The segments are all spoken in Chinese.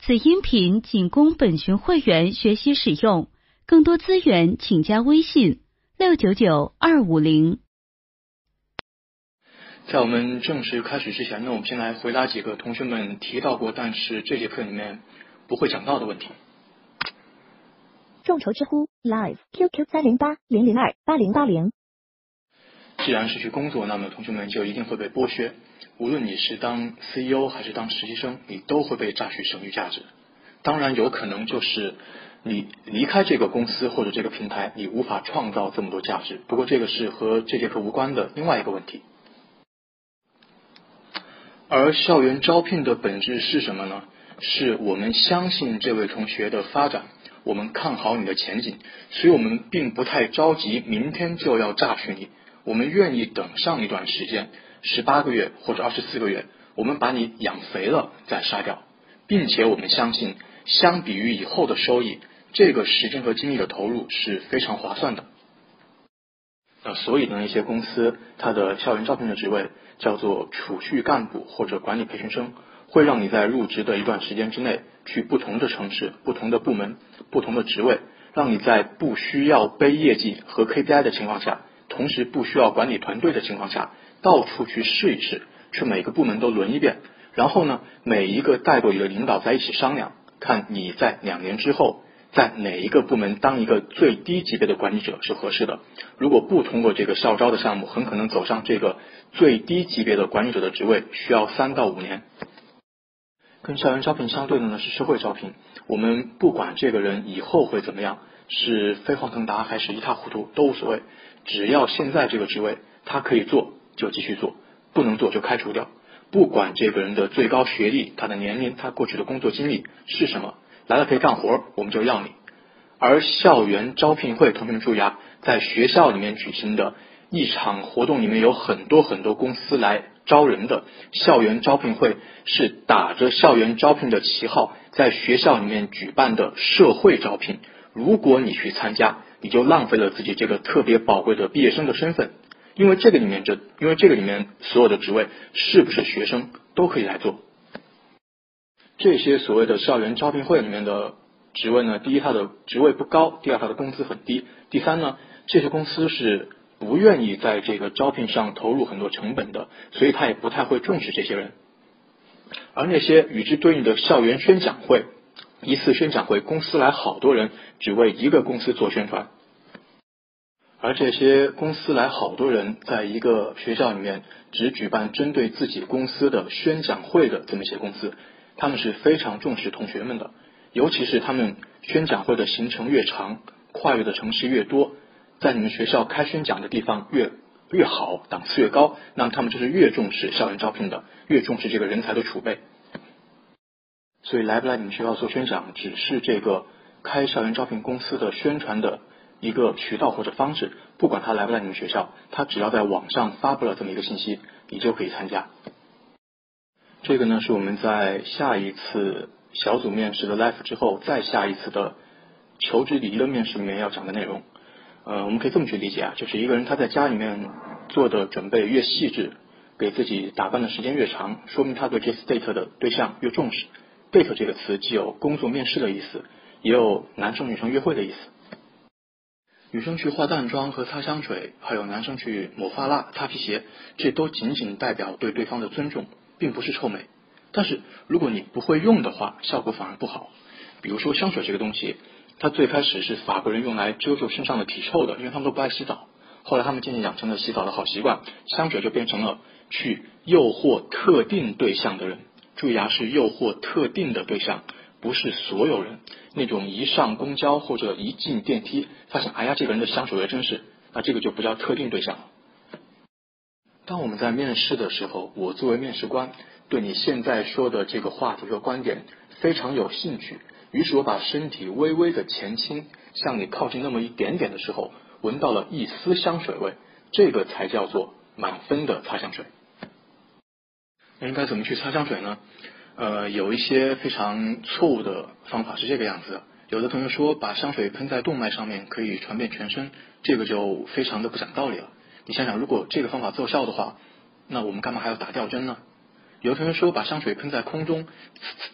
此音频仅供本群会员学习使用，更多资源请加微信699-250。 在我们正式开始之前呢，我们先来回答几个同学们提到过，但是这节课里面不会讲到的问题。 众筹知乎 Live QQ 308-002-8080。 既然是去工作，那么同学们就一定会被剥削。无论你是当 CEO 还是当实习生，你都会被榨取剩余价值。当然有可能就是你离开这个公司或者这个平台，你无法创造这么多价值。不过这个是和这节课无关的另外一个问题。而校园招聘的本质是什么呢？是我们相信这位同学的发展，我们看好你的前景，所以我们并不太着急明天就要榨取你，我们愿意等上一段时间，18个月或者24个月，我们把你养肥了再杀掉，并且我们相信相比于以后的收益，这个时间和精力的投入是非常划算的。所以呢，一些公司它的校园招聘的职位叫做储蓄干部或者管理培训生，会让你在入职的一段时间之内去不同的城市、不同的部门、不同的职位，让你在不需要背业绩和 KPI 的情况下，同时不需要管理团队的情况下，到处去试一试，去每个部门都轮一遍，然后呢，每一个带过你的领导在一起商量，看你在2年之后在哪一个部门当一个最低级别的管理者是合适的。如果不通过这个校招的项目，很可能走上这个最低级别的管理者的职位需要3到5年。跟校园招聘相对的呢是社会招聘，我们不管这个人以后会怎么样，是飞黄腾达还是一塌糊涂都无所谓，只要现在这个职位他可以做就继续做，不能做就开除掉。不管这个人的最高学历、他的年龄、他过去的工作经历是什么，来了可以干活我们就要你。而校园招聘会，同学们注意啊，在学校里面举行的一场活动里面有很多公司来招人的。校园招聘会是打着校园招聘的旗号在学校里面举办的社会招聘，如果你去参加，你就浪费了自己这个特别宝贵的毕业生的身份，因为这个里面所有的职位是不是学生都可以来做。这些所谓的校园招聘会里面的职位呢，第一它的职位不高，第二它的工资很低，第三呢，这些公司是不愿意在这个招聘上投入很多成本的，所以他也不太会重视这些人。而那些与之对应的校园宣讲会，一次宣讲会公司来好多人，只为一个公司做宣传。而这些公司来好多人，在一个学校里面只举办针对自己公司的宣讲会的这么一些公司，他们是非常重视同学们的，尤其是他们宣讲会的行程越长，跨越的城市越多，在你们学校开宣讲的地方越好，档次越高，那么他们就是越重视校园招聘的，越重视这个人才的储备。所以来不来你们学校做宣讲，只是这个开校园招聘公司的宣传的一个渠道或者方式，不管他来不来你们学校，他只要在网上发布了这么一个信息，你就可以参加。这个呢是我们在下一次小组面试的 live 之后，再下一次的求职礼仪的面试里面要讲的内容。我们可以这么去理解啊，就是一个人他在家里面做的准备越细致，给自己打扮的时间越长，说明他对这次 date 的对象越重视。date 这个词既有工作面试的意思，也有男生女生约会的意思。女生去化淡妆和擦香水，还有男生去抹发蜡、擦皮鞋，这都仅仅代表对对方的尊重，并不是臭美。但是如果你不会用的话，效果反而不好。比如说香水这个东西，它最开始是法国人用来遮住身上的体臭的，因为他们都不爱洗澡。后来他们渐渐养成了洗澡的好习惯，香水就变成了去诱惑特定对象的人。注意啊，是诱惑特定的对象，不是所有人。那种一上公交或者一进电梯发现哎呀这个人的香水味真是，那这个就不叫特定对象了。当我们在面试的时候，我作为面试官对你现在说的这个话题和观点非常有兴趣，于是我把身体微微的前倾，向你靠近那么一点点的时候，闻到了一丝香水味，这个才叫做满分的擦香水。那应该怎么去擦香水呢？有一些非常错误的方法是这个样子的。有的同学说把香水喷在动脉上面可以传遍全身，这个就非常的不讲道理了。你想想，如果这个方法奏效的话，那我们干嘛还要打吊针呢？有的同学说把香水喷在空中，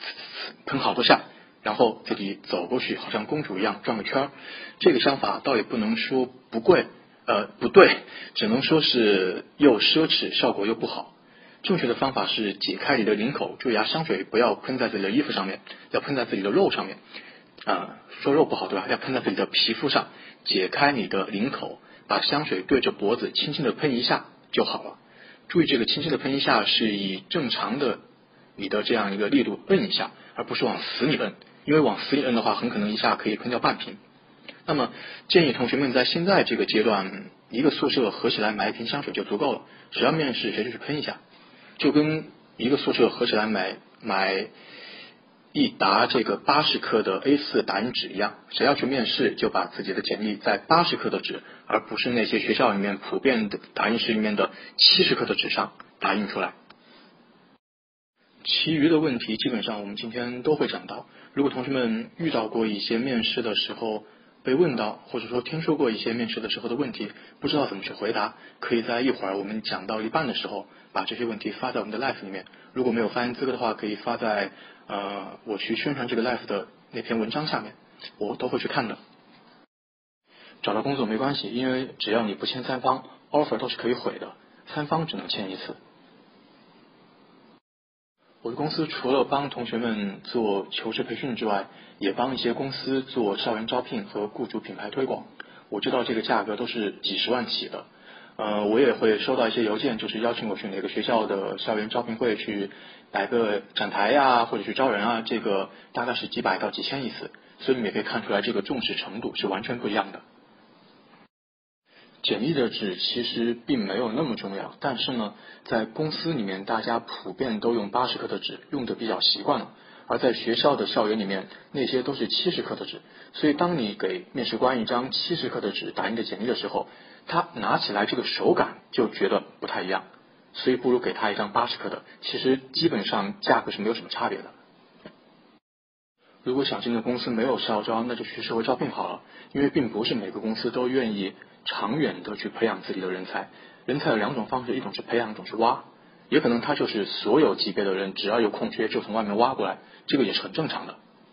喷好多下，然后自己走过去，好像公主一样转个圈。这个想法倒也不能说不对，只能说是又奢侈，效果又不好。正确的方法是解开你的领口，注意香水不要喷在自己的衣服上面，要喷在自己的肉上面。说肉不好对吧？要喷在自己的皮肤上，解开你的领口，把香水对着脖子轻轻的喷一下就好了。注意这个轻轻的喷一下是以正常的你的这样一个力度摁一下，而不是往死里摁，因为往死里摁的话很可能一下可以喷掉半瓶。那么建议同学们在现在这个阶段，一个宿舍合起来买一瓶香水就足够了，只要面试谁就去喷一下，就跟一个宿舍合起来买一沓这个80克的 A4 打印纸一样，谁要去面试就把自己的简历在80克的纸，而不是那些学校里面普遍的打印室里面的70克的纸上打印出来。其余的问题基本上我们今天都会讲到。如果同学们遇到过一些面试的时候被问到，或者说听说过一些面试的时候的问题，不知道怎么去回答，可以在一会儿我们讲到一半的时候把这些问题发在我们的 live 里面。如果没有发言资格的话，可以发在我去宣传这个 live 的那篇文章下面，我都会去看的。找到工作没关系，因为只要你不签3方 offer 都是可以毁的，3方只能签1次。我的公司除了帮同学们做求职培训之外，也帮一些公司做校园招聘和雇主品牌推广。我知道这个价格都是几十万起的。我也会收到一些邮件，就是邀请我去哪个学校的校园招聘会去摆个展台呀，或者去招人啊，这个大概是几百到几千一次，所以你们也可以看出来这个重视程度是完全不一样的。简历的纸其实并没有那么重要，但是呢，在公司里面大家普遍都用80克的纸，用的比较习惯了，而在学校的校园里面那些都是70克的纸，所以当你给面试官一张70克的纸打印的简历的时候，他拿起来这个手感就觉得不太一样，所以不如给他一张80克的，其实基本上价格是没有什么差别的。如果想进的公司没有校招，那就去社会招聘好了，因为并不是每个公司都愿意长远的去培养自己的人才。人才有2种方式，一种是培养，一种是挖，也可能他就是所有级别的人只要有空缺就从外面挖过来，这个也是很正常的。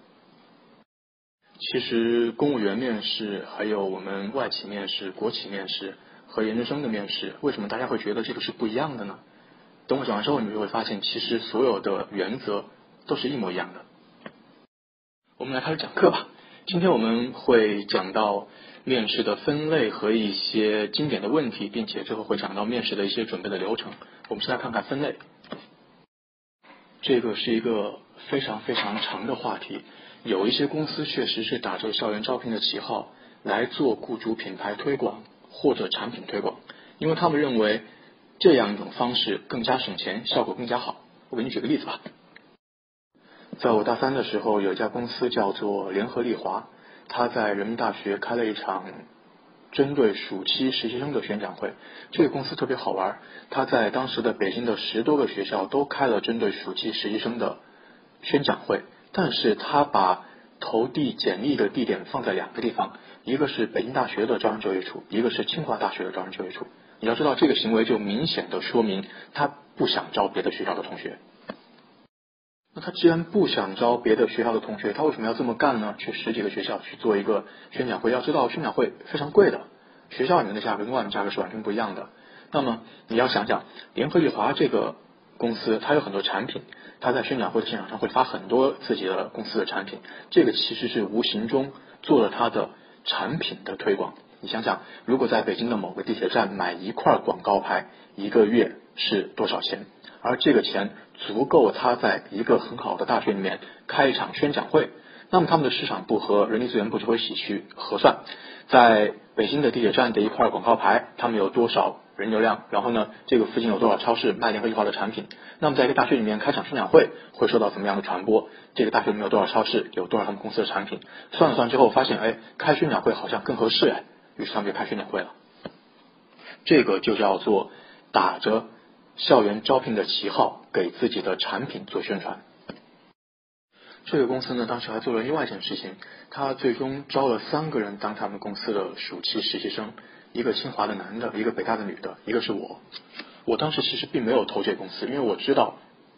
其实公务员面试还有我们外企面试、国企面试和研究生的面试，为什么大家会觉得这个是不一样的呢？等我讲完之后你就会发现，其实所有的原则都是一模一样的。我们来开始讲课吧。今天我们会讲到面试的分类和一些经典的问题，并且最后会讲到面试的一些准备的流程。我们先来看看分类。这个是一个非常非常长的话题，有一些公司确实是打着校园招聘的旗号来做雇主品牌推广或者产品推广，因为他们认为这样一种方式更加省钱，效果更加好。我给你举个例子吧。在我大3的时候，有一家公司叫做联合利华，他在人民大学开了一场针对暑期实习生的宣讲会。这个公司特别好玩，他在当时的北京的10多个学校都开了针对暑期实习生的宣讲会，但是他把投递简历的地点放在2个地方，一个是北京大学的招人就业处，一个是清华大学的招人就业处。你要知道，这个行为就明显的说明他不想招别的学校的同学。那他既然不想招别的学校的同学，他为什么要这么干呢？去10几个学校去做一个宣讲会，要知道宣讲会非常贵的，学校里面的价格跟外面价格是完全不一样的。那么你要想想，联合利华这个公司，它有很多产品，它在宣讲会的现场上会发很多自己的公司的产品，这个其实是无形中做了它的产品的推广。你想想，如果在北京的某个地铁站买一块广告牌，1个月是多少钱？而这个钱足够他在一个很好的大学里面开一场宣讲会。那么他们的市场部和人力资源部就会一起去核算，在北京的地铁站的一块广告牌，他们有多少人流量，然后呢，这个附近有多少超市卖联合利华的产品。那么在一个大学里面开场宣讲会会受到怎么样的传播？这个大学里面有多少超市，有多少他们公司的产品？算了算之后发现，开宣讲会好像更合适，于是他们就开宣讲会了。这个就叫做打着校园招聘的旗号给自己的产品做宣传。这个公司呢，当时还做了另外一件事情，他最终招了3个人当他们公司的暑期实习生，一个清华的男的，一个北大的女的，一个是我。我当时其实并没有投这个公司，因为我知道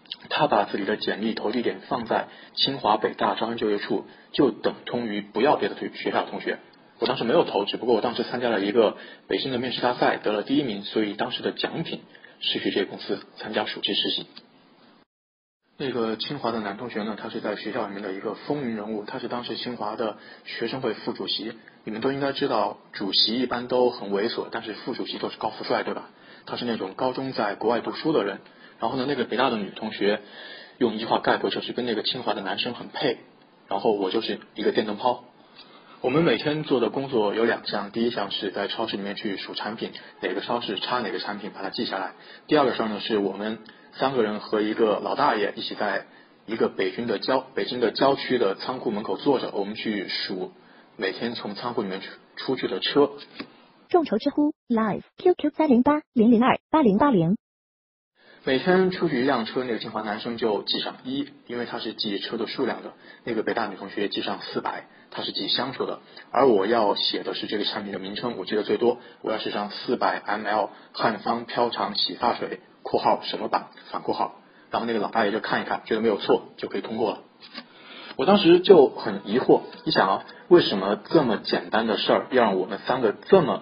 他把自己的简历投递点放在清华北大招生就业处，就等同于不要别的学校的同学。我当时没有投，只不过我当时参加了一个北京的面试大赛，得了第1名，所以当时的奖品是去这个公司参加暑期实习。那个清华的男同学呢，他是在学校里面的一个风云人物，他是当时清华的学生会副主席。你们都应该知道，主席一般都很猥琐，但是副主席都是高富帅，对吧？他是那种高中在国外读书的人。然后呢，那个北大的女同学用一句话概括，就是跟那个清华的男生很配。然后我就是一个电灯泡。我们每天做的工作有2项，第一项是在超市里面去数产品，哪个超市插哪个产品，把它记下来。第二个事呢，是我们3个人和一个老大爷一起在一个北京的郊区的仓库门口坐着，我们去数每天从仓库里面出去的车。 众筹知乎 Live QQ 30800288080。 每天出去一辆车，那个清华男生就记上1，因为他是记车的数量的。那个北大女同学记上400，他是记箱数的。而我要写的是这个产品的名称，我记得最多，我要写上400 ml 汉方飘长洗发水（括号什么版反括号）。然后那个老大爷就看一看，觉得没有错，就可以通过了。我当时就很疑惑，你想啊，为什么这么简单的事儿要让我们3个这么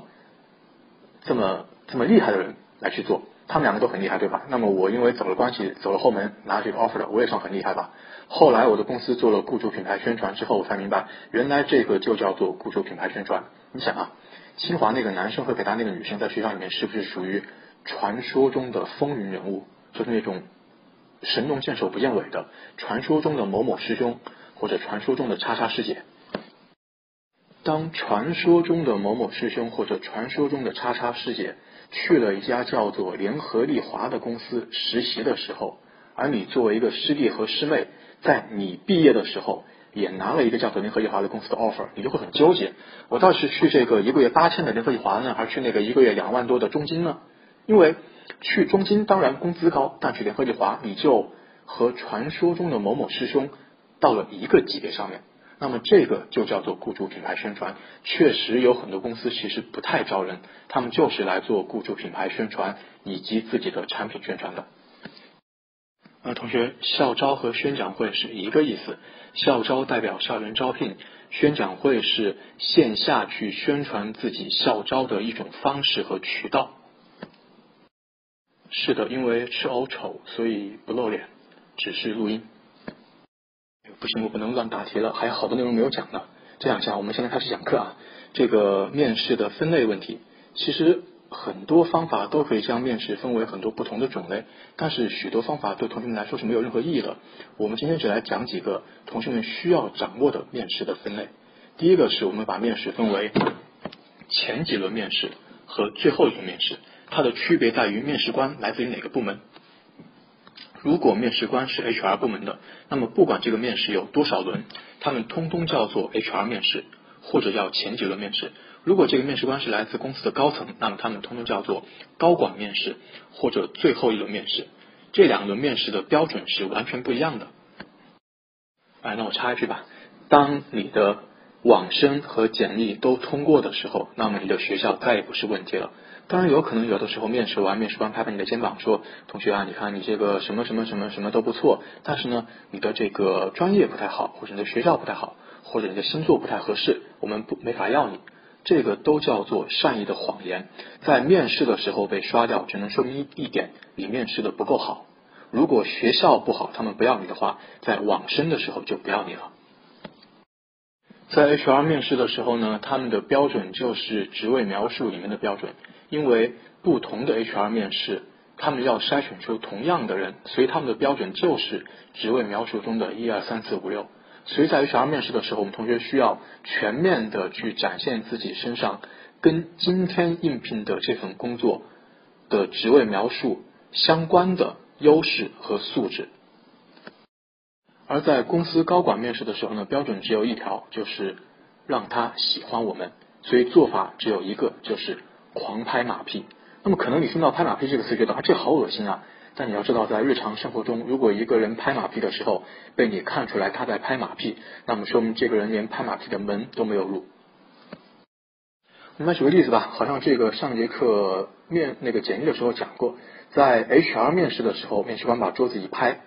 厉害的人来去做？他们2个都很厉害，对吧？那么我因为走了关系，走了后门，拿这个 offer 的，我也算很厉害吧。后来我的公司做了雇主品牌宣传之后，我才明白，原来这个就叫做雇主品牌宣传。你想啊，清华那个男生和北大那个女生在学校里面是不是属于传说中的风云人物？就是那种神龙见首不见尾的，传说中的某某师兄，或者传说中的叉叉师姐。当传说中的某某师兄或者传说中的叉叉师姐去了一家叫做联合利华的公司实习的时候，而你作为一个师弟和师妹，在你毕业的时候也拿了一个叫做联合利华的公司的 offer， 你就会很纠结，我倒是去这个1个月8000的联合利华呢，还是去那个1个月2万多的中金呢？因为去中金当然工资高，但去联合利华你就和传说中的某某师兄到了一个级别上面。那么这个就叫做雇主品牌宣传。确实有很多公司其实不太招人，他们就是来做雇主品牌宣传以及自己的产品宣传的。同学，校招和宣讲会是一个意思，校招代表校园招聘，宣讲会是线下去宣传自己校招的一种方式和渠道。是的，因为吃藕丑，所以不露脸，只是录音。不行，我不能乱答题了，还有好多内容没有讲呢。这样下，我们现在开始讲课啊。这个面试的分类问题，其实很多方法都可以将面试分为很多不同的种类，但是许多方法对同学们来说是没有任何意义的。我们今天只来讲几个同学们需要掌握的面试的分类。第一个是我们把面试分为前几轮面试和最后一轮面试，它的区别在于面试官来自于哪个部门。如果面试官是 HR 部门的，那么不管这个面试有多少轮，他们通通叫做 HR 面试，或者叫前几轮面试。如果这个面试官是来自公司的高层，那么他们通通叫做高管面试，或者最后一轮面试。这2轮面试的标准是完全不一样的。那我插一句吧，当你的网申和简历都通过的时候，那么你的学校再也不是问题了。当然有可能有的时候面试完，面试官拍拍你的肩膀说，同学啊，你看你这个什么什么什么什么都不错，但是呢你的这个专业不太好，或者你的学校不太好，或者你的星座不太合适，我们没法要你。这个都叫做善意的谎言，在面试的时候被刷掉，只能说明一点，你面试的不够好。如果学校不好，他们不要你的话，在网申的时候就不要你了。在 HR 面试的时候呢，他们的标准就是职位描述里面的标准，因为不同的 HR 面试，他们要筛选出同样的人，所以他们的标准就是职位描述中的1、2、3、4、5、6。所以在 HR 面试的时候，我们同学需要全面的去展现自己身上跟今天应聘的这份工作的职位描述相关的优势和素质。而在公司高管面试的时候呢，标准只有一条，就是让他喜欢我们，所以做法只有一个，就是狂拍马屁。那么可能你听到拍马屁这个词觉得这好恶心啊，但你要知道，在日常生活中，如果一个人拍马屁的时候被你看出来他在拍马屁，那么说明这个人连拍马屁的门都没有入。我们来举个例子吧，好像这个上节课简历的时候讲过，在 HR 面试的时候，面试官把桌子一拍，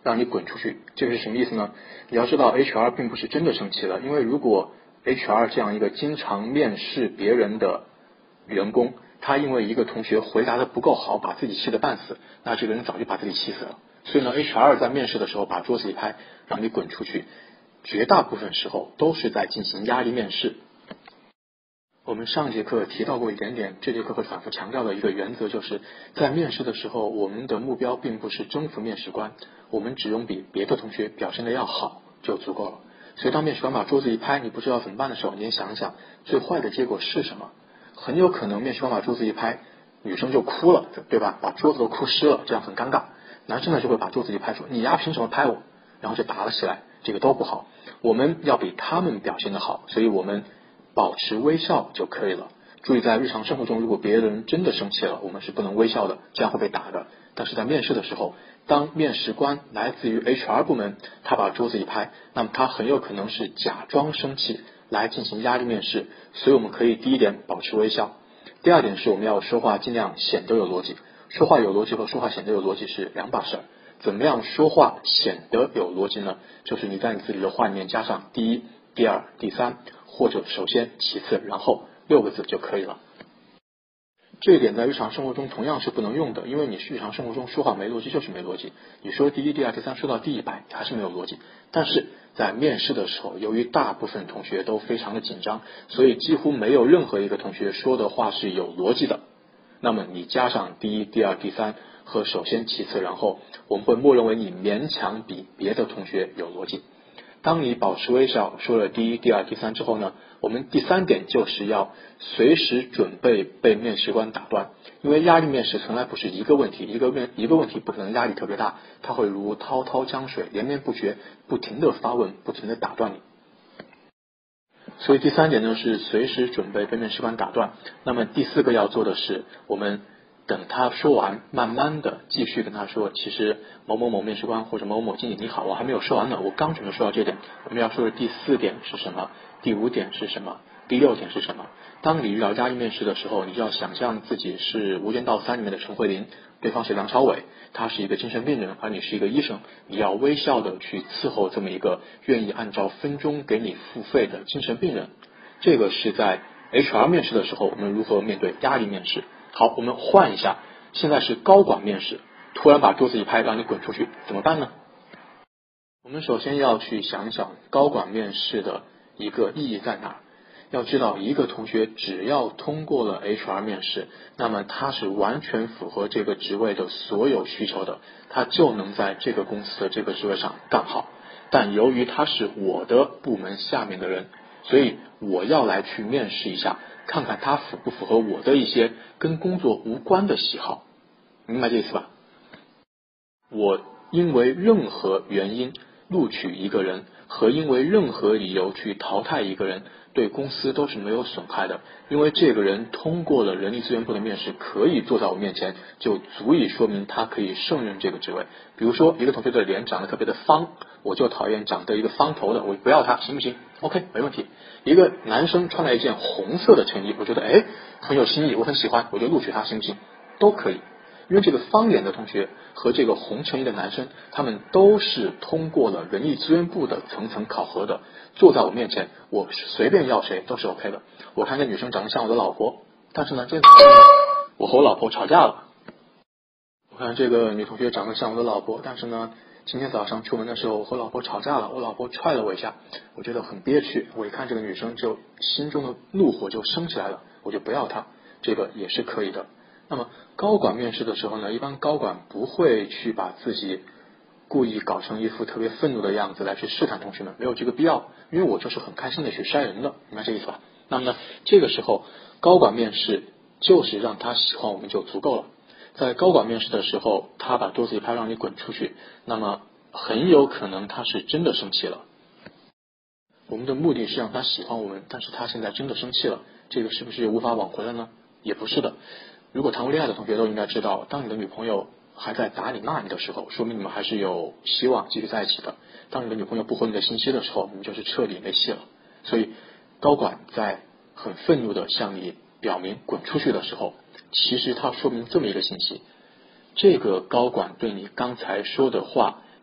让你滚出去。这个是什么意思呢？你要知道 HR 并不是真的生气了，因为如果 HR 这样一个经常面试别人的员工，他因为一个同学回答的不够好，把自己气得半死，那这个人早就把自己气死了。所以呢 HR 在面试的时候把桌子一拍，让你滚出去，绝大部分时候都是在进行压力面试。我们上节课提到过一点点，这节课会反复强调的一个原则，就是在面试的时候，我们的目标并不是征服面试官，我们只用比别的同学表现的要好就足够了。所以当面试官把桌子一拍，你不知道怎么办的时候，你也想想最坏的结果是什么。很有可能面试官把桌子一拍，女生就哭了，对吧？把桌子都哭湿了，这样很尴尬。男生呢就会把桌子一拍，说你呀凭什么拍我，然后就打了起来，这个都不好。我们要比他们表现的好，所以我们保持微笑就可以了。注意在日常生活中，如果别人真的生气了，我们是不能微笑的，这样会被打的。但是在面试的时候，当面试官来自于 HR 部门，他把桌子一拍，那么他很有可能是假装生气来进行压力面试，所以我们可以第一点保持微笑。第二点是我们要说话尽量显得有逻辑。说话有逻辑和说话显得有逻辑是两码事。怎么样说话显得有逻辑呢？就是你在你自己的话里面加上第一、第二、第三，或者首先、其次、然后6个字就可以了。这一点在日常生活中同样是不能用的，因为你日常生活中说话没逻辑就是没逻辑，你说第一、第二、第三说到第100还是没有逻辑。但是在面试的时候，由于大部分同学都非常的紧张，所以几乎没有任何一个同学说的话是有逻辑的。那么你加上第一、第二、第三和首先、其次、然后，我们会默认为你勉强比别的同学有逻辑。当你保持微笑说了第一、第二、第三之后呢，我们第3点就是要随时准备被面试官打断。因为压力面试从来不是一个问题，一个问题不可能压力特别大，它会如滔滔江水连绵不绝，不停的发问，不停的打断你。所以第3点呢是随时准备被面试官打断。那么第4个要做的是，我们等他说完，慢慢的继续跟他说，其实某某某面试官或者某某经理你好，我还没有说完呢，我刚准备说到这点。我们要说的第4点是什么？第5点是什么？第6点是什么？当你遇到压力面试的时候，你就要想象自己是《无间道3》里面的陈慧琳，对方是梁朝伟，他是一个精神病人，而你是一个医生，你要微笑的去伺候这么一个愿意按照分钟给你付费的精神病人。这个是在 HR 面试的时候，我们如何面对压力面试。好，我们换一下，现在是高管面试，突然把桌子一拍让你滚出去，怎么办呢？我们首先要去想一想高管面试的一个意义在哪。要知道，一个同学只要通过了 HR 面试，那么他是完全符合这个职位的所有需求的，他就能在这个公司的这个职位上干好。但由于他是我的部门下面的人，所以我要来去面试一下，看看他符不符合我的一些跟工作无关的喜好。明白这意思吧？我因为任何原因录取一个人和因为任何理由去淘汰一个人，对公司都是没有损害的，因为这个人通过了人力资源部的面试，可以坐在我面前，就足以说明他可以胜任这个职位。比如说一个同学的脸长得特别的方，我就讨厌长得一个方头的，我不要他，行不行？ OK， 没问题。一个男生穿了一件红色的衬衣，我觉得很有新意，我很喜欢，我就录取他，行不行？都可以。因为这个方脸的同学和这个红衬衣的男生，他们都是通过了人力资源部的层层考核的，坐在我面前，我随便要谁都是 OK 的。我看这女生长得像我的老婆，但是呢，我和我老婆吵架了。我看这个女同学长得像我的老婆，但是呢，今天早上出门的时候，我和老婆吵架了，我老婆踹了我一下，我觉得很憋屈。我一看这个女生，就心中的怒火就升起来了，我就不要她，这个也是可以的。那么高管面试的时候呢，一般高管不会去把自己故意搞成一副特别愤怒的样子来去试探同学们，没有这个必要，因为我就是很开心的去筛人的，明白这意思吧？那么呢，这个时候高管面试就是让他喜欢我们就足够了。在高管面试的时候，他把桌子一拍让你滚出去，那么很有可能他是真的生气了。我们的目的是让他喜欢我们，但是他现在真的生气了，这个是不是无法挽回了呢？也不是的。如果谈过恋爱的同学都应该知道，当你的女朋友还在打你骂你的时候，说明你们还是有希望继续在一起的。当你的女朋友不回你的信息的时候，你们就是彻底没戏了。所以高管在很愤怒的向你表明滚出去的时候，其实他说明这么一个信息：这个高管对你刚才说的话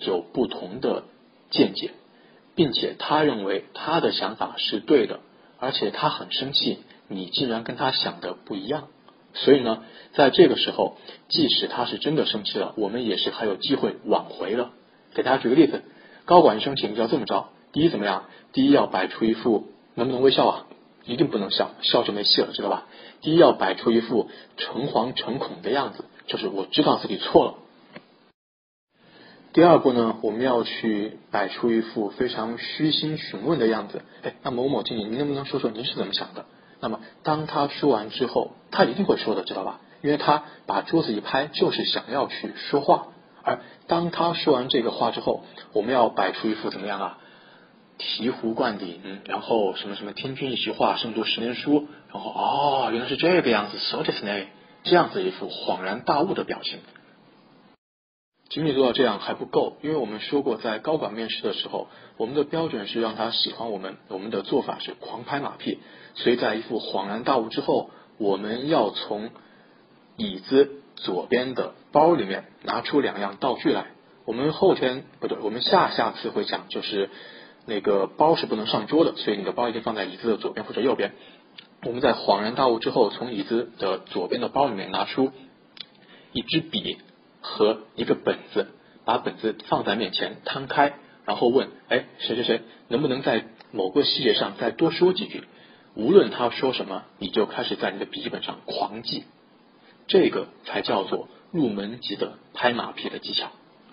有不同的见解，并且他认为他的想法是对的，而且他很生气你竟然跟他想的不一样。所以呢，在这个时候，即使他是真的生气了，我们也是还有机会挽回的。给大家举个例子，高管一生气你就要这么着：第一怎么样？第一要摆出一副能不能微笑啊？一定不能笑，笑就没戏了，知道吧？第一要摆出一副诚惶诚恐的样子，就是我知道自己错了。第二步呢，我们要去摆出一副非常虚心询问的样子。那某某经理，您能不能说说您是怎么想的？那么当他说完之后，他一定会说的，知道吧？因为他把桌子一拍，就是想要去说话。而当他说完这个话之后，我们要摆出一副怎么样啊？醍醐灌顶，然后什么什么听君一席话，胜读十年书，然后原来是这个样子，soですね，这样子一副恍然大悟的表情。仅仅做到这样还不够，因为我们说过，在高管面试的时候，我们的标准是让他喜欢我们，我们的做法是狂拍马屁。所以在一副恍然大悟之后，我们要从椅子左边的包里面拿出2样道具来。我们下次会讲，就是那个包是不能上桌的，所以你的包一定放在椅子的左边或者右边。我们在恍然大悟之后，从椅子的左边的包里面拿出一支笔和一个本子，把本子放在面前摊开，然后问谁谁谁能不能在某个细节上再多说几句，无论他说什么，你就开始在你的笔记本上狂记。这个才叫做入门级的拍马屁的技巧。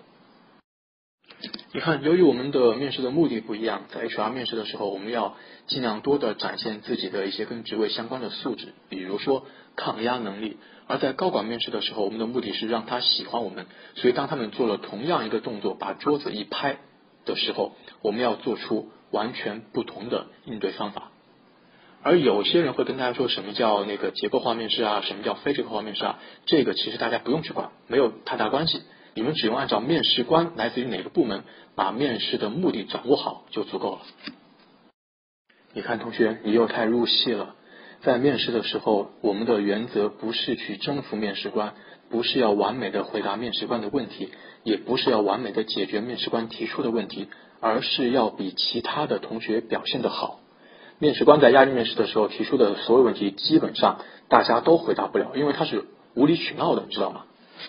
你看，由于我们的面试的目的不一样，在 HR 面试的时候，我们要尽量多的展现自己的一些跟职位相关的素质，比如说抗压能力。而在高管面试的时候，我们的目的是让他喜欢我们，所以当他们做了同样一个动作，把桌子一拍的时候，我们要做出完全不同的应对方法。而有些人会跟大家说什么叫那个结构化面试啊，什么叫非结构化面试啊，这个其实大家不用去管，没有太大关系。你们只用按照面试官来自于哪个部门，把面试的目的掌握好就足够了。你看同学，你又太入戏了。在面试的时候，我们的原则不是去征服面试官，不是要完美的回答面试官的问题，也不是要完美的解决面试官提出的问题，而是要比其他的同学表现得好。面试官在压力面试的时候提出的所有问题，基本上大家都回答不了，因为他是无理取闹的，你知道吗？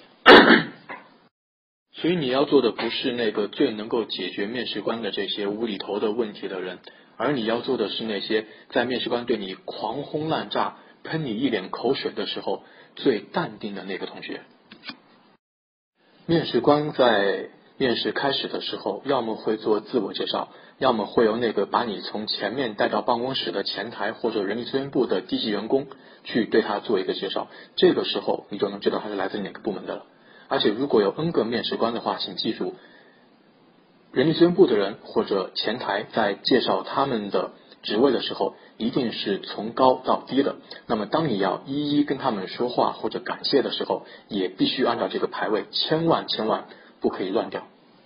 所以你要做的不是那个最能够解决面试官的这些无厘头的问题的人，而你要做的是那些在面试官对你狂轰滥炸、喷你一脸口水的时候最淡定的那个同学。面试官在面试开始的时候，要么会做自我介绍，要么会由那个把你从前面带到办公室的前台或者人力资源部的低级员工去对他做一个介绍，这个时候你就能知道他是来自哪个部门的了。而且如果有 N 个面试官的话，请记住，人力资源部的人或者前台在介绍他们的职位的时候，一定是从高到低的。那么当你要一一跟他们说话或者感谢的时候，也必须按照这个排位，千万不可以乱掉。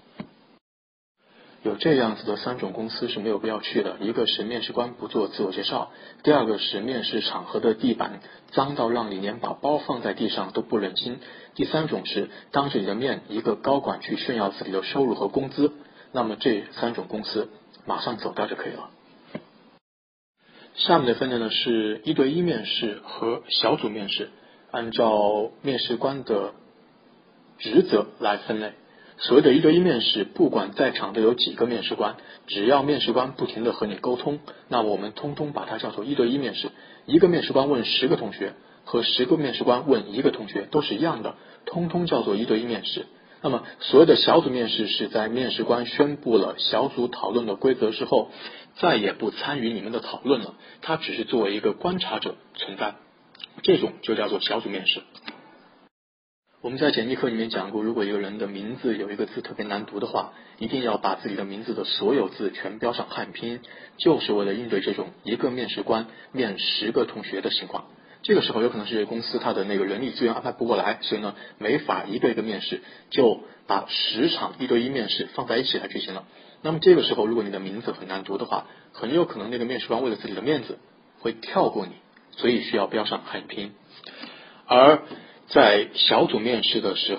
有这样子的3种公司是没有必要去的，一个是面试官不做自我介绍，第二个是面试场合的地板脏到让你连把包放在地上都不忍心，第3种是当着你的面一个高管去炫耀自己的收入和工资。那么这3种公司马上走掉就可以了。下面的分类呢是1对1面试和小组面试，按照面试官的职责来分类。所谓的1对1面试，不管在场的有几个面试官，只要面试官不停的和你沟通，那我们通通把它叫做1对1面试。一个面试官问10个同学和10个面试官问1个同学都是一样的，通通叫做1对1面试。那么所谓的小组面试是在面试官宣布了小组讨论的规则之后，再也不参与你们的讨论了，他只是作为一个观察者存在，这种就叫做小组面试。我们在简历课里面讲过，如果一个人的名字有一个字特别难读的话，一定要把自己的名字的所有字全标上汉拼，就是为了应对这种一个面试官面10个同学的情况。这个时候有可能是公司它的那个人力资源安排不过来，所以呢没法一个一个面试，就把10场1对1面试放在一起来举行了。那么这个时候如果你的名字很难读的话，很有可能那个面试官为了自己的面子会跳过你，所以需要标上汉拼。而在小组面试的时候，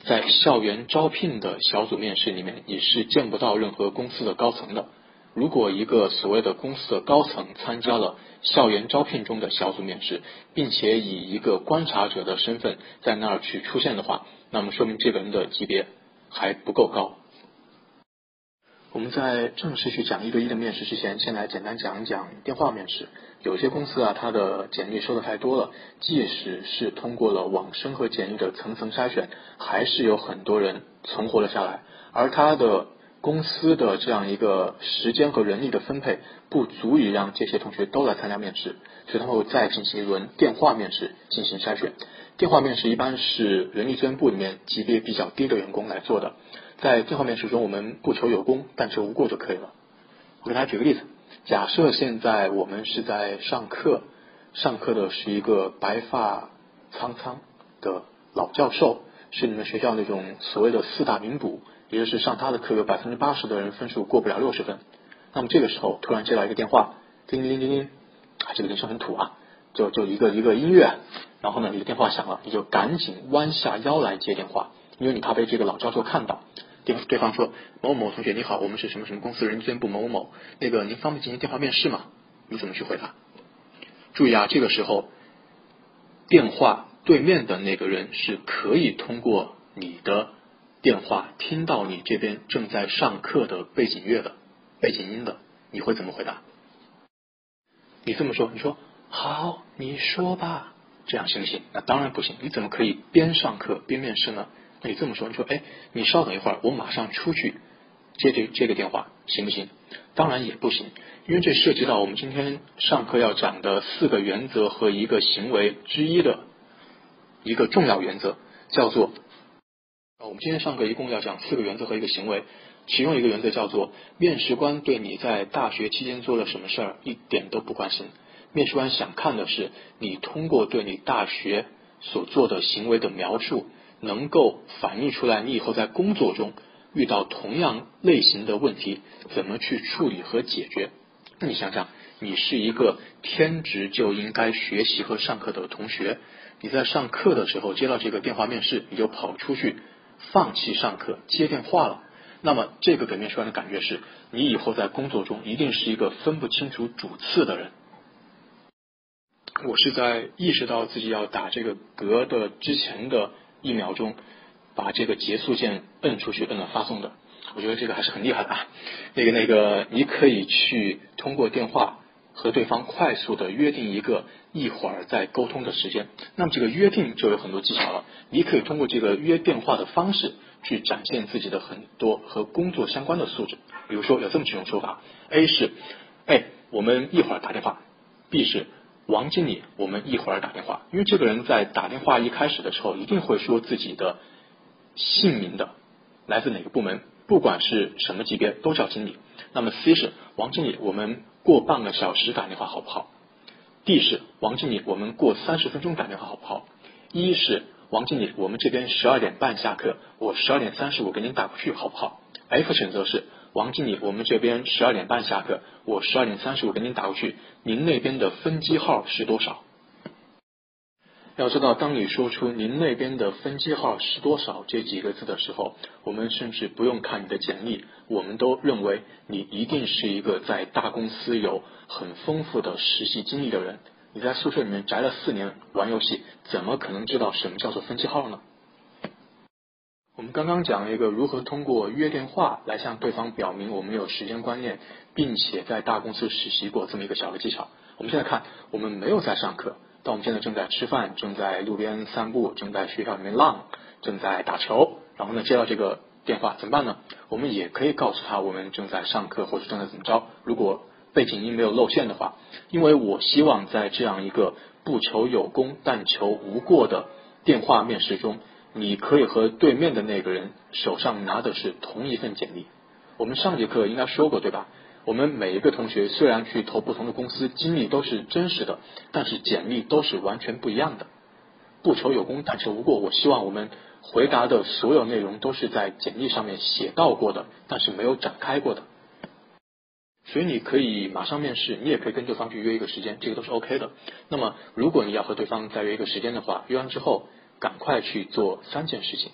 在校园招聘的小组面试里面，你是见不到任何公司的高层的。如果一个所谓的公司的高层参加了校园招聘中的小组面试，并且以一个观察者的身份在那儿去出现的话，那么说明这个人的级别还不够高。我们在正式去讲1对1的面试之前，先来简单讲一讲电话面试。有些公司它的简历收的太多了，即使是通过了网申和简历的层层筛选，还是有很多人存活了下来，而他的公司的这样一个时间和人力的分配不足以让这些同学都来参加面试，所以他们会再进行一轮电话面试进行筛选。电话面试一般是人力资源部里面级别比较低的员工来做的。在电话面试中，我们不求有功，但求无过就可以了。我给大家举个例子，假设现在我们是在上课的是一个白发苍苍的老教授，是你们学校那种所谓的4大名捕，也就是上他的课有80%的人分数过不了60分。那么这个时候突然接到一个电话，叮铃铃铃铃，这个铃声很土啊，就一个音乐，然后呢，你的电话响了，你就赶紧弯下腰来接电话，因为你怕被这个老教授看到。对方说：某某同学你好，我们是什么什么公司人力资源部某某某，那个您方便进行电话面试吗？你怎么去回答？注意啊，这个时候电话对面的那个人是可以通过你的电话听到你这边正在上课的背景音的，你会怎么回答？你这么说，你说好，你说吧，这样行不行？那当然不行，你怎么可以边上课边面试呢？那你这么说，你说你稍等一会儿，我马上出去接这个电话，行不行？当然也不行，因为这涉及到我们今天上课要讲的4个原则和一个行为之一的一个重要原则，叫做我们今天上课一共要讲4个原则和一个行为，其中一个原则叫做面试官对你在大学期间做了什么事儿一点都不关心，面试官想看的是你通过对你大学所做的行为的描述，能够反映出来你以后在工作中遇到同样类型的问题怎么去处理和解决。那你想想，你是一个天职就应该学习和上课的同学，你在上课的时候接到这个电话面试，你就跑出去放弃上课接电话了，那么这个给面试官的感觉是你以后在工作中一定是一个分不清楚主次的人。我是在意识到自己要打这个嗝的之前的1秒钟把这个结束键摁出去，摁了发送的。我觉得这个还是很厉害的啊。那个你可以去通过电话和对方快速的约定一会儿再沟通的时间。那么这个约定就有很多技巧了，你可以通过这个约电话的方式去展现自己的很多和工作相关的素质。比如说有这么几种说法， A 是我们一会儿打电话， B 是王经理我们一会儿打电话。因为这个人在打电话一开始的时候一定会说自己的姓名的，来自哪个部门，不管是什么级别都叫经理。那么 C 是王经理我们过半个小时打电话好不好？ D 是王经理我们过30分钟打电话好不好？E 是王经理我们这边12点半下课，我12点35给您打过去好不好？ F 选择是王经理我们这边12点半下课，我12点35给您打过去，您那边的分机号是多少？要知道，当你说出您那边的分机号是多少这几个字的时候，我们甚至不用看你的简历，我们都认为你一定是一个在大公司有很丰富的实习经历的人。你在宿舍里面宅了4年玩游戏，怎么可能知道什么叫做分机号呢？我们刚刚讲了一个如何通过约电话来向对方表明我们有时间观念，并且在大公司实习过这么一个小的技巧。我们现在看，我们没有在上课，但我们现在正在吃饭，正在路边散步，正在学校里面浪，正在打球，然后呢接到这个电话怎么办呢？我们也可以告诉他我们正在上课或者正在怎么着，如果背景音没有露馅的话，因为我希望在这样一个不求有功但求无过的电话面试中，你可以和对面的那个人手上拿的是同一份简历。我们上节课应该说过对吧？我们每一个同学虽然去投不同的公司，经历都是真实的，但是简历都是完全不一样的。不求有功但求无过，我希望我们回答的所有内容都是在简历上面写到过的，但是没有展开过的。所以你可以马上面试，你也可以跟对方去约一个时间，这个都是 OK 的。那么如果你要和对方再约一个时间的话，约完之后赶快去做3件事情。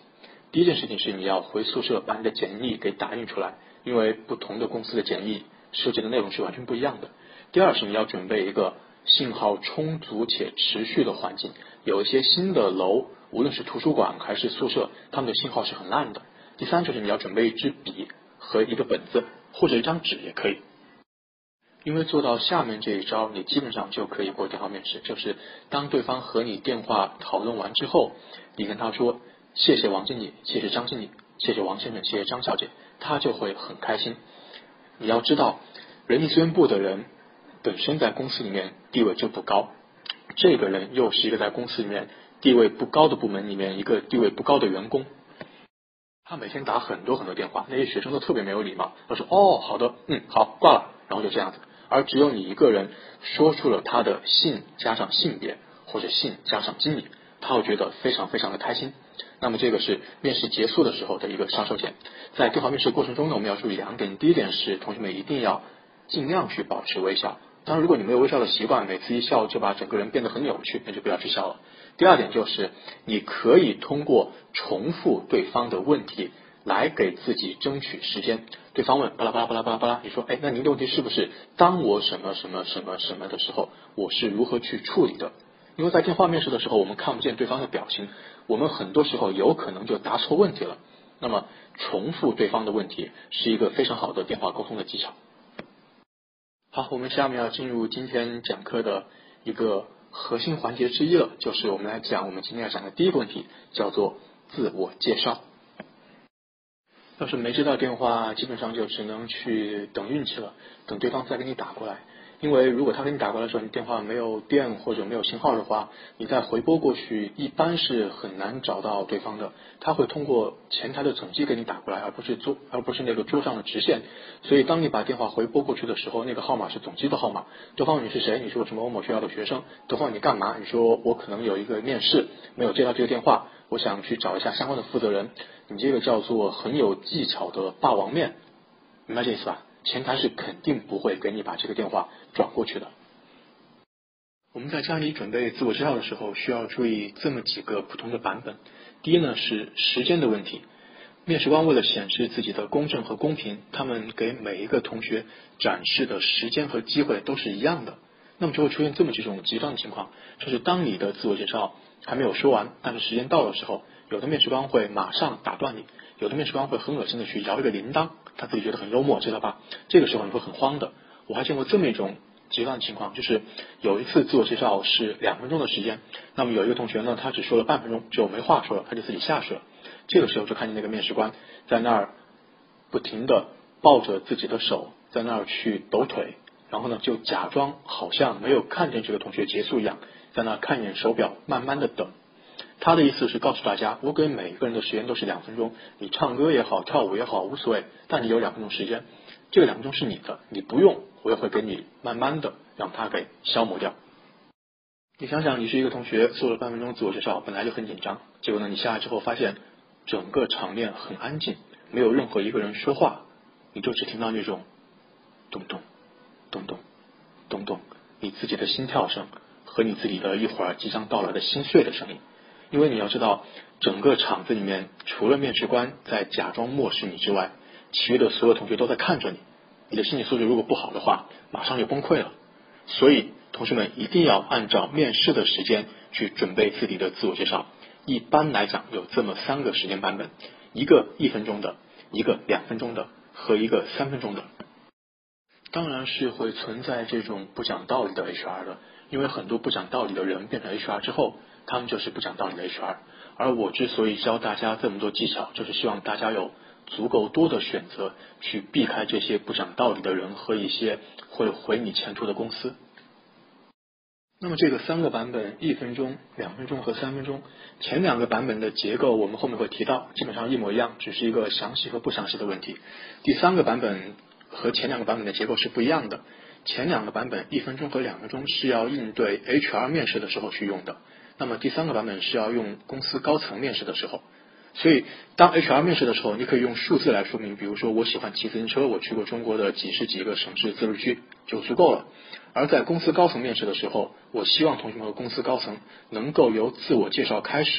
第一件事情是你要回宿舍把你的简历给打印出来，因为不同的公司的简历涉及的内容是完全不一样的。第二是你要准备一个信号充足且持续的环境，有一些新的楼，无论是图书馆还是宿舍，他们的信号是很烂的。第三就是你要准备一支笔和一个本子，或者一张纸也可以。因为做到下面这一招，你基本上就可以过电话面试，就是当对方和你电话讨论完之后，你跟他说谢谢王经理，谢谢张经理，谢谢王先生，谢谢张小姐，他就会很开心。你要知道，人力资源部的人本身在公司里面地位就不高，这个人又是一个在公司里面地位不高的部门里面一个地位不高的员工，他每天打很多很多电话，那些学生都特别没有礼貌，他说哦好的好挂了，然后就这样子。而只有你一个人说出了他的姓加上性别，或者姓加上经理，他会觉得非常非常的开心。那么这个是面试结束的时候的一个杀手锏。在电话面试过程中呢，我们要注意2点。第一点是同学们一定要尽量去保持微笑，当然如果你没有微笑的习惯，每次一笑就把整个人变得很扭曲，那就不要去笑了。第二点就是你可以通过重复对方的问题来给自己争取时间。对方问巴拉巴拉巴拉巴拉巴拉，你说那您的问题是不是当我什么什么什么什么的时候，我是如何去处理的？因为在电话面试的时候，我们看不见对方的表情，我们很多时候有可能就答错问题了。那么重复对方的问题是一个非常好的电话沟通的技巧。好，我们下面要进入今天讲课的一个核心环节之一了，就是我们来讲我们今天要讲的第一个问题，叫做自我介绍。要是没接到电话，基本上就只能去等运气了，等对方再给你打过来。因为如果他给你打过来的时候，你电话没有电或者没有信号的话，你再回拨过去，一般是很难找到对方的。他会通过前台的总机给你打过来，而不是那个桌上的直线。所以当你把电话回拨过去的时候，那个号码是总机的号码。对方你是谁？你说我是某某学校的学生。对方你干嘛？你说我可能有一个面试，没有接到这个电话，我想去找一下相关的负责人。你这个叫做很有技巧的霸王面，明白这意思吧？前台是肯定不会给你把这个电话转过去的。我们在家里准备自我介绍的时候，需要注意这么几个不同的版本。第一呢是时间的问题，面试官为了显示自己的公正和公平，他们给每一个同学展示的时间和机会都是一样的。那么就会出现这么几种极端的情况，就是当你的自我介绍还没有说完，但是时间到的时候，有的面试官会马上打断你，有的面试官会很恶心的去摇一个铃铛，他自己觉得很幽默，知道吧？这个时候你会很慌的。我还见过这么一种极端的情况，就是有一次自我介绍是2分钟的时间，那么有一个同学呢，他只说了半分钟就没话说了，他就自己下去了。这个时候就看见那个面试官在那儿不停的抱着自己的手，在那儿去抖腿，然后呢就假装好像没有看见这个同学结束一样，在那看一眼手表，慢慢的等。他的意思是告诉大家，我给每个人的时间都是2分钟，你唱歌也好，跳舞也好，无所谓，但你有2分钟时间，这个2分钟是你的，你不用，我也会给你慢慢的让它给消磨掉。你想想，你是一个同学，做了半分钟自我介绍，本来就很紧张，结果呢，你下来之后发现整个场面很安静，没有任何一个人说话，你就只听到那种咚咚咚咚咚咚你自己的心跳声和你自己的一会儿即将到来的心碎的声音。因为你要知道，整个场子里面除了面试官在假装漠视你之外，其余的所有同学都在看着你，你的心理素质如果不好的话，马上就崩溃了。所以同学们一定要按照面试的时间去准备自己的自我介绍。一般来讲有这么3个时间版本，一个1分钟的，一个2分钟的和一个3分钟的。当然是会存在这种不讲道理的 HR 的，因为很多不讲道理的人变成 HR 之后，他们就是不讲道理的 HR。而我之所以教大家这么多技巧，就是希望大家有足够多的选择，去避开这些不讲道理的人和一些会毁你前途的公司。那么这个3个版本，1分钟、2分钟和3分钟，前2个版本的结构我们后面会提到，基本上一模一样，只是一个详细和不详细的问题。第3个版本和前2个版本的结构是不一样的。前2个版本1分钟和2分钟是要应对 HR 面试的时候去用的，那么第3个版本是要用公司高层面试的时候。所以当 HR 面试的时候，你可以用数字来说明，比如说我喜欢骑自行车，我去过中国的几十几个省市自治区就足够了。而在公司高层面试的时候，我希望同学们和公司高层能够由自我介绍开始，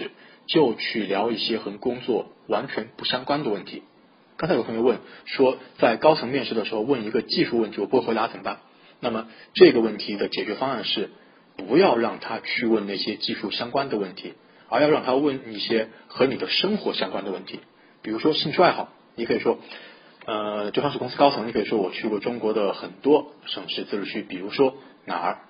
就去聊一些和工作完全不相关的问题。刚才有同学问说，在高层面试的时候问一个技术问题我不会回答怎么办？那么这个问题的解决方案是，不要让他去问那些技术相关的问题，而要让他问一些和你的生活相关的问题。比如说兴趣爱好，你可以说就算是公司高层，你可以说我去过中国的很多省市自治区，比如说哪儿，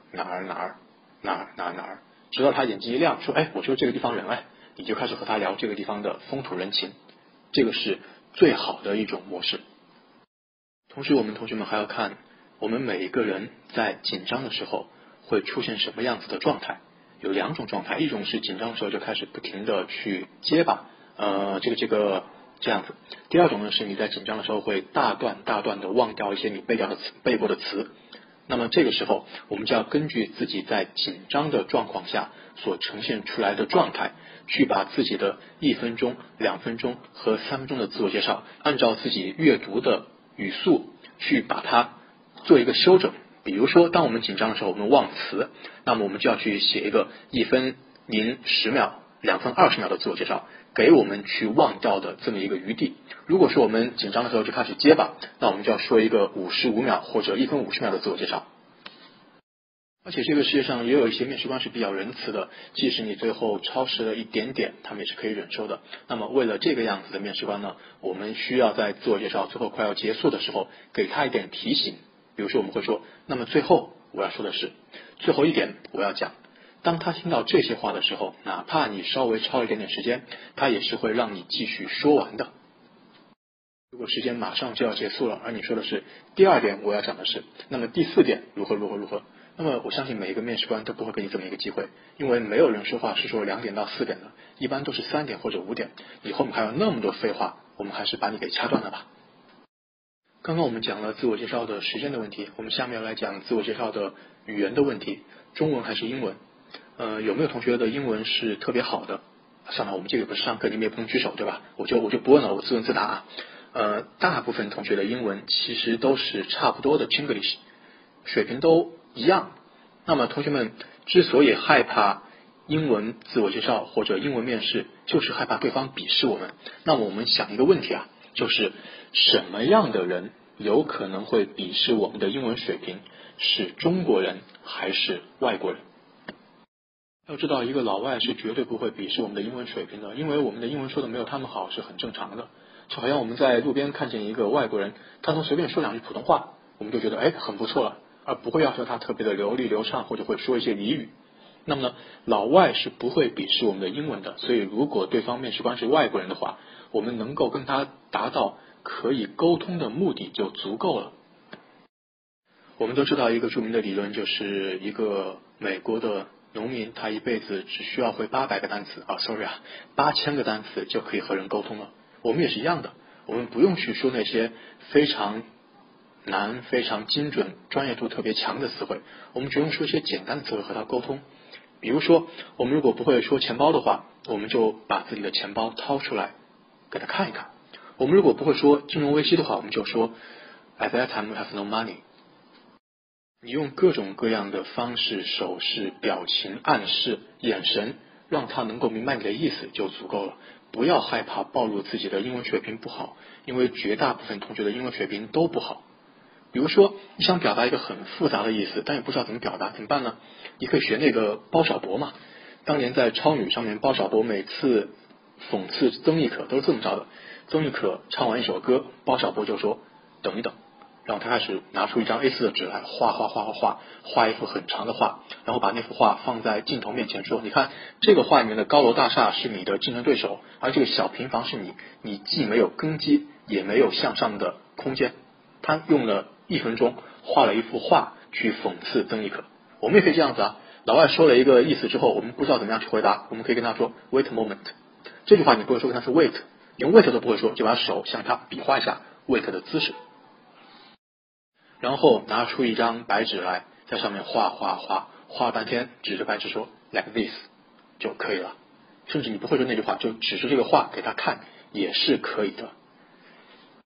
直到他眼睛一亮说我就是这个地方人你就开始和他聊这个地方的风土人情，这个是最好的一种模式。同时我们同学们还要看我们每一个人在紧张的时候会出现什么样子的状态。有2种状态，一种是紧张的时候就开始不停的去结巴这样子。第二种呢是你在紧张的时候会大段的忘掉一些你背过的词。那么这个时候我们就要根据自己在紧张的状况下所呈现出来的状态，去把自己的1分钟、2分钟和3分钟的自我介绍，按照自己阅读的语速去把它做一个修整。比如说当我们紧张的时候我们忘词，那么我们就要去写一个1分0 10秒、2分20秒的自我介绍，给我们去忘掉的这么一个余地。如果说我们紧张的时候就开始结巴，那我们就要说一个55秒或者1分50秒的自我介绍。而且这个世界上也有一些面试官是比较仁慈的，即使你最后超时了一点点，他们也是可以忍受的。那么为了这个样子的面试官呢，我们需要在自我介绍最后快要结束的时候给他一点提醒。比如说我们会说，那么最后我要说的是，最后一点我要讲。当他听到这些话的时候，哪怕你稍微超一点点时间，他也是会让你继续说完的。如果时间马上就要结束了，而你说的是第2点我要讲的是，那么第4点如何，那么我相信每一个面试官都不会给你这么一个机会，因为没有人说话是说2点到4点的，一般都是3点或者5点，你后面还有那么多废话，我们还是把你给掐断了吧。刚刚我们讲了自我介绍的时间的问题，我们下面要来讲自我介绍的语言的问题，中文还是英文？有没有同学的英文是特别好的？算了，我们这个不是上课，你们也不能举手，对吧？我就不问了，我自问自答大部分同学的英文其实都是差不多的 Chinglish， 水平都一样。那么同学们之所以害怕英文自我介绍或者英文面试，就是害怕对方鄙视我们。那么我们想一个问题就是什么样的人有可能会鄙视我们的英文水平？是中国人还是外国人？要知道一个老外是绝对不会鄙视我们的英文水平的，因为我们的英文说的没有他们好是很正常的。就好像我们在路边看见一个外国人，他能随便说2句普通话，我们就觉得很不错了，而不会要求他特别的流利流畅或者会说一些俚语。那么呢，老外是不会鄙视我们的英文的，所以如果对方面试官是外国人的话，我们能够跟他达到可以沟通的目的就足够了。我们都知道一个著名的理论，就是一个美国的农民，他一辈子只需要会800个单词8000个单词就可以和人沟通了。我们也是一样的，我们不用去说那些非常难、非常精准、专业度特别强的词汇，我们只用说一些简单的词汇和他沟通。比如说我们如果不会说钱包的话，我们就把自己的钱包掏出来给他看一看。我们如果不会说金融危机的话，我们就说 At that time we have no money。 你用各种各样的方式、手势、表情、暗示、眼神，让他能够明白你的意思就足够了。不要害怕暴露自己的英文水平不好，因为绝大部分同学的英文水平都不好。比如说你想表达一个很复杂的意思，但也不知道怎么表达，怎么办呢？你可以学那个包小柏嘛。当年在超女上面，包小柏每次讽刺曾轶可都是这么着的。曾轶可唱完一首歌，包小柏就说等一等，然后他开始拿出一张 A4 的纸来画一幅很长的画，然后把那幅画放在镜头面前说，你看这个画里面的高楼大厦是你的竞争对手，而这个小平房是你既没有根基也没有向上的空间。他用了1分钟画了一幅画去讽刺曾轶可。我们也可以这样子老外说了一个意思之后，我们不知道怎么样去回答，我们可以跟他说 wait a moment。 这句话你不会说跟他说 wait， 连 wait 都不会说，就把手向他比划一下 wait 的姿势，然后拿出一张白纸来，在上面画半天，指着白纸说 like this 就可以了。甚至你不会说那句话，就指着这个画给他看也是可以的。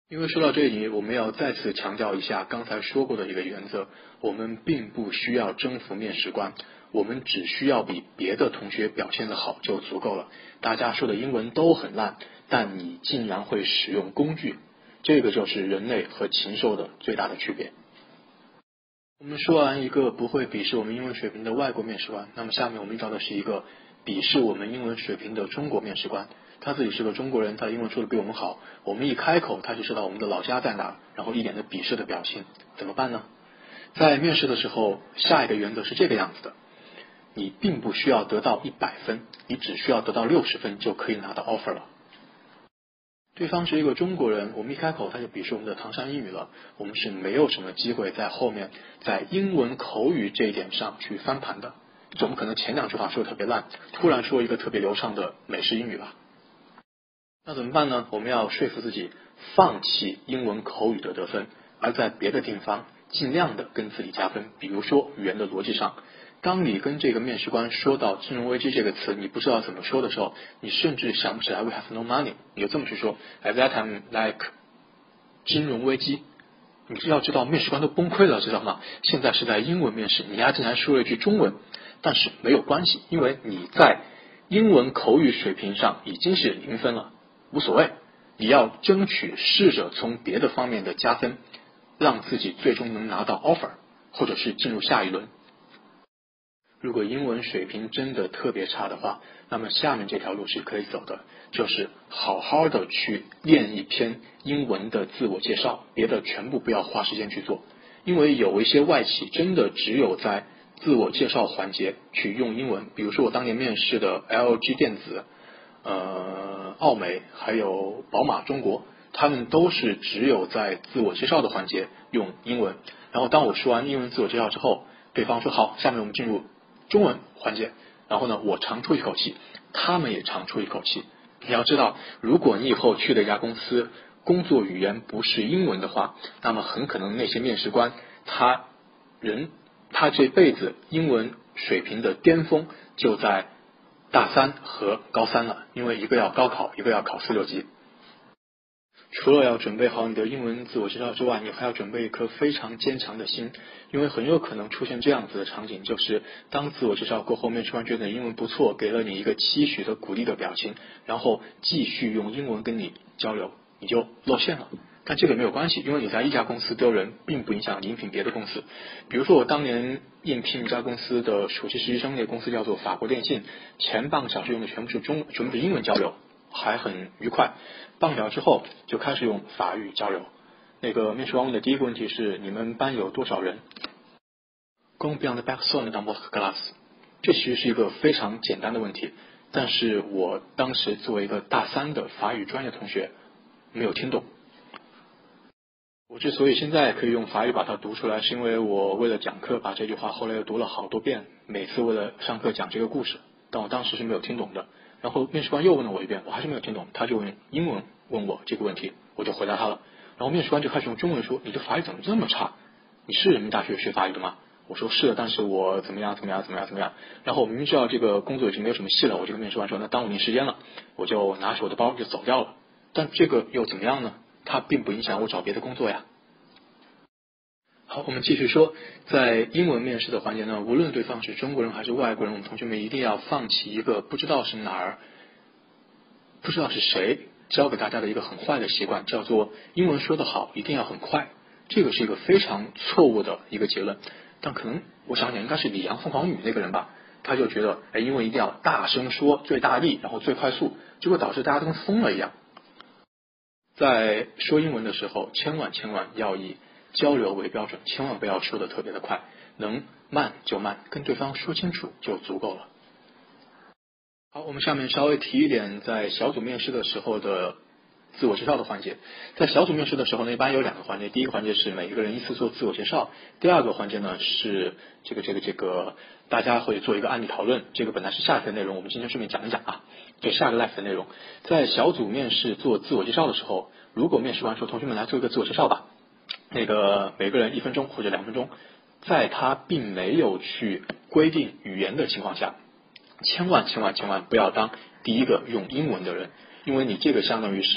因为说到这里，我们要再次强调一下刚才说过的一个原则，我们并不需要征服面试官，我们只需要比别的同学表现得好就足够了。大家说的英文都很烂，但你竟然会使用工具，这个就是人类和禽兽的最大的区别。我们说完一个不会鄙视我们英文水平的外国面试官，那么下面我们遇到的是一个鄙视我们英文水平的中国面试官。他自己是个中国人，他的英文说的比我们好，我们一开口他就知道我们的老家在哪，然后一脸的鄙视的表情，怎么办呢？在面试的时候，下一个原则是这个样子的，你并不需要得到100分，你只需要得到60分就可以拿到 offer 了。对方是一个中国人，我们一开口他就鄙视我们的唐山英语了，我们是没有什么机会在后面在英文口语这一点上去翻盘的，总不可能前2句话说的特别烂，突然说一个特别流畅的美式英语吧。那怎么办呢？我们要说服自己放弃英文口语的得分，而在别的地方尽量的跟自己加分。比如说语言的逻辑上，当你跟这个面试官说到金融危机这个词你不知道怎么说的时候，你甚至想不起来 we have no money， 你就这么去说 at that time like 金融危机，你要知道面试官都崩溃了，知道吗？现在是在英文面试，你还竟然说了一句中文，但是没有关系，因为你在英文口语水平上已经是0分了，无所谓，你要争取试着从别的方面的加分，让自己最终能拿到 offer， 或者是进入下一轮。如果英文水平真的特别差的话，那么下面这条路是可以走的，就是好好的去练一篇英文的自我介绍，别的全部不要花时间去做。因为有一些外企真的只有在自我介绍环节去用英文，比如说我当年面试的 LG 电子、奥美还有宝马中国，他们都是只有在自我介绍的环节用英文。然后当我说完英文自我介绍之后，对方说好，下面我们进入中文环节，然后呢，我长出一口气，他们也长出一口气。你要知道，如果你以后去的一家公司工作语言不是英文的话，那么很可能那些面试官他这辈子英文水平的巅峰就在大3和高3了，因为一个要高考，一个要考4、6级。除了要准备好你的英文自我介绍之外，你还要准备一颗非常坚强的心，因为很有可能出现这样子的场景，就是当自我介绍过后，面试官觉得你英文不错，给了你一个期许的鼓励的表情，然后继续用英文跟你交流，你就露馅了。但这个没有关系，因为你在一家公司丢人并不影响你应聘别的公司。比如说我当年应聘一家公司的暑期实习生，那个公司叫做法国电信，前半个小时用的全部是英文交流，还很愉快。半个小时之后就开始用法语交流。那个面试官问的第一个问题是你们班有多少人？ Combien de personnes dans votre classe？ 这其实是一个非常简单的问题，但是我当时作为一个大3的法语专业同学没有听懂。我之所以现在可以用法语把它读出来，是因为我为了讲课把这句话后来又读了好多遍，每次为了上课讲这个故事，但我当时是没有听懂的。然后面试官又问了我一遍，我还是没有听懂，他就用英文问我这个问题，我就回答他了。然后面试官就开始用中文说，你的法语怎么这么差？你是人民大学学法语的吗？我说是的，但是我怎么样。然后我明明知道这个工作已经没有什么戏了，我就跟面试官说那耽误您时间了，我就拿起我的包就走掉了。但这个又怎么样呢？它并不影响我找别的工作呀。好，我们继续说，在英文面试的环节呢，无论对方是中国人还是外国人，我们同学们一定要放弃一个不知道是哪儿，不知道是谁教给大家的一个很坏的习惯，叫做英文说得好一定要很快。这个是一个非常错误的一个结论，但可能我想应该是李阳凤凰语那个人吧，他就觉得英文一定要大声说，最大力，然后最快速，结果导致大家都跟疯了一样。在说英文的时候，千万要以交流为标准，千万不要说的特别的快，能慢就慢，跟对方说清楚就足够了。好，我们下面稍微提一点在小组面试的时候的自我介绍的环节。在小组面试的时候呢，一般有2个环节，第一个环节是每一个人依次做自我介绍，第二个环节呢是这个大家会做一个案例讨论，这个本来是下一个内容，我们今天顺便讲一讲啊，这下个 live 的内容。在小组面试做自我介绍的时候，如果面试官说同学们来做一个自我介绍吧，那个每个人1分钟或者2分钟，在他并没有去规定语言的情况下，千万不要当第一个用英文的人，因为你这个相当于是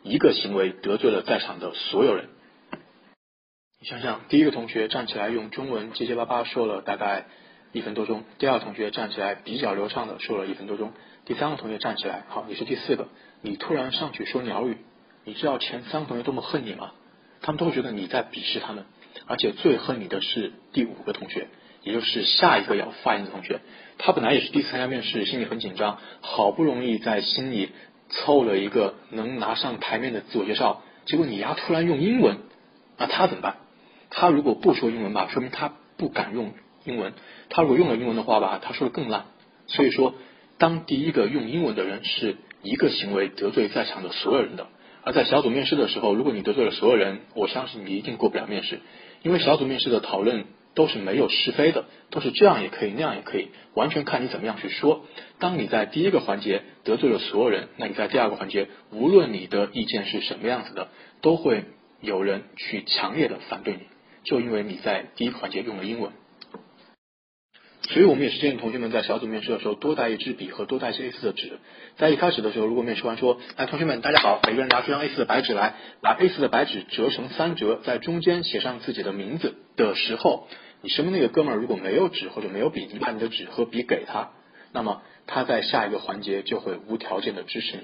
一个行为得罪了在场的所有人。你想想，第一个同学站起来用中文结结巴巴说了大概1分多钟，第二个同学站起来比较流畅的说了1分多钟，第三个同学站起来，好，你是第四个，你突然上去说鸟语，你知道前3个同学多么恨你吗？他们都会觉得你在鄙视他们，而且最恨你的是第5个同学，也就是下一个要发言的同学。他本来也是第次参加面试，心里很紧张，好不容易在心里凑了一个能拿上台面的自我介绍，结果你突然用英文，那他怎么办？他如果不说英文吧，说明他不敢用英文，他如果用了英文的话吧，他说的更烂。所以说，当第一个用英文的人是一个行为得罪在场的所有人的。而在小组面试的时候，如果你得罪了所有人，我相信你一定过不了面试，因为小组面试的讨论都是没有是非的，都是这样也可以那样也可以，完全看你怎么样去说。当你在第一个环节得罪了所有人，那你在第二个环节无论你的意见是什么样子的，都会有人去强烈的反对你，就因为你在第一个环节用了英文。所以我们也是建议同学们在小组面试的时候多带一支笔和多带一些 A4 的纸。在一开始的时候，如果面试官说，来，同学们大家好，每个人拿出一张 A4 的白纸来，把 A4 的白纸折成3折，在中间写上自己的名字的时候，你身边那个哥们儿如果没有纸或者没有笔，你把你的纸和笔给他，那么他在下一个环节就会无条件的支持你。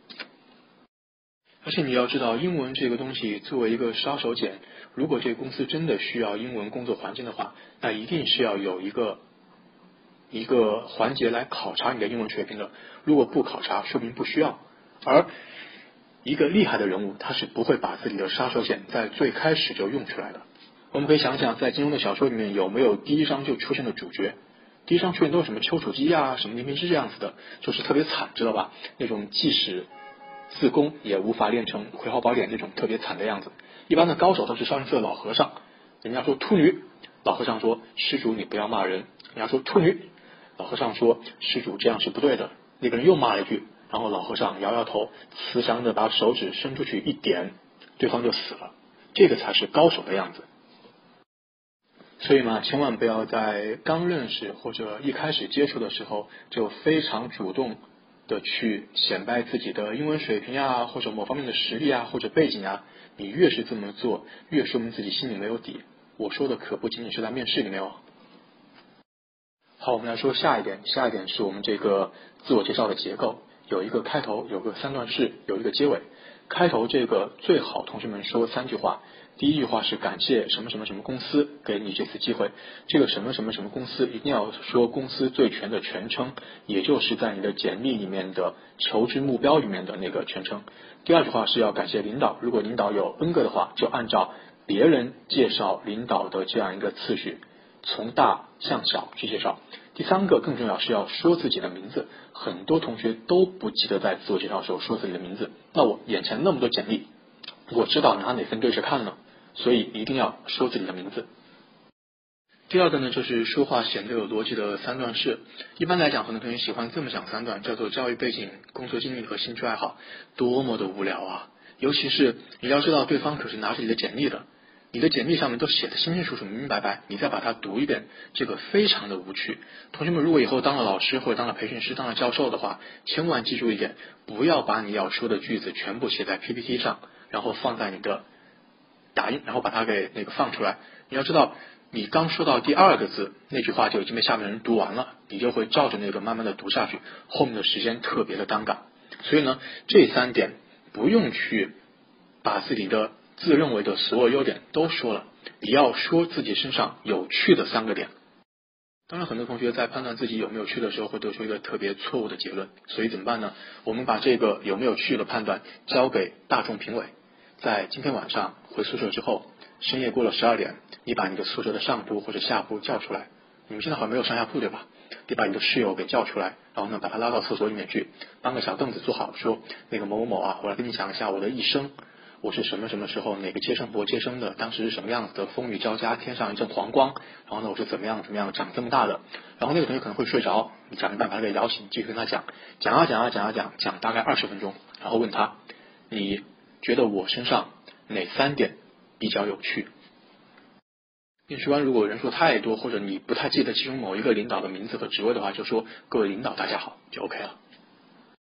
而且你要知道，英文这个东西作为一个杀手锏，如果这个公司真的需要英文工作环境的话，那一定是要有一个环节来考察你的英文水平的，如果不考察，说明不需要。而一个厉害的人物，他是不会把自己的杀手锏在最开始就用出来的。我们可以想想，在金庸的小说里面有没有第一章就出现的主角？第一章出现都是什么丘处机啊，什么林平之这样子的，就是特别惨，知道吧？那种即使自宫也无法练成葵花宝典那种特别惨的样子。一般的高手都是少林寺的老和尚，人家说秃女，老和尚说施主你不要骂人，人家说秃女，老和尚说施主这样是不对的，那个人又骂了一句，然后老和尚摇摇头，慈祥的把手指伸出去一点，对方就死了。这个才是高手的样子。所以嘛，千万不要在刚认识或者一开始接触的时候就非常主动的去显摆自己的英文水平啊，或者某方面的实力啊，或者背景啊。你越是这么做，越说明自己心里没有底。我说的可不仅仅是在面试里面哦。好，我们来说下一点是我们这个自我介绍的结构，有一个开头，有个3段式，有一个结尾。开头这个最好同学们说3句话。第一句话是感谢什么什么什么公司给你这次机会，这个什么什么什么公司一定要说公司最全的全称，也就是在你的简历里面的求职目标里面的那个全称。第二句话是要感谢领导，如果领导有 N 个的话，就按照别人介绍领导的这样一个次序，从大向小去介绍。第3个更重要是要说自己的名字，很多同学都不记得在自我介绍的时候说自己的名字，那我眼前那么多简历，我知道拿哪份对着看呢？所以一定要说自己的名字。第二个呢，就是说话显得有逻辑的3段式。一般来讲，很多同学喜欢这么讲3段，叫做教育背景、工作经历和兴趣爱好，多么的无聊啊！尤其是你要知道，对方可是拿着你的简历的，你的简历上面都写的清清楚楚、明明白白，你再把它读一遍，这个非常的无趣。同学们如果以后当了老师或者当了培训师、当了教授的话，千万记住一点，不要把你要说的句子全部写在 PPT 上，然后放在你的打印，然后把它给放出来。你要知道，你刚说到第2个字，那句话就已经被下面的人读完了，你就会照着那个慢慢的读下去，后面的时间特别的尴尬。所以呢，这3点不用去把自己的自认为的所有优点都说了，你要说自己身上有趣的3个点。当然很多同学在判断自己有没有趣的时候会得出一个特别错误的结论，所以怎么办呢？我们把这个有没有趣的判断交给大众评委。在今天晚上回宿舍之后，深夜过了12点，你把你的宿舍的上铺或者下铺叫出来，你们现在好像没有上下铺对吧？你把你的室友给叫出来，然后呢把他拉到厕所里面去，搬个小凳子坐好，说那个某某某啊，我来跟你讲一下我的一生，我是什么什么时候哪个接生婆接生的，当时是什么样子的，风雨交加，天上一阵黄光，然后呢我是怎么样长这么大的。然后那个同学可能会睡着，你想办法给摇醒，继续跟他讲大概20分钟，然后问他，你觉得我身上哪3点比较有趣？面试官如果人数太多，或者你不太记得其中某一个领导的名字和职位的话，就说各位领导大家好就 OK 了。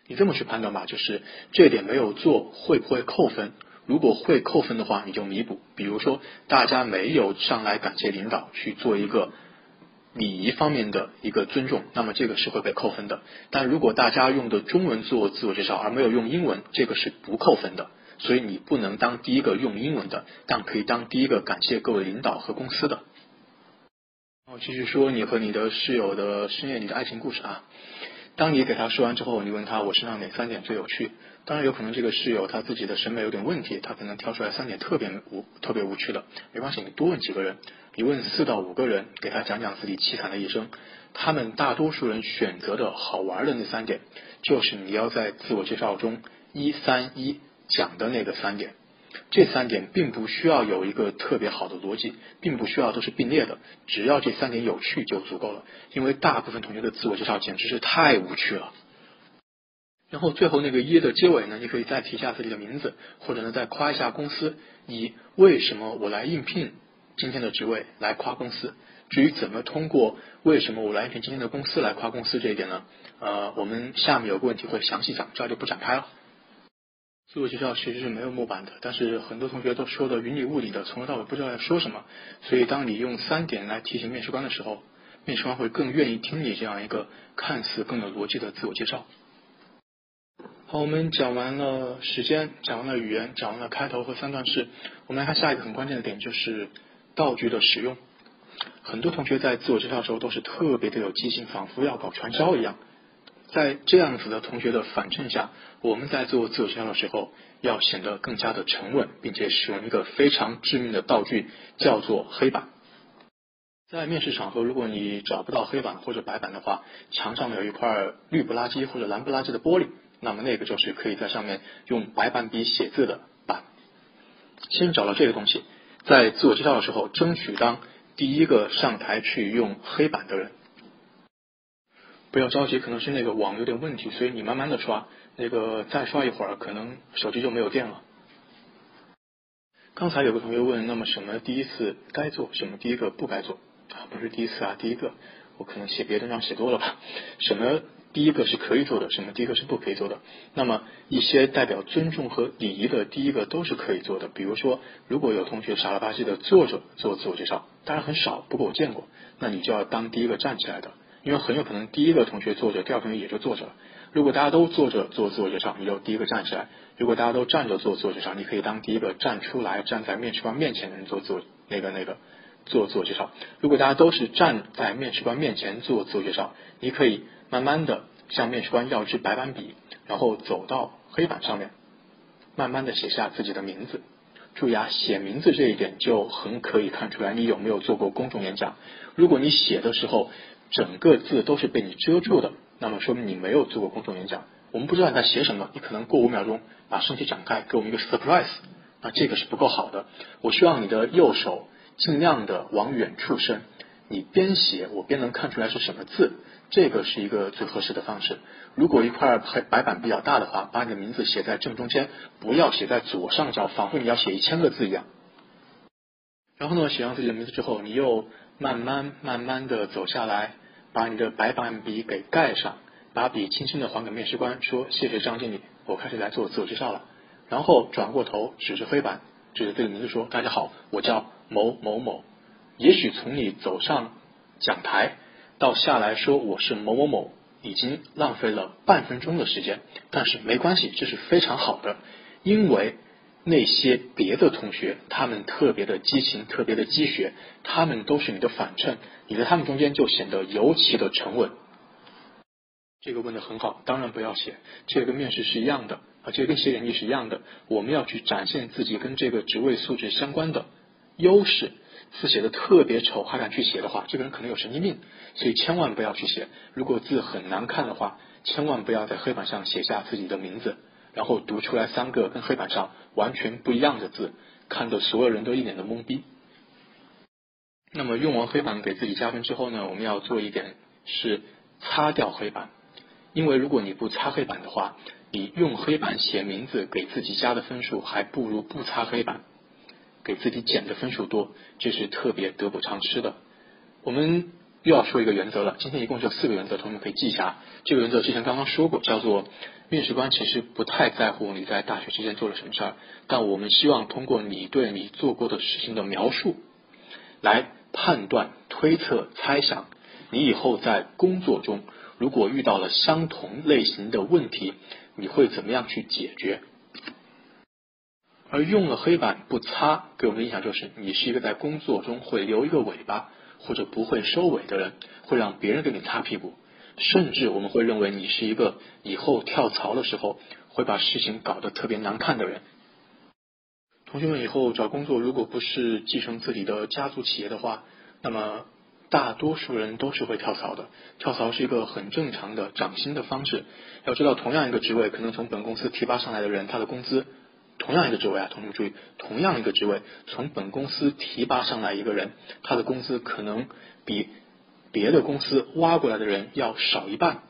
你这么去判断吧，就是这点没有做会不会扣分？如果会扣分的话，你就弥补。比如说大家没有上来感谢领导，去做一个礼仪方面的一个尊重，那么这个是会被扣分的。但如果大家用的中文做自我介绍，而没有用英文，这个是不扣分的。所以你不能当第一个用英文的，但可以当第一个感谢各位领导和公司的。继续说你和你的室友的深夜里的爱情故事啊。当你给他说完之后，你问他我身上哪3点最有趣？当然有可能这个室友他自己的审美有点问题，他可能挑出来3点特别无趣的，没关系，你多问几个人，你问4到5个人，给他讲讲自己凄惨的一生，他们大多数人选择的好玩的那3点，就是你要在自我介绍中131讲的那个3点。这3点并不需要有一个特别好的逻辑，并不需要都是并列的，只要这3点有趣就足够了。因为大部分同学的自我介绍简直是太无趣了。然后最后那个1的结尾呢，你可以再提一下自己的名字，或者呢再夸一下公司，以为什么我来应聘今天的职位来夸公司。至于怎么通过为什么我来应聘今天的公司来夸公司这一点呢，我们下面有个问题会详细讲，这儿就不展开了。自我介绍其实是没有模板的，但是很多同学都说的云里雾里的，从头到尾不知道要说什么，所以当你用3点来提醒面试官的时候，面试官会更愿意听你这样一个看似更有逻辑的自我介绍。好，我们讲完了时间，讲完了语言，讲完了开头和3段式，我们来看下一个很关键的点，就是道具的使用。很多同学在自我介绍的时候都是特别的有激情，仿佛要搞传销一样。在这样子的同学的反衬下，我们在做自我介绍的时候要显得更加的沉稳，并且使用一个非常致命的道具，叫做黑板。在面试场合，如果你找不到黑板或者白板的话，墙上有一块绿不拉几或者蓝不拉几的玻璃，那么那个就是可以在上面用白板笔写字的板。先找到这个东西，在自我介绍的时候争取当第一个上台去用黑板的人。不要着急，可能是那个网有点问题，所以你慢慢的刷，再刷一会儿可能手机就没有电了。刚才有个同学问，那么什么第一次该做，什么第一个不该做不是第一次第一个我可能写别的章写多了吧。什么第一个是可以做的，什么第一个是不可以做的。那么一些代表尊重和礼仪的第一个都是可以做的。比如说如果有同学傻了吧唧的坐着做自我介绍，当然很少，不过我见过，那你就要当第一个站起来的，因为很有可能第一个同学坐着，第二个同学也就坐着了。如果大家都坐着做自我介绍，你就第一个站起来；如果大家都站着做自我介绍，你可以当第一个站出来，站在面试官面前的人做自我介绍。如果大家都是站在面试官面前做自我介绍，你可以慢慢的向面试官要支白板笔，然后走到黑板上面，慢慢的写下自己的名字。注意写名字这一点就很可以看出来你有没有做过公众演讲。如果你写的时候整个字都是被你遮住的，那么说明你没有做过公众演讲。我们不知道你在写什么，你可能过5秒钟把身体展开，给我们一个 surprise， 那这个是不够好的。我希望你的右手尽量的往远处伸，你边写我边能看出来是什么字，这个是一个最合适的方式。如果一块白板比较大的话，把你的名字写在正中间，不要写在左上角，仿佛你要写1000个字一样。然后呢，写上自己的名字之后，你又慢慢的走下来，把你的白板笔给盖上，把笔轻轻的还给面试官，说谢谢张经理，我开始来做自我介绍了。然后转过头指着黑板，指着自己的名字说大家好，我叫某某某。也许从你走上讲台到下来说我是某某某，已经浪费了半分钟的时间，但是没关系，这是非常好的，因为那些别的同学他们特别的激情，特别的激学，他们都是你的反衬，你在他们中间就显得尤其的沉稳。这个问得很好，当然不要写，这个跟面试是一样的这个跟写简历是一样的，我们要去展现自己跟这个职位素质相关的优势。字写的特别丑还敢去写的话，这个人可能有神经病，所以千万不要去写。如果字很难看的话，千万不要在黑板上写下自己的名字，然后读出来3个跟黑板上完全不一样的字，看得所有人都一脸的懵逼。那么用完黑板给自己加分之后呢，我们要做一点是擦掉黑板。因为如果你不擦黑板的话，你用黑板写名字给自己加的分数还不如不擦黑板给自己减的分数多，这是特别得不偿失的。我们又要说一个原则了，今天一共就4个原则，同学们可以记一下。这个原则之前刚刚说过，叫做面试官其实不太在乎你在大学期间做了什么事儿，但我们希望通过你对你做过的事情的描述来判断、推测、猜想你以后在工作中如果遇到了相同类型的问题，你会怎么样去解决。而用了黑板不擦，给我们的印象就是你是一个在工作中会留一个尾巴或者不会收尾的人，会让别人给你擦屁股，甚至我们会认为你是一个以后跳槽的时候会把事情搞得特别难看的人。同学们以后找工作如果不是继承自己的家族企业的话，那么大多数人都是会跳槽的。跳槽是一个很正常的涨薪的方式。要知道同样一个职位，可能从本公司提拔上来的人，他的工资同样一个职位同学们注意，同样一个职位从本公司提拔上来一个人，他的工资可能比别的公司挖过来的人要少一半。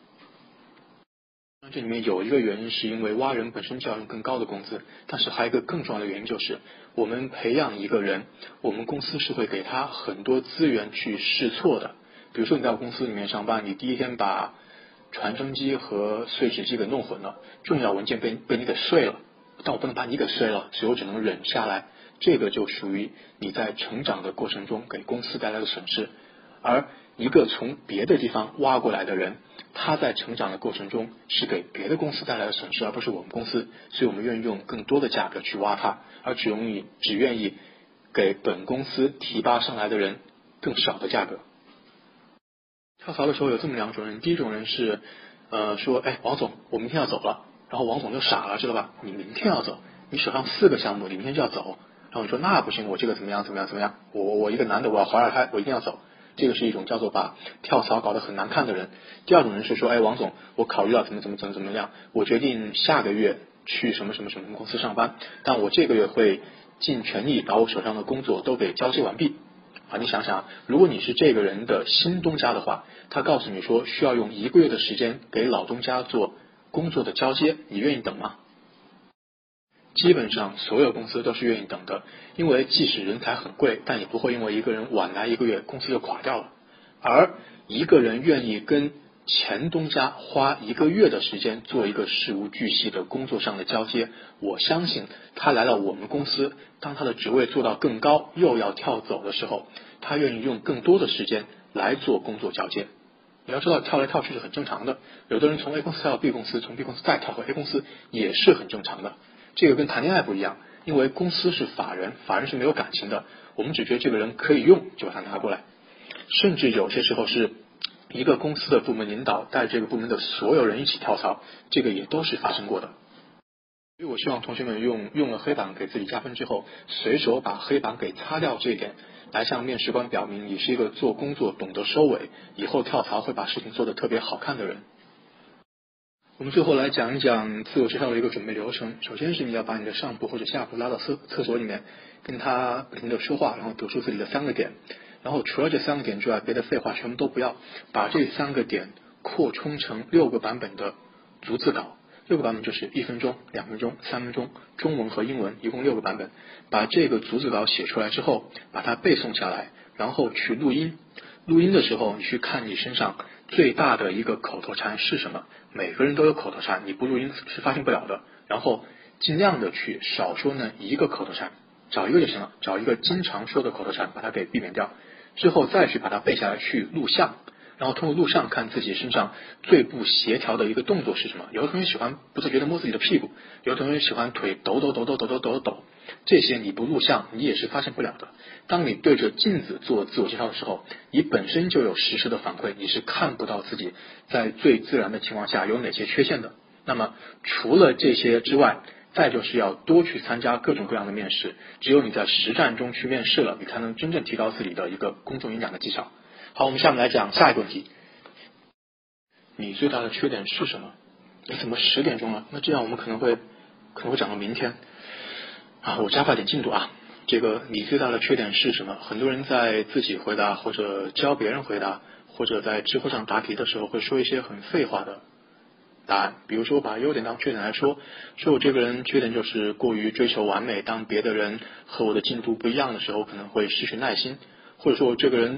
这里面有一个原因是因为挖人本身就要用更高的工资，但是还有一个更重要的原因就是我们培养一个人，我们公司是会给他很多资源去试错的。比如说你在公司里面上班，你第一天把传真机和碎纸机给弄混了，重要文件被你给碎了，但我不能把你给碎了，所以我只能忍下来，这个就属于你在成长的过程中给公司带来的损失。而一个从别的地方挖过来的人，他在成长的过程中是给别的公司带来的损失，而不是我们公司，所以我们愿意用更多的价格去挖他，而只愿意给本公司提拔上来的人更少的价格。跳槽的时候有这么2种人，第一种人是说，哎，王总，我明天要走了，然后王总就傻了，知道吧？你明天要走，你手上4个项目，你明天就要走，然后你说那不行，我这个怎么样，我一个男的，我要怀2胎，我一定要走。这个是一种叫做把跳槽搞得很难看的人。第2种人是说，哎，王总，我考虑到怎么样，我决定下个月去什么公司上班，但我这个月会尽全力把我手上的工作都给交接完毕。你想想，如果你是这个人的新东家的话，他告诉你说需要用1个月的时间给老东家做工作的交接，你愿意等吗？基本上所有公司都是愿意等的，因为即使人才很贵，但也不会因为一个人晚来1个月，公司就垮掉了。而一个人愿意跟前东家花1个月的时间做一个事无巨细的工作上的交接，我相信他来到我们公司，当他的职位做到更高，又要跳走的时候，他愿意用更多的时间来做工作交接。你要知道跳来跳去是很正常的，有的人从 A 公司跳到 B 公司，从 B 公司再跳回 A 公司也是很正常的。这个跟谈恋爱不一样，因为公司是法人，法人是没有感情的，我们只觉得这个人可以用，就把他拿过来。甚至有些时候是一个公司的部门领导带这个部门的所有人一起跳槽，这个也都是发生过的。所以我希望同学们用了黑板给自己加分之后，随手把黑板给擦掉，这一点来向面试官表明你是一个做工作懂得收尾，以后跳槽会把事情做得特别好看的人。我们最后来讲一讲自我介绍的一个准备流程。首先是你要把你的上铺或者下铺拉到厕所里面，跟他不停的说话，然后得出自己的3个点，然后除了这3个点之外，别的废话全部都不要，把这3个点扩充成6个版本的逐字稿。6个版本就是1分钟、2分钟、3分钟，中文和英文一共6个版本。把这个逐字稿写出来之后，把它背诵下来，然后去录音。录音的时候，你去看你身上最大的一个口头禅是什么。每个人都有口头禅，你不录音是发现不了的。然后尽量的去少说那1个口头禅，找一个就行了，找一个经常说的口头禅，把它给避免掉。之后再去把它背下来，去录像，然后通过录像看自己身上最不协调的一个动作是什么。有的同学喜欢不自觉的摸自己的屁股，有的同学喜欢腿抖，这些你不录像你也是发现不了的。当你对着镜子做自我介绍的时候，你本身就有实时的反馈，你是看不到自己在最自然的情况下有哪些缺陷的。那么除了这些之外，再就是要多去参加各种各样的面试，只有你在实战中去面试了，你才能真正提高自己的一个公众演讲的技巧。好，我们下面来讲下一个问题，你最大的缺点是什么？怎么10点钟了？那这样我们可能会讲到明天我加快点进度啊。这个你最大的缺点是什么？很多人在自己回答或者教别人回答或者在知乎上答题的时候会说一些很废话的答案，比如说把优点当缺点来说我这个人缺点就是过于追求完美，当别的人和我的进度不一样的时候可能会失去耐心，或者说我这个人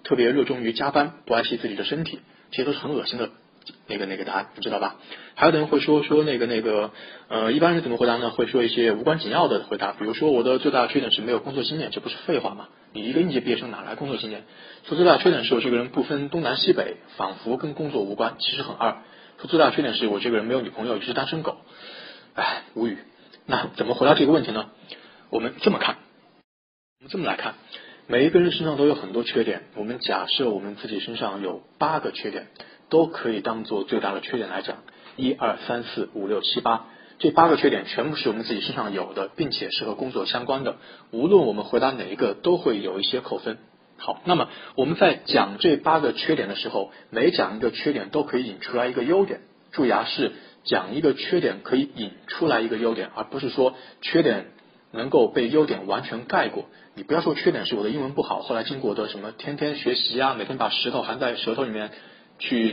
特别热衷于加班，不爱惜自己的身体，这些都是很恶心的那个答案，你知道吧？还有的人会说一般人怎么回答呢？会说一些无关紧要的回答，比如说我的最大的缺点是没有工作经验，这不是废话吗？你一个应届毕业生哪来工作经验？说最大的缺点是我这个人不分东南西北，仿佛跟工作无关，其实很二。说最大的缺点是我这个人没有女朋友，一直单身狗。哎，无语。那怎么回答这个问题呢？我们这么来看，每一个人身上都有很多缺点，我们假设我们自己身上有8个缺点，都可以当做最大的缺点来讲，1、2、3、4、5、6、7、8，这8个缺点全部是我们自己身上有的，并且是和工作相关的，无论我们回答哪一个都会有一些扣分。好，那么我们在讲这8个缺点的时候，每讲一个缺点都可以引出来一个优点，注意啊，是讲一个缺点可以引出来一个优点，而不是说缺点能够被优点完全盖过。你不要说缺点是我的英文不好，后来经过的什么天天学习啊，每天把石头含在舌头里面去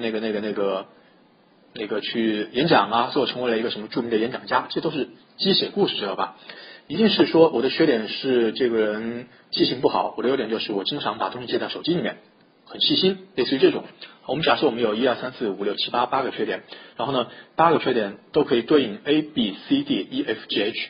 去演讲啊，最后成为了一个什么著名的演讲家，这都是鸡血故事，知道吧？一定是说我的缺点是这个人记性不好，我的优点就是我经常把东西记在手机里面，很细心，类似于这种。我们假设我们有1、2、3、4、5、6、7、8个缺点，然后呢8个缺点都可以对应 A B C D E F G H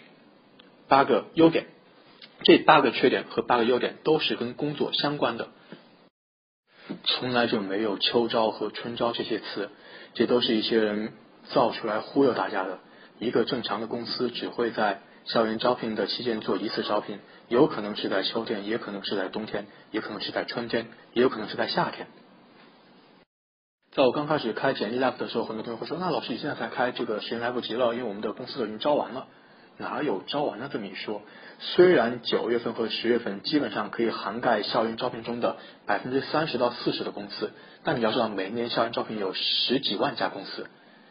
8个优点，这8个缺点和8个优点都是跟工作相关的，从来就没有秋招和春招这些词，这都是一些人造出来忽悠大家的。一个正常的公司只会在校园招聘的期间做1次招聘，有可能是在秋天，也可能是在冬天，也可能是在春天，也有可能是在夏天。在我刚开始开简历 Live 的时候，很多同学会说，那老师你现在才开，这个时间来不及了，因为我们的公司都已经招完了。哪有招完了这么一说？虽然9月份和10月份基本上可以涵盖校园招聘中的30%到40%的公司，但你要知道每年校园招聘有10几万家公司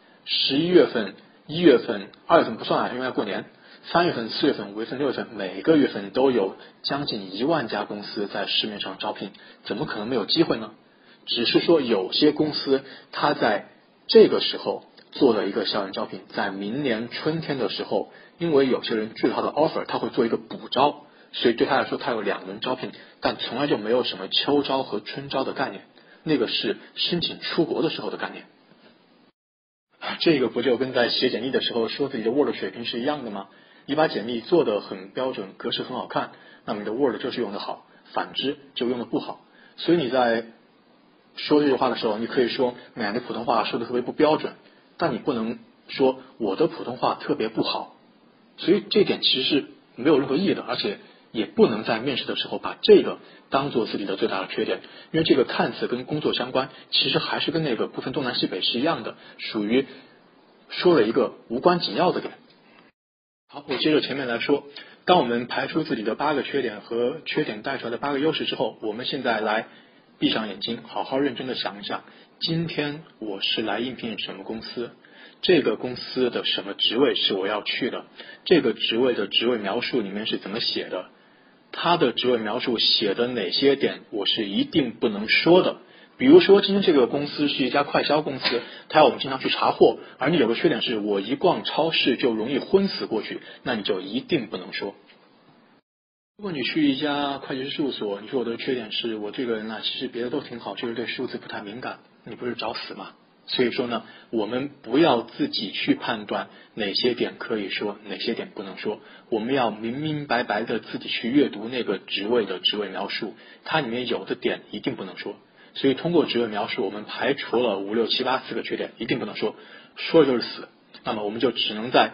，11月份、1月份、2月份不算啊，因为要过年，3月份、4月份、5月份、6月份，每个月份都有将近1万家公司在市面上招聘，怎么可能没有机会呢？只是说有些公司它在这个时候做了一个校园招聘，在明年春天的时候，因为有些人拒了他的 offer， 他会做一个补招，所以对他来说他有2轮招聘，但从来就没有什么秋招和春招的概念，那个是申请出国的时候的概念。这个不就跟在写简历的时候说自己的 Word 水平是一样的吗？你把简历做得很标准，格式很好看，那么你的 Word 就是用得好，反之就用得不好。所以你在说这句话的时候，你可以说你的普通话说得特别不标准，但你不能说我的普通话特别不好。所以这点其实是没有任何意义的，而且也不能在面试的时候把这个当做自己的最大的缺点，因为这个看似跟工作相关，其实还是跟那个不分东南西北是一样的，属于说了一个无关紧要的点。好，我接着前面来说，当我们排除自己的8个缺点和缺点带出来的8个优势之后，我们现在来闭上眼睛，好好认真的想一想，今天我是来应聘什么公司，这个公司的什么职位是我要去的，这个职位的职位描述里面是怎么写的，它的职位描述写的哪些点我是一定不能说的。比如说今天这个公司是一家快销公司，它要我们经常去查货，而你有个缺点是我一逛超市就容易昏死过去，那你就一定不能说。如果你去一家会计师事务所，你说我的缺点是我这个人其实别的都挺好，就是对数字不太敏感，你不是找死吗？所以说呢，我们不要自己去判断哪些点可以说，哪些点不能说，我们要明明白白的自己去阅读那个职位的职位描述，它里面有的点一定不能说。所以通过职位描述，我们排除了5、6、7、8 4个缺点，一定不能说，说了就是死。那么我们就只能在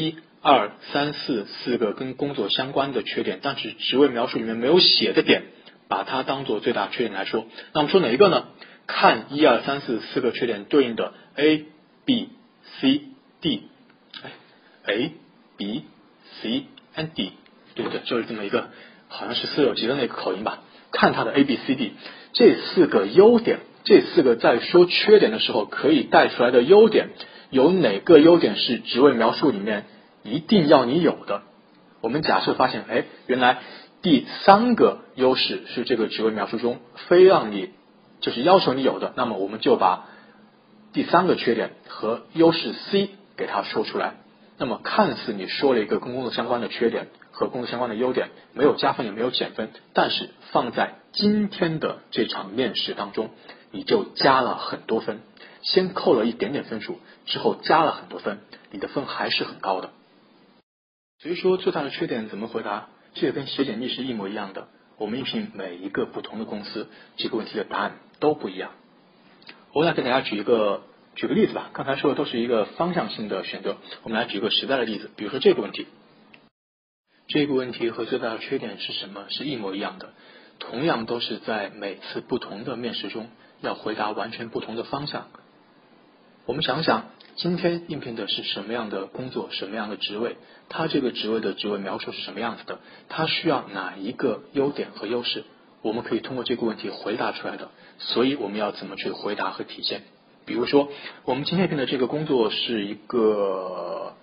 1、2、3、4个跟工作相关的缺点，但是职位描述里面没有写的点，把它当做最大缺点来说。那我们说哪一个呢？看1、2、3、4个缺点对应的 A、B、C、D， A、B、C and D， 对不对？就是这么一个，好像是四六级的那个口音吧。看它的 A、B、C、D 这4个优点，这4个在说缺点的时候可以带出来的优点，有哪个优点是职位描述里面一定要你有的？我们假设发现，原来第3个优势是这个职位描述中非让你就是要求你有的，那么我们就把第3个缺点和优势 C 给它说出来。 那么看似你说了一个跟工作相关的缺点和工作相关的优点，没有加分也没有减分，但是放在今天的这场面试当中，你就加了很多分，先扣了一点点分数，之后加了很多分，你的分还是很高的。所以说最大的缺点怎么回答，这也跟写简历是一模一样的。我们应聘每一个不同的公司，这个问题的答案都不一样。我来给大家举个例子吧，刚才说的都是一个方向性的选择，我们来举个实在的例子，比如说这个问题。这个问题和最大的缺点是什么是一模一样的，同样都是在每次不同的面试中要回答完全不同的方向。我们想想今天应聘的是什么样的工作，什么样的职位，它这个职位的职位描述是什么样子的，它需要哪一个优点和优势，我们可以通过这个问题回答出来的。所以我们要怎么去回答和体现。比如说我们今天应聘的这个工作是一个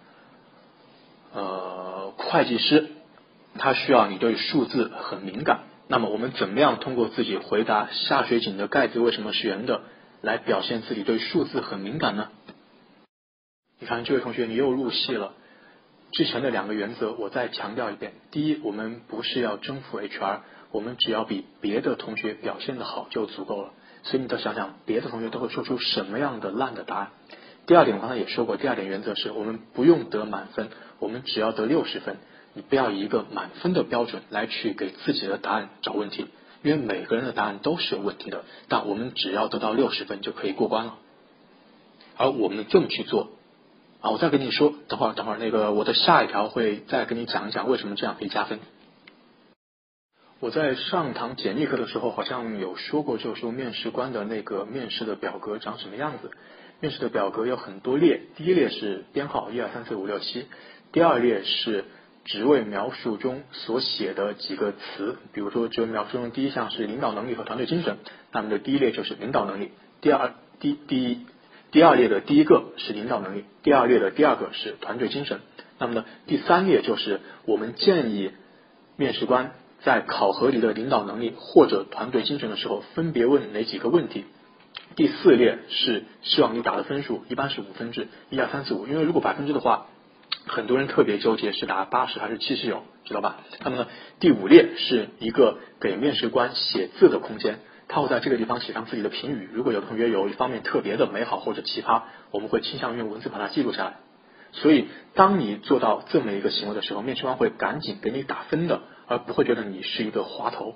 会计师，他需要你对数字很敏感，那么我们怎么样通过自己回答下水井的盖子为什么是圆的来表现自己对数字很敏感呢？你看这位同学你又入戏了。之前的两个原则我再强调一遍，第一，我们不是要征服 HR， 我们只要比别的同学表现的好就足够了，所以你得想想别的同学都会说出什么样的烂的答案。第二点我刚才也说过，第二点原则是我们不用得满分，我们只要得60分，你不要以一个满分的标准来去给自己的答案找问题，因为每个人的答案都是有问题的，但我们只要得到60分就可以过关了。而我们这么去做我再跟你说，等会儿那个我的下一条会再跟你讲一讲为什么这样可以加分。我在上堂简历课的时候好像有说过，就是说面试官的那个面试的表格长什么样子。面试的表格有很多列，第一列是编号1、2、3、4、5、6、7，第二列是职位描述中所写的几个词，比如说职位描述中第一项是领导能力和团队精神，那么的第一列就是领导能力，第二列的第一个是领导能力，第二列的第二个是团队精神，那么呢第三列就是我们建议面试官在考核你的领导能力或者团队精神的时候分别问哪几个问题。第四列是希望你打的分数，一般是5分制，1、2、3、4、5，因为如果100分制的话，很多人特别纠结是打80还是70，知道吧？那么呢，第5列是一个给面试官写字的空间，他会在这个地方写上自己的评语，如果有的同学有一方面特别的美好或者奇葩，我们会倾向于用文字把它记录下来。所以当你做到这么一个行为的时候，面试官会赶紧给你打分的，而不会觉得你是一个滑头。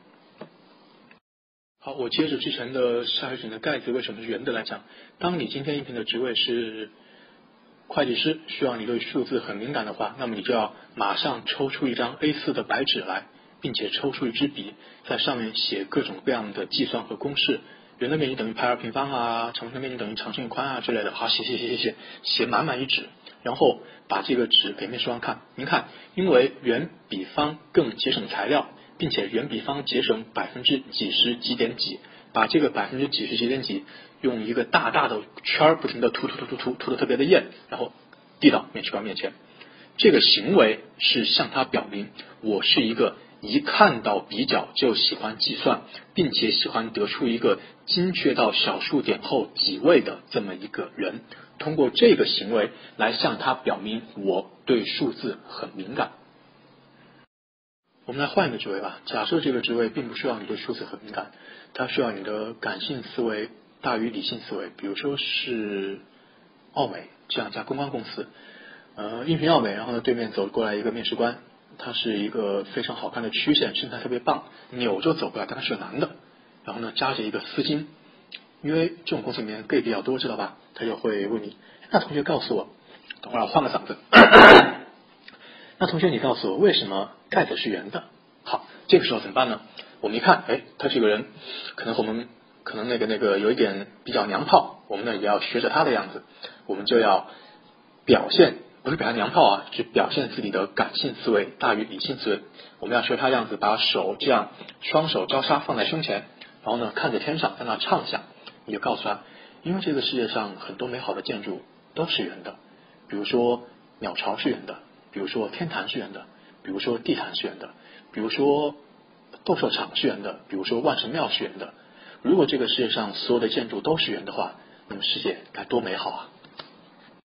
好，我接着之前的下水井的盖子为什么是圆的来讲，当你今天应聘的职位是会计师，需要你对数字很敏感的话，那么你就要马上抽出一张 A4 的白纸来，并且抽出一支笔，在上面写各种各样的计算和公式，圆的面积等于派2平方啊，长乘面积等于长乘以宽啊之类的，好，写满满一纸，然后把这个纸给面试官看。您看，因为圆比方更节省材料，并且圆比方节省几十几点几，把这个几十几点几用一个大大的圈不停的涂的特别的艳，然后递到面试官面前。这个行为是向他表明我是一个一看到比较就喜欢计算，并且喜欢得出一个精确到小数点后几位的这么一个人，通过这个行为来向他表明我对数字很敏感。我们来换一个职位吧，假设这个职位并不需要你对数字很敏感，它需要你的感性思维大于理性思维，比如说是奥美这样一家公关公司，应聘奥美，然后呢对面走过来一个面试官，他是一个非常好看的曲线，身材特别棒，扭着走过来，但他是个男的，然后呢扎着一个丝巾，因为这种公司里面 gay 比较多，知道吧？他就会问你，那同学告诉我，等会儿换个嗓子那同学你告诉我为什么盖子是圆的？好，这个时候怎么办呢？我们一看，他这个人可能那个有一点比较娘炮，我们呢也要学着他的样子，我们就要表现，不是表现娘炮啊，是表现自己的感性思维大于理性思维。我们要学他样子，把手这样双手交叉放在胸前，然后呢看着天上在那畅想，你就告诉他，因为这个世界上很多美好的建筑都是圆的，比如说鸟巢是圆的，比如说天坛是圆的，比如说地坛是圆的，比如说斗兽场是圆的，比如说万神庙是圆的。如果这个世界上所有的建筑都是圆的话，那么世界该多美好啊！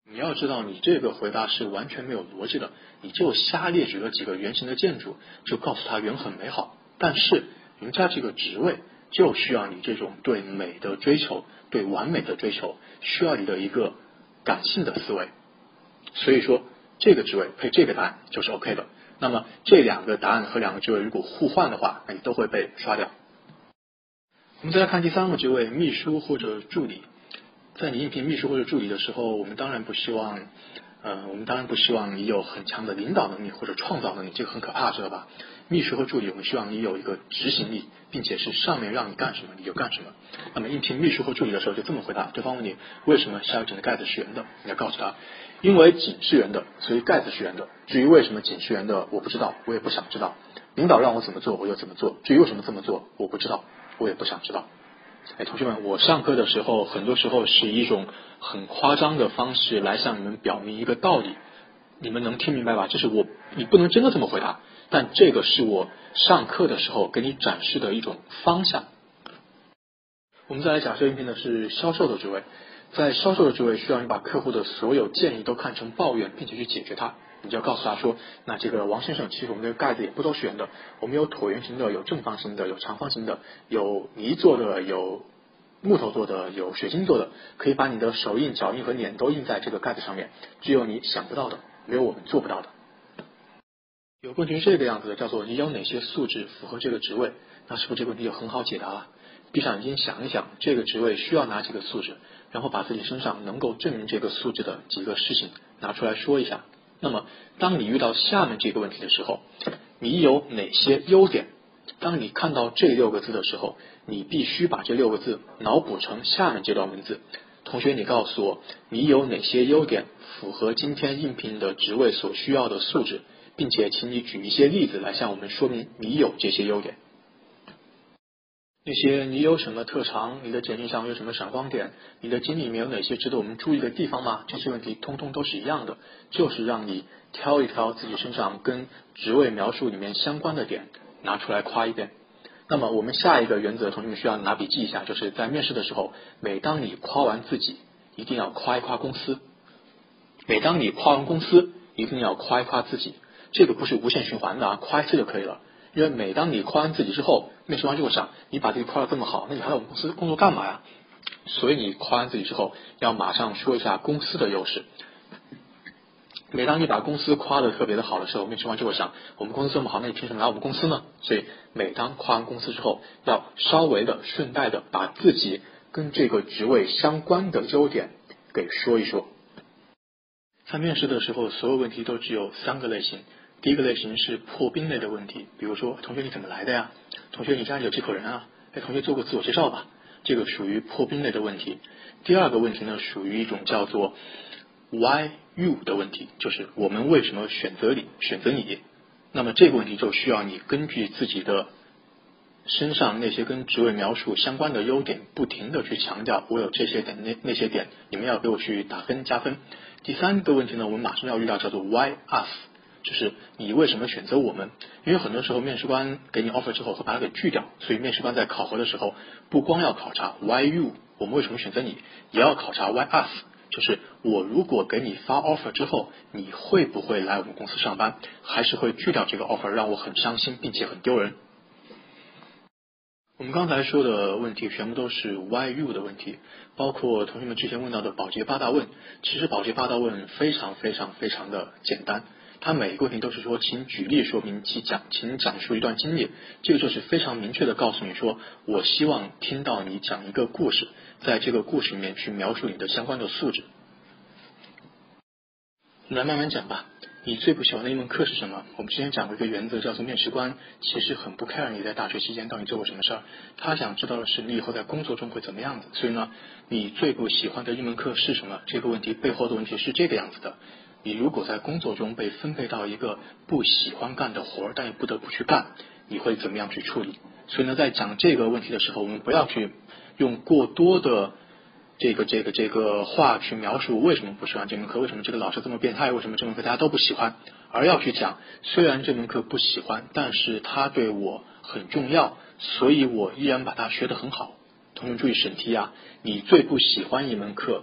你要知道，你这个回答是完全没有逻辑的，你就瞎列举了几个圆形的建筑，就告诉他人很美好，但是人家这个职位就需要你这种对美的追求，对完美的追求，需要你的一个感性的思维。所以说这个职位配这个答案就是 OK 的。那么这两个答案和两个职位如果互换的话，那你都会被刷掉。我们再来看第三个职位，秘书或者助理。在你应聘秘书或者助理的时候，我们当然不希望你有很强的领导能力或者创造能力，这个很可怕，知道吧？秘书和助理，我们希望你有一个执行力，并且是上面让你干什么你就干什么。那么应聘秘书和助理的时候就这么回答，对方问你为什么下油井的盖子是圆的，你要告诉他，因为井是圆的，所以盖子是圆的。至于为什么井是圆的，我不知道，我也不想知道。领导让我怎么做我就怎么做，至于为什么这么做，我不知道，我也不想知道。同学们，我上课的时候很多时候是一种很夸张的方式来向你们表明一个道理，你们能听明白吧？这是你不能真的这么回答，但这个是我上课的时候给你展示的一种方向。我们再来假设应聘的是销售的职位，在销售的职位需要你把客户的所有建议都看成抱怨，并且去解决它。你就要告诉他说，那这个王先生，其实我们这个盖子也不都是圆的，我们有椭圆形的，有正方形的，有长方形的，有泥做的，有木头做的，有水晶做的，可以把你的手印、脚印和脸都印在这个盖子上面，只有你想不到的，没有我们做不到的。有个问题是这个样子的，叫做你有哪些素质符合这个职位？那是不是这个问题就很好解答了？闭上眼睛想一想，这个职位需要哪几个素质，然后把自己身上能够证明这个素质的几个事情拿出来说一下。那么当你遇到下面这个问题的时候，你有哪些优点？当你看到这6个字的时候，你必须把这6个字脑补成下面这段文字。同学，你告诉我，你有哪些优点符合今天应聘的职位所需要的素质，并且请你举一些例子来向我们说明你有这些优点。那些你有什么特长，你的简历上有什么闪光点，你的经历里面有哪些值得我们注意的地方吗？这些问题通通都是一样的，就是让你挑一挑自己身上跟职位描述里面相关的点拿出来夸一遍。那么我们下一个原则，同学们需要拿笔记一下，就是在面试的时候，每当你夸完自己，一定要夸一夸公司；每当你夸完公司，一定要夸一夸自己。这个不是无限循环的啊，夸一次就可以了。因为每当你夸完自己之后，面试官就会想，你把自己夸得这么好，那你还在我们公司工作干嘛呀？所以你夸完自己之后，要马上说一下公司的优势。每当你把公司夸得特别的好的时候，面试官就会想，我们公司这么好，那你凭什么来我们公司呢？所以每当夸完公司之后，要稍微的顺带的把自己跟这个职位相关的优点给说一说。在面试的时候，所有问题都只有3个类型。第一个类型是破冰类的问题，比如说，同学你怎么来的呀？同学你家里有几口人啊？同学做个自我介绍吧，这个属于破冰类的问题。第二个问题呢，属于一种叫做 Why you 的问题，就是我们为什么选择你。那么这个问题就需要你根据自己的身上那些跟职位描述相关的优点，不停的去强调我有这些点那些点，你们要给我去打分加分。第三个问题呢，我们马上要遇到叫做 Why us， 就是你为什么选择我们？因为很多时候面试官给你 offer 之后会把它给拒掉，所以面试官在考核的时候不光要考察 Why you， 我们为什么选择你，也要考察 Why us， 就是我如果给你发 offer 之后，你会不会来我们公司上班，还是会拒掉这个 offer， 让我很伤心并且很丢人。我们刚才说的问题全部都是 Why you 的问题，包括同学们之前问到的保洁8大问。其实保洁8大问非常的简单，它每一个问题都是说请举例说明请讲述一段经历，这个就是非常明确的告诉你说，我希望听到你讲一个故事，在这个故事里面去描述你的相关的素质。我们来慢慢讲吧。你最不喜欢的一门课是什么？我们之前讲过一个原则，叫做面试官其实很不 care 你在大学期间到底做过什么事儿，他想知道的是你以后在工作中会怎么样子。所以呢，你最不喜欢的一门课是什么？这个问题背后的问题是这个样子的：你如果在工作中被分配到一个不喜欢干的活儿，但又不得不去干，你会怎么样去处理？所以呢，在讲这个问题的时候，我们不要去用过多的这个话去描述为什么不喜欢这门课，为什么这个老师这么变态，为什么这门课大家都不喜欢，而要去讲虽然这门课不喜欢，但是它对我很重要，所以我依然把它学得很好。同学们注意审题啊，你最不喜欢一门课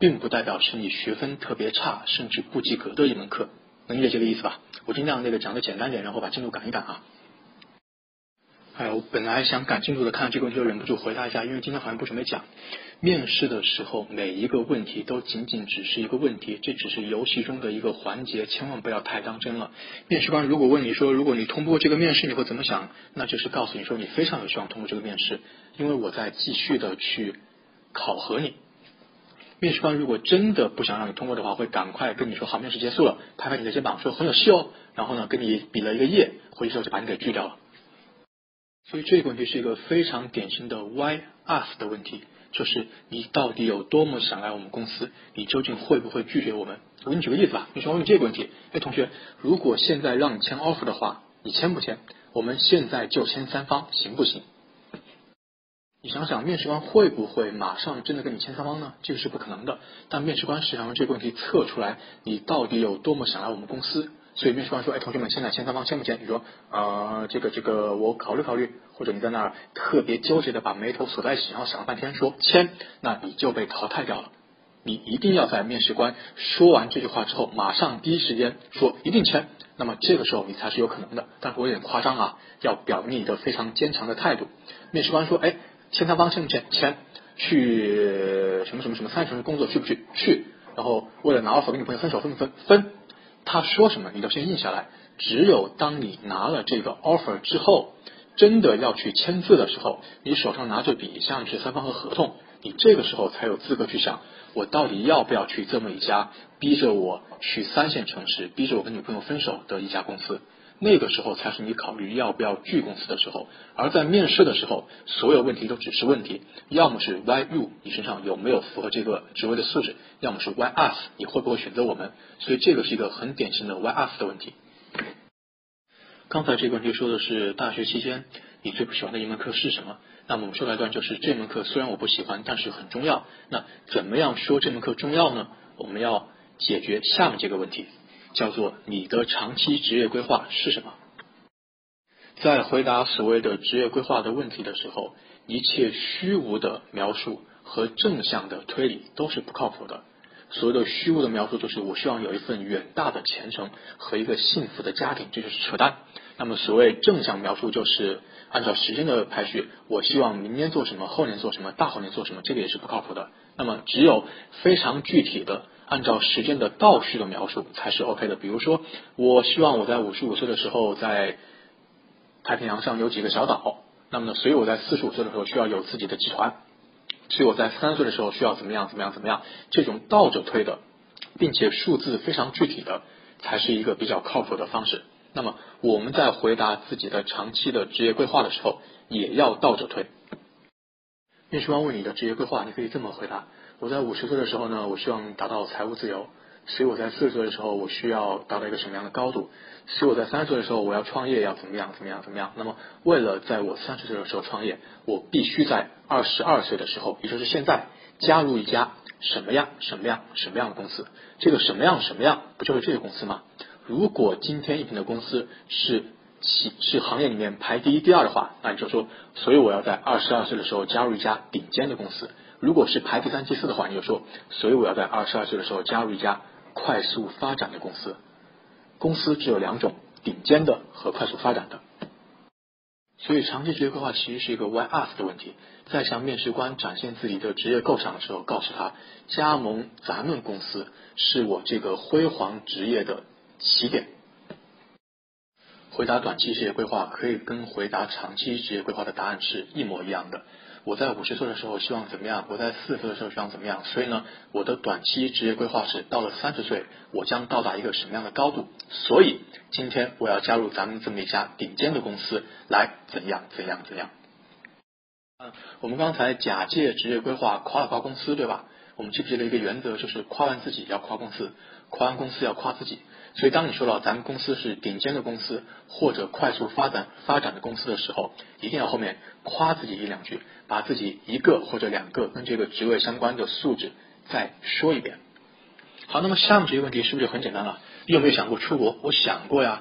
并不代表是你学分特别差甚至不及格的一门课，能理解这个意思吧？我尽量讲的简单点，然后把进度赶一赶啊。哎，我本来想赶进度的看这个问题，就忍不住回答一下，因为今天好像不准备讲。面试的时候，每一个问题都仅仅只是一个问题，这只是游戏中的一个环节，千万不要太当真了。面试官如果问你说，如果你通不过这个面试，你会怎么想？那就是告诉你说，你非常有希望通过这个面试，因为我在继续的去考核你。面试官如果真的不想让你通过的话，会赶快跟你说，好，面试结束了，拍拍你的肩膀说很有戏哦，然后呢跟你比了一个耶，回去之后就把你给拒掉了。所以这个问题是一个非常典型的 why us 的问题，就是你到底有多么想来我们公司，你究竟会不会拒绝我们？我给你举个例子吧，面试官问这个问题，同学，如果现在让你签 offer 的话，你签不签？我们现在就签3方，行不行？你想想，面试官会不会马上真的跟你签3方呢？这个是不可能的。但面试官是想用这个问题测出来你到底有多么想来我们公司。所以面试官说，同学们现在签3方签不签？你说这个我考虑考虑，或者你在那儿特别纠结的把眉头锁在一起，然后想了半天说签，那你就被淘汰掉了。你一定要在面试官说完这句话之后，马上第一时间说一定签，那么这个时候你才是有可能的。但是我有点夸张啊，要表明你的非常坚强的态度。面试官说，签3方签不签？签。去什么3城市工作去不去？去。然后为了拿 offer 跟女朋友分手分不分？分。他说什么你都先印下来，只有当你拿了这个 offer 之后，真的要去签字的时候，你手上拿着笔，像是3方和合同，你这个时候才有资格去想，我到底要不要去这么一家逼着我去3线城市，逼着我跟女朋友分手的一家公司。那个时候才是你考虑要不要拒公司的时候。而在面试的时候，所有问题都只是问题，要么是 why you 你身上有没有符合这个职位的素质，要么是 why us 你会不会选择我们。所以这个是一个很典型的 why us 的问题。刚才这个问题说的是大学期间你最不喜欢的一门课是什么？那么我们说来段就是这门课虽然我不喜欢，但是很重要。那怎么样说这门课重要呢？我们要解决下面这个问题，叫做你的长期职业规划是什么？在回答所谓的职业规划的问题的时候，一切虚无的描述和正向的推理都是不靠谱的。所谓的虚无的描述就是我希望有一份远大的前程和一个幸福的家庭，这就是扯淡。那么所谓正向描述就是按照时间的排序，我希望明年做什么，后年做什么，大后年做什么，这个也是不靠谱的。那么只有非常具体的按照时间的倒序的描述才是 OK 的。比如说我希望我在55岁的时候在太平洋上有几个小岛，那么呢，所以我在45岁的时候需要有自己的集团，所以我在30岁的时候需要怎么样，这种倒着推的，并且数字非常具体的，才是一个比较靠谱的方式。那么我们在回答自己的长期的职业规划的时候，也要倒着推。面试官问你的职业规划，你可以这么回答：我在50岁的时候呢，我希望达到财务自由，所以我在40岁的时候我需要达到一个什么样的高度，所以我在30岁的时候我要创业，要怎么样。那么为了在我30岁的时候创业，我必须在22岁的时候，也就是现在，加入一家什么样的公司。这个什么样不就是这个公司吗？如果今天应聘的公司是行业里面排第1、第2的话，那你就说，所以我要在22岁的时候加入一家顶尖的公司。如果是排第3、第4的话，你就说，所以我要在22岁的时候加入一家快速发展的公司。公司只有2种，顶尖的和快速发展的。所以长期职业规划其实是一个 why us 的问题。在向面试官展现自己的职业构想的时候，告诉他加盟咱们公司是我这个辉煌职业的起点。回答短期职业规划可以跟回答长期职业规划的答案是一模一样的。我在50岁的时候希望怎么样，我在40岁的时候希望怎么样，所以呢，我的短期职业规划是到了30岁我将到达一个什么样的高度，所以今天我要加入咱们这么一家顶尖的公司来怎样。我们刚才假借职业规划夸了夸公司，对吧？我们记不记得一个原则，就是夸完自己要夸公司，夸完公司要夸自己。所以当你说到咱们公司是顶尖的公司或者快速发展的公司的时候，一定要后面夸自己1、2句，把自己1个或者2个跟这个职位相关的素质再说一遍。好，那么下面这个问题是不是就很简单了？你有没有想过出国？我想过呀，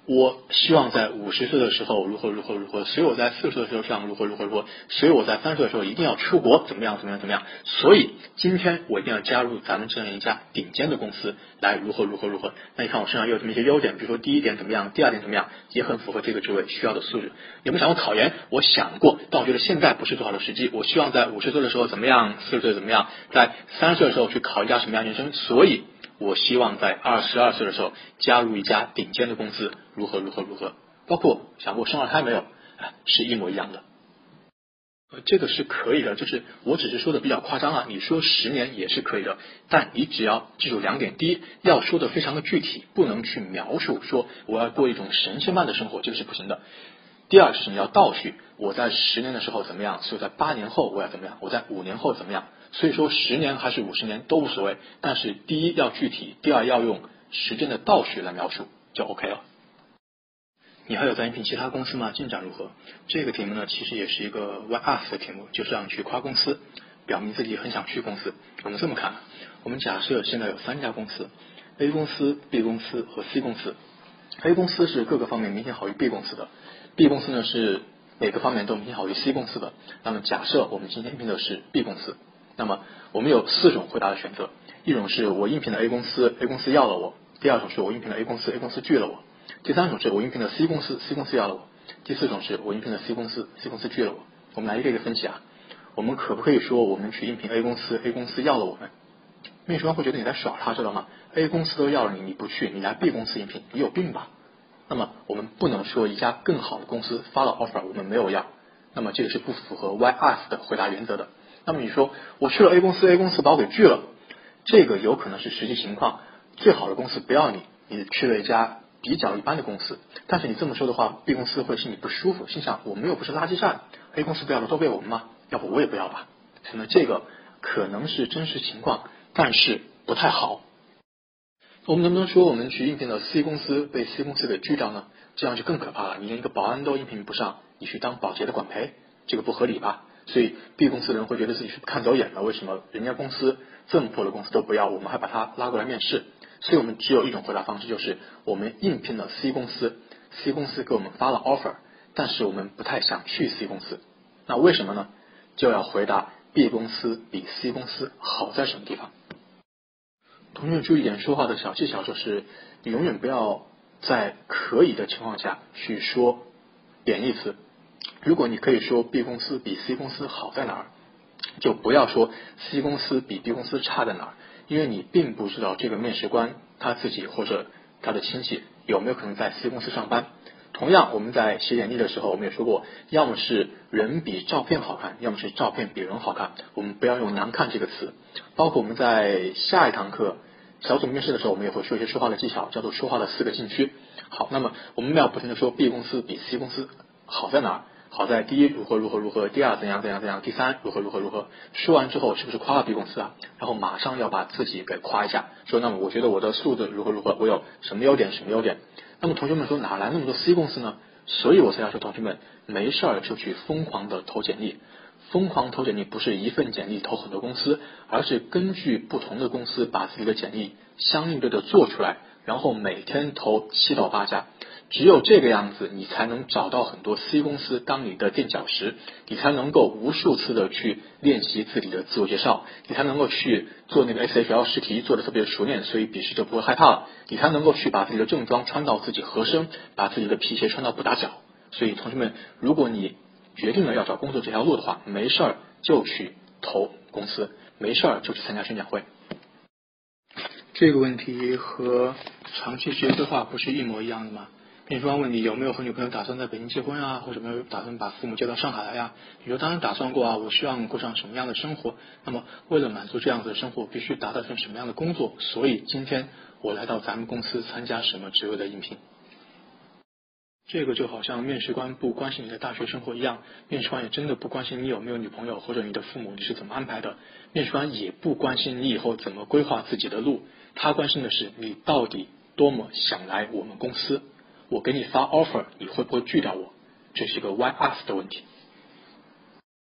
我希望在50岁的时候如何，所以我在40岁的时候想如何，所以我在30岁的时候一定要出国，怎么样，所以今天我一定要加入咱们这样一家顶尖的公司来如何。那你看我身上也有这么一些优点，比如说第一点怎么样，第二点怎么样，也很符合这个职位需要的素质。有没有想过考研？我想过，但我觉得现在不是最好的时机。我希望在50岁的时候怎么样，40岁怎么样，在30岁的时候去考一家什么样的研究生，所以我希望在22岁的时候加入一家顶尖的公司，如何，包括想过生二胎没有，是一模一样的。这个是可以的，就是我只是说的比较夸张啊，你说10年也是可以的，但你只要记住2点：第一，要说的非常的具体，不能去描述说我要过一种神仙般的生活，这个是不行的。第二就是你要倒叙，我在10年的时候怎么样，所以在8年后我要怎么样，我在5年后怎么样。所以说10年还是50年都无所谓，但是第一要具体，第二要用时间的倒叙来描述就 OK 了。你还有在应聘其他公司吗？进展如何？这个题目呢，其实也是一个 What Ask 的题目，就是让你去夸公司，表明自己很想去公司。我们这么看，我们假设现在有3家公司 ，A 公司、B 公司和 C 公司。A 公司是各个方面明显好于 B 公司的， B 公司呢是每个方面都明显好于 C 公司的。那么假设我们今天应聘的是 B 公司，那么我们有4种回答的选择。一种是我应聘了 A 公司， A 公司要了我；第二种是我应聘了 A 公司， A 公司拒了我；第三种是我应聘了 C 公司， C 公司要了我；第四种是我应聘了 C 公司， C 公司拒了我。我们来一个一个分析啊。我们可不可以说我们去应聘 A 公司， A 公司要了我们？面试官会觉得你在耍他，知道吗？ A 公司都要了你，你不去，你来 B 公司应聘，你有病吧？那么我们不能说一家更好的公司发了 offer 我们没有要，那么这个是不符合 Why Ask 的回答原则的。那么你说我去了 A 公司， A 公司把我给拒了，这个有可能是实际情况，最好的公司不要你，你去了一家比较一般的公司。但是你这么说的话， B 公司会心里不舒服，心想我们又不是垃圾站， A 公司不要的都被我们吗？要不我也不要吧。所以呢，这个可能是真实情况，但是不太好。我们能不能说我们去应聘了 C 公司，被 C 公司给拒掉呢？这样就更可怕了，你连一个保安都应聘不上，你去当保洁的管培，这个不合理吧？所以 B 公司的人会觉得自己是看走眼了，为什么人家公司这么破的公司都不要，我们还把他拉过来面试？所以我们只有一种回答方式，就是我们应聘了 C 公司， C 公司给我们发了 offer， 但是我们不太想去 C 公司。那为什么呢？就要回答 B 公司比 C 公司好在什么地方。同学们注意一点说话的小技巧，就是你永远不要在可以的情况下去说贬义词。如果你可以说 B 公司比 C 公司好在哪儿，就不要说 C 公司比 B 公司差在哪儿，因为你并不知道这个面试官他自己或者他的亲戚有没有可能在 C 公司上班。同样我们在写简历的时候，我们也说过，要么是人比照片好看，要么是照片比人好看，我们不要用难看这个词。包括我们在下一堂课小组面试的时候，我们也会说一些说话的技巧，叫做说话的4个禁区。好，那么我们要不停的说 B 公司比 C 公司好在哪儿，好在第一如何，第二怎样，第三如何。说完之后是不是夸了 B 公司啊？然后马上要把自己给夸一下，说那么我觉得我的素质如何，我有什么优点。那么同学们说哪来那么多 C 公司呢？所以我才要说同学们没事儿就去疯狂的投简历。疯狂投简历不是一份简历投很多公司，而是根据不同的公司把自己的简历相应对的做出来，然后每天投7到8家。只有这个样子，你才能找到很多 C 公司当你的垫脚石，你才能够无数次的去练习自己的自我介绍，你才能够去做那个 SHL 试题做的特别熟练，所以笔试就不会害怕了，你才能够去把自己的正装穿到自己合身，把自己的皮鞋穿到不打脚。所以同学们，如果你决定了要找工作这条路的话，没事儿就去投公司，没事儿就去参加宣讲会。这个问题和长期职业规划不是一模一样的吗？面试官问你有没有和女朋友打算在北京结婚啊，或者没有打算把父母接到上海来呀？你说当然打算过啊，我希望过上什么样的生活，那么为了满足这样子的生活，必须达到份什么样的工作，所以今天我来到咱们公司参加什么职位的应聘。这个就好像面试官不关心你的大学生活一样，面试官也真的不关心你有没有女朋友或者你的父母你是怎么安排的，面试官也不关心你以后怎么规划自己的路，他关心的是你到底多么想来我们公司，我给你发 offer 你会不会拒掉我，这是一个 why ask 的问题。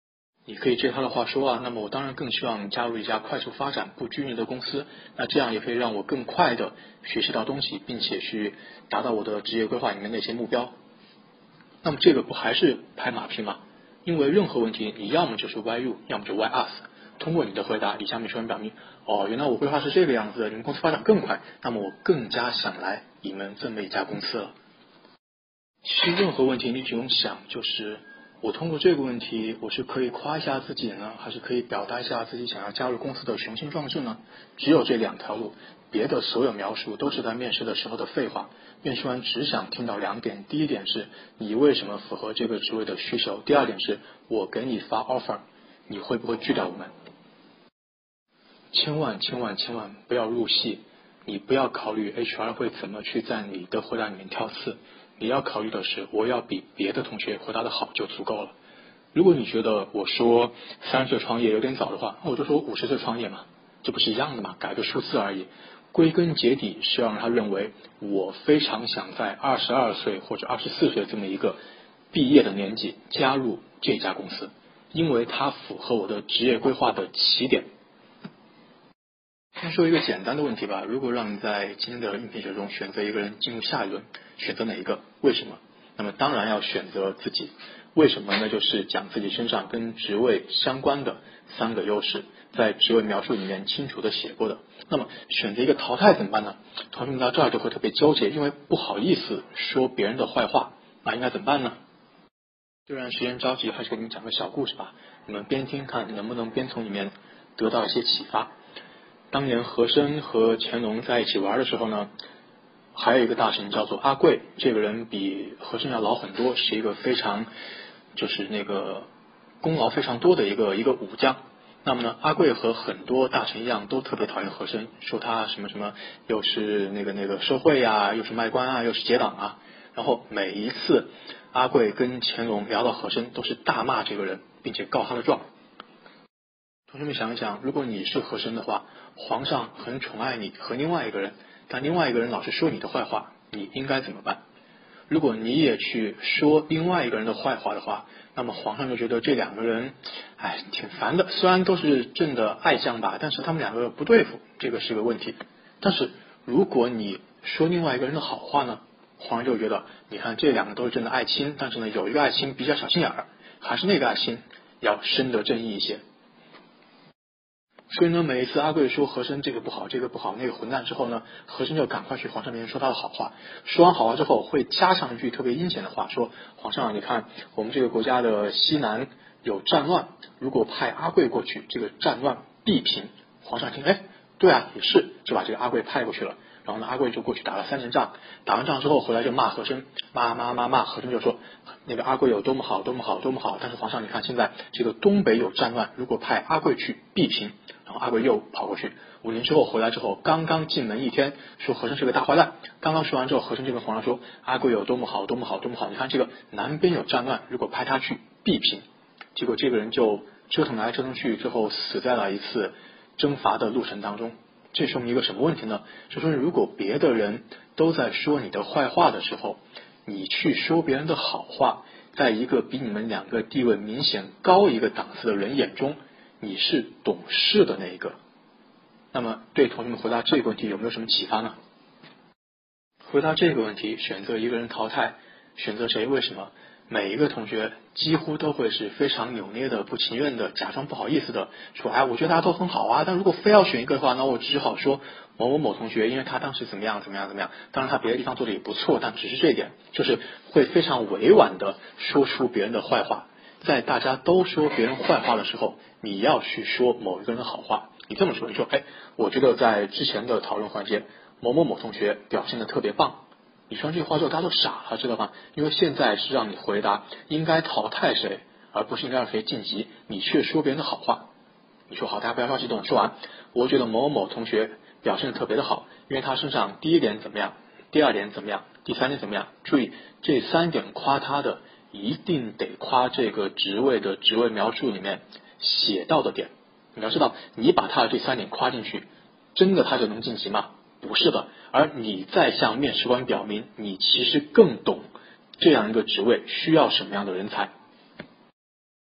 你可以接他的话说啊，那么我当然更希望你加入一家快速发展不均匀的公司，那这样也可以让我更快的学习到东西，并且去达到我的职业规划里面的一些目标。那么这个不还是拍马屁吗？因为任何问题你要么就是 why you， 要么就 why us。通过你的回答，李佳明学员表明，原来我规划是这个样子的，你们公司发展更快，那么我更加想来你们这么一家公司了。其实任何问题你只用想，就是我通过这个问题，我是可以夸一下自己呢，还是可以表达一下自己想要加入公司的雄心壮志呢？只有这两条路，别的所有描述都是在面试的时候的废话。面试官只想听到两点，第一点是你为什么符合这个职位的需求，第二点是我给你发 offer， 你会不会拒掉我们？千万不要入戏，你不要考虑 HR 会怎么去在你的回答里面挑刺，你要考虑的是我要比别的同学回答的好就足够了。如果你觉得我说30岁创业有点早的话，那我就说50岁创业嘛，这不是一样的嘛，改个数字而已。归根结底是要让他认为我非常想在22岁或者24岁这么一个毕业的年纪加入这家公司，因为它符合我的职业规划的起点。先说一个简单的问题吧，如果让你在今天的应聘学中选择一个人进入下一轮，选择哪一个？为什么？那么当然要选择自己。为什么呢？就是讲自己身上跟职位相关的3个优势，在职位描述里面清楚的写过的。那么选择一个淘汰怎么办呢？同学们到这儿就会特别纠结，因为不好意思说别人的坏话，那应该怎么办呢？虽然时间着急，还是给你们讲个小故事吧，你们边听看能不能边从里面得到一些启发。当年和珅和乾隆在一起玩的时候呢，还有一个大臣叫做阿贵，这个人比和珅要老很多，是一个非常就是那个功劳非常多的一个武将。那么呢，阿贵和很多大臣一样，都特别讨厌和珅，说他什么什么又是那个收贿啊，又是卖官啊，又是结党啊。然后每一次阿贵跟乾隆聊到和珅，都是大骂这个人，并且告他的状。同学们想一想，如果你是和珅的话，皇上很宠爱你和另外一个人，但另外一个人老是说你的坏话，你应该怎么办？如果你也去说另外一个人的坏话的话，那么皇上就觉得这两个人挺烦的，虽然都是朕的爱将吧，但是他们两个不对付，这个是个问题。但是如果你说另外一个人的好话呢，皇上就觉得你看这两个都是朕的爱卿，但是呢有一个爱卿比较小心眼儿，还是那个爱卿要深得正义一些。所以呢，每一次阿贵说和珅这个不好那个混蛋之后呢，和珅就赶快去皇上面前说他的好话，说完好话之后会加上一句特别阴险的话，说皇上你看我们这个国家的西南有战乱，如果派阿贵过去，这个战乱必平。皇上听对啊也是，就把这个阿贵派过去了。然后呢，阿贵就过去打了3年仗，打完仗之后回来就骂和珅，骂，和珅就说那个阿贵有多么好，但是皇上你看现在这个东北有战乱，如果派阿贵去必平。然后阿贵又跑过去，5年之后回来之后，刚刚进门1天，说和珅是个大坏蛋。刚刚说完之后，和珅就跟皇上说阿贵有多么好，你看这个南边有战乱，如果派他去必平。结果这个人就折腾来折腾去，最后死在了一次征伐的路程当中。这说明一个什么问题呢？就说如果别的人都在说你的坏话的时候，你去说别人的好话，在一个比你们2个地位明显高一个档次的人眼中，你是懂事的那一个。那么对同学们回答这个问题有没有什么启发呢？回答这个问题，选择一个人淘汰，选择谁为什么？每一个同学几乎都会是非常扭捏的、不情愿的、假装不好意思的说我觉得大家都很好啊，但如果非要选一个的话，那我只好说某同学，因为他当时怎么样，当然他别的地方做的也不错，但只是这一点，就是会非常委婉的说出别人的坏话。在大家都说别人坏话的时候，你要去说某一个人的好话。你这么说，你说我觉得在之前的讨论环节，某同学表现的特别棒。你说完这话之后，大家都傻了，知道吗？因为现在是让你回答应该淘汰谁，而不是应该让谁晋级，你却说别人的好话。你说好，大家不要着急，等我说完。我觉得某同学表现的特别的好，因为他身上第1点怎么样，第2点怎么样，第3点怎么样。注意，这3点夸他的一定得夸这个职位的职位描述里面写到的点。你要知道，你把他的这3点夸进去，真的他就能晋级吗？不是的。而你在向面试官表明，你其实更懂这样一个职位需要什么样的人才。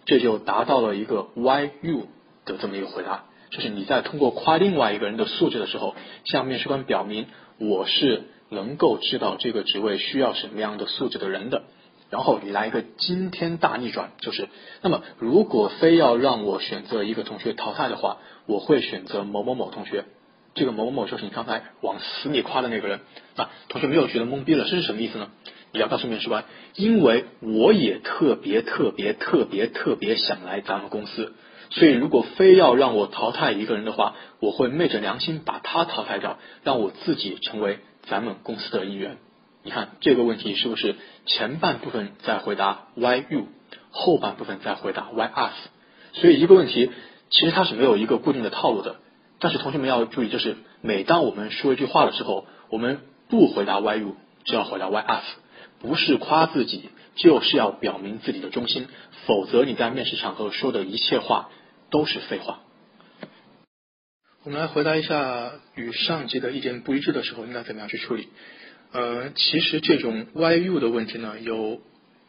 这就达到了一个 why you 的这么一个回答，就是你在通过夸另外一个人的素质的时候，向面试官表明我是能够知道这个职位需要什么样的素质的人的。然后你来一个惊天大逆转，就是那么如果非要让我选择一个同学淘汰的话，我会选择某某某同学。这个某某某就是你刚才往死里夸的那个人。同学没有觉得懵逼了，这是什么意思呢？你要告诉面试官，因为我也特别想来咱们公司，所以如果非要让我淘汰一个人的话，我会昧着良心把他淘汰掉，让我自己成为咱们公司的一员。你看这个问题是不是前半部分在回答 why you， 后半部分在回答 why us？ 所以一个问题其实它是没有一个固定的套路的，但是同学们要注意，就是每当我们说一句话的时候，我们不回答 why you， 就要回答 why us， 不是夸自己，就是要表明自己的忠心，否则你在面试场合说的一切话都是废话。我们来回答一下与上级的意见不一致的时候应该怎么样去处理。其实这种 why you 的问题呢，有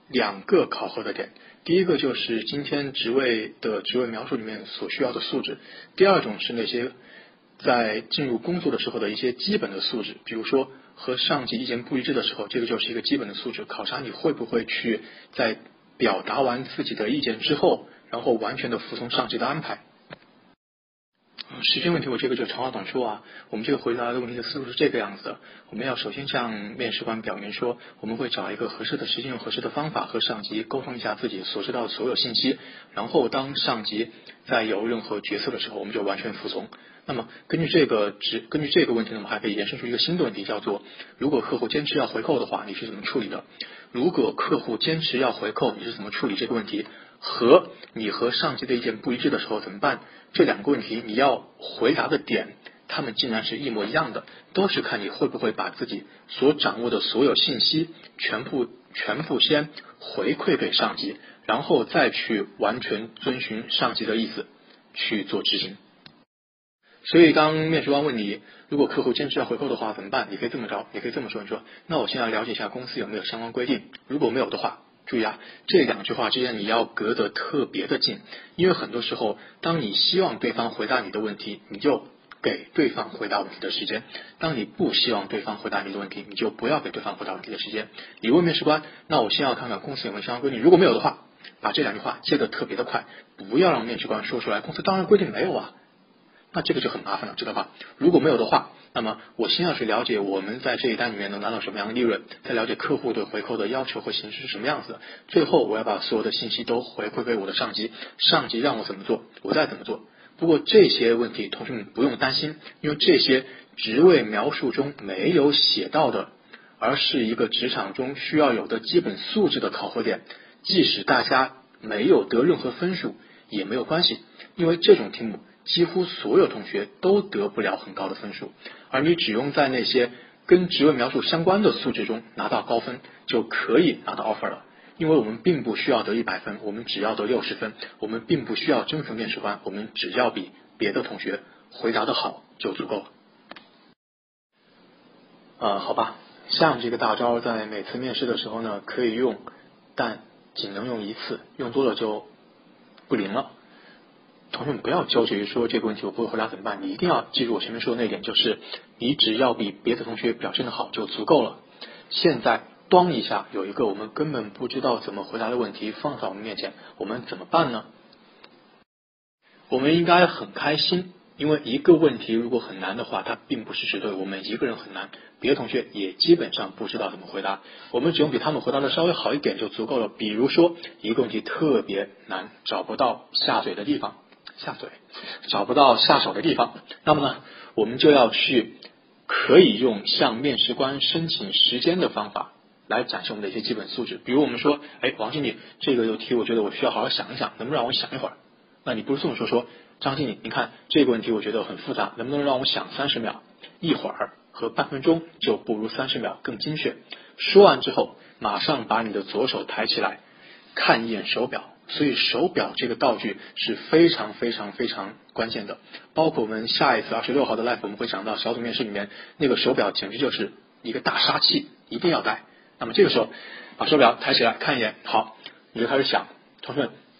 2个考核的点。第一个就是今天职位的职位描述里面所需要的素质，第二种是那些在进入工作的时候的一些基本的素质，比如说和上级意见不一致的时候，这个就是一个基本的素质，考察你会不会去在表达完自己的意见之后，然后完全的服从上级的安排。时间问题我这个就长话短说啊，我们这个回答的问题的思路是这个样子的。我们要首先向面试官表明说，我们会找一个合适的时间用合适的方法和上级沟通一下自己所知道的所有信息，然后当上级在有任何决策的时候，我们就完全服从。那么根据这个问题呢，我们还可以延伸出一个新的问题，叫做如果客户坚持要回扣的话，你是怎么处理的？如果客户坚持要回扣，你是怎么处理这个问题？和你和上级的意见不一致的时候怎么办？这2个问题你要回答的点，他们竟然是一模一样的，都是看你会不会把自己所掌握的所有信息全部先回馈给上级，然后再去完全遵循上级的意思去做执行。所以当面试官问你，如果客户坚持要回扣的话怎么办？你可以这么说，你说那我现在了解一下公司有没有相关规定，如果没有的话，注意啊，这2句话之间你要隔得特别的近，因为很多时候当你希望对方回答你的问题，你就给对方回答问题的时间，当你不希望对方回答你的问题，你就不要给对方回答问题的时间。你问面试官，那我先要看看公司有没有相关规定，如果没有的话，把这2句话接得特别的快，不要让面试官说出来公司当然规定没有啊，那这个就很麻烦了，知道吧？如果没有的话，那么我先要去了解我们在这一单里面能拿到什么样的利润，再了解客户对回扣的要求和形式是什么样子的，最后我要把所有的信息都回馈给我的上级，上级让我怎么做，我再怎么做。不过这些问题同学们不用担心，因为这些职位描述中没有写到的，而是一个职场中需要有的基本素质的考核点，即使大家没有得任何分数也没有关系，因为这种题目几乎所有同学都得不了很高的分数，而你只用在那些跟职位描述相关的素质中拿到高分，就可以拿到 offer 了。因为我们并不需要得100分，我们只要得60分，我们并不需要征服面试官，我们只要比别的同学回答得好就足够了。好吧，像这个大招在每次面试的时候呢可以用，但仅能用1次，用多了就不灵了。同学们不要纠结于说这个问题我不会回答怎么办，你一定要记住我前面说的那点，就是你只要比别的同学表现得好就足够了。现在当一下有一个我们根本不知道怎么回答的问题放在我们面前，我们怎么办呢？我们应该很开心，因为一个问题如果很难的话，它并不是只对我们一个人很难，别的同学也基本上不知道怎么回答，我们只用比他们回答的稍微好一点就足够了。比如说一个问题特别难，找不到下嘴的地方，找不到下手的地方，那么呢我们就要去可以用向面试官申请时间的方法来展示我们的一些基本素质。比如我们说，王经理，这个题我觉得我需要好好想一想，能不能让我想一会儿？那你不是这么说，张经理，你看这个问题我觉得很复杂，能不能让我想30秒？一会儿和半分钟就不如30秒更精确。说完之后，马上把你的左手抬起来，看一眼手表。所以手表这个道具是非常关键的，包括我们下一次26号的 live 我们会讲到小组面试里面，那个手表简直就是一个大杀器，一定要带。那么这个时候把手表抬起来看一眼，好，你就开始想，同学们，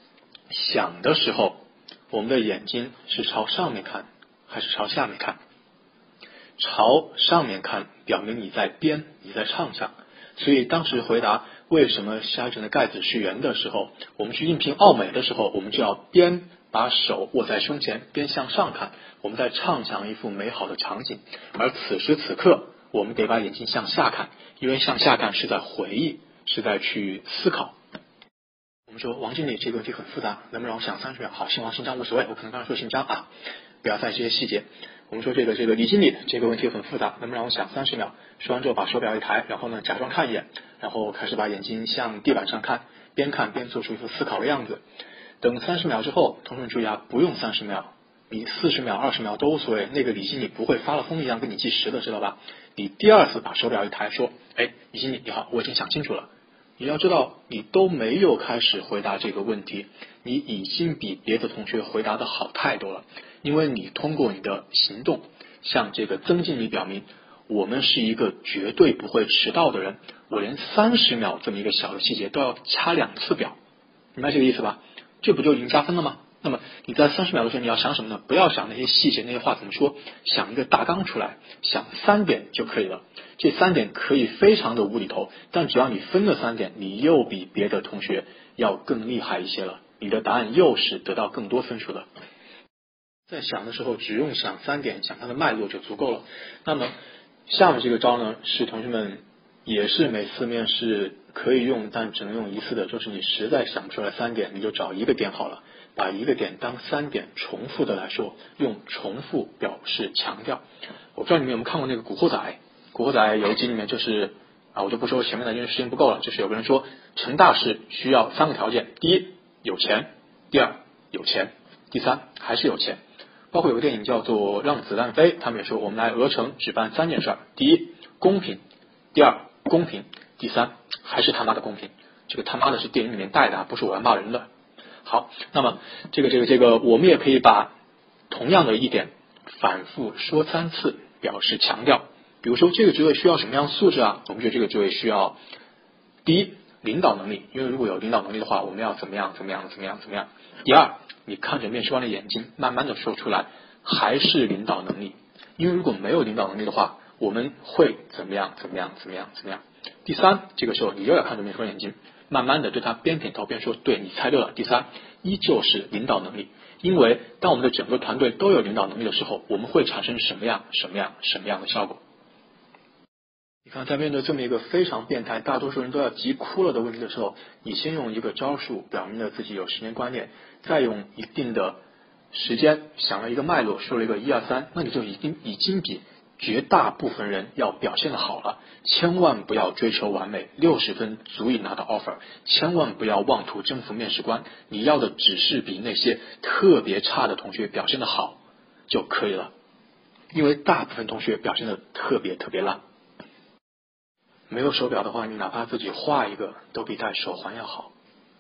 想的时候，我们的眼睛是朝上面看还是朝下面看？朝上面看表明你在编，你在畅想。所以当时回答为什么虾卷的盖子是圆的时候，我们去应聘奥美的时候，我们就要边把手握在胸前，边向上看，我们在畅想一幅美好的场景。而此时此刻，我们得把眼睛向下看，因为向下看是在回忆，是在去思考。我们说王经理这个问题很复杂，能不能让我想30秒？好，姓王姓张无所谓，我可能刚才说姓张啊，不要在这些细节。我们说这个李经理这个问题很复杂，能不能让我想30秒？说完之后把手表一抬，然后呢假装看一眼，然后开始把眼睛向地板上看边做出一副思考的样子。等30秒之后，同学们注意啊，不用30秒，你40秒20秒都无所谓，那个李经理不会发了疯一样跟你计时的，知道吧？你第二次把手表一抬，说李经理你好，我已经想清楚了。你要知道，你都没有开始回答这个问题，你已经比别的同学回答的好太多了，因为你通过你的行动向这个曾经理表明，我们是一个绝对不会迟到的人，我连30秒这么一个小的细节都要掐2次表，明白这个意思吧？这不就已经加分了吗？那么你在30秒的时候你要想什么呢？不要想那些细节，那些话怎么说，想一个大纲出来，想3点就可以了。这3点可以非常的无厘头，但只要你分了3点，你又比别的同学要更厉害一些了，你的答案又是得到更多分数的。在想的时候只用想3点，想它的脉络就足够了。那么下面这个招呢，是同学们也是每次面试可以用，但只能用一次的，就是你实在想不出来3点，你就找一个点好了，把一个点当3点重复的来说，用重复表示强调。我不知道你们有没有看过那个古惑仔，古惑仔有一集里面就是我就不说前面的，因为时间不够了，就是有个人说成大事需要3个条件，第一有钱，第二有钱，第三还是有钱。包括有个电影叫做让子弹飞，他们也说我们来鹅城只办3件事，第一公平，第二公平，第三还是他妈的公平。这个他妈的是电影里面带的，不是我要骂人的。好，那么这个我们也可以把同样的一点反复说3次表示强调。比如说这个职位需要什么样的素质啊？我们觉得这个职位需要第一领导能力，因为如果有领导能力的话，我们要怎么样。第二，你看着面试官的眼睛慢慢的说出来还是领导能力，因为如果没有领导能力的话，我们会怎么样。第三，这个时候你又要看着面试官眼睛慢慢的对他边点头边说对，你猜对了。第三，依旧是领导能力，因为当我们的整个团队都有领导能力的时候，我们会产生什么样的效果。你看，在面对这么一个非常变态，大多数人都要急哭了的问题的时候，你先用一个招数表明了自己有时间观念，再用一定的时间想了一个脉络，说了一个1、2、3，那你就已经比绝大部分人要表现的好了。千万不要追求完美，60分足以拿到 offer， 千万不要妄图征服面试官，你要的只是比那些特别差的同学表现的好就可以了，因为大部分同学表现的特别烂。没有手表的话，你哪怕自己画一个都比戴手环要好。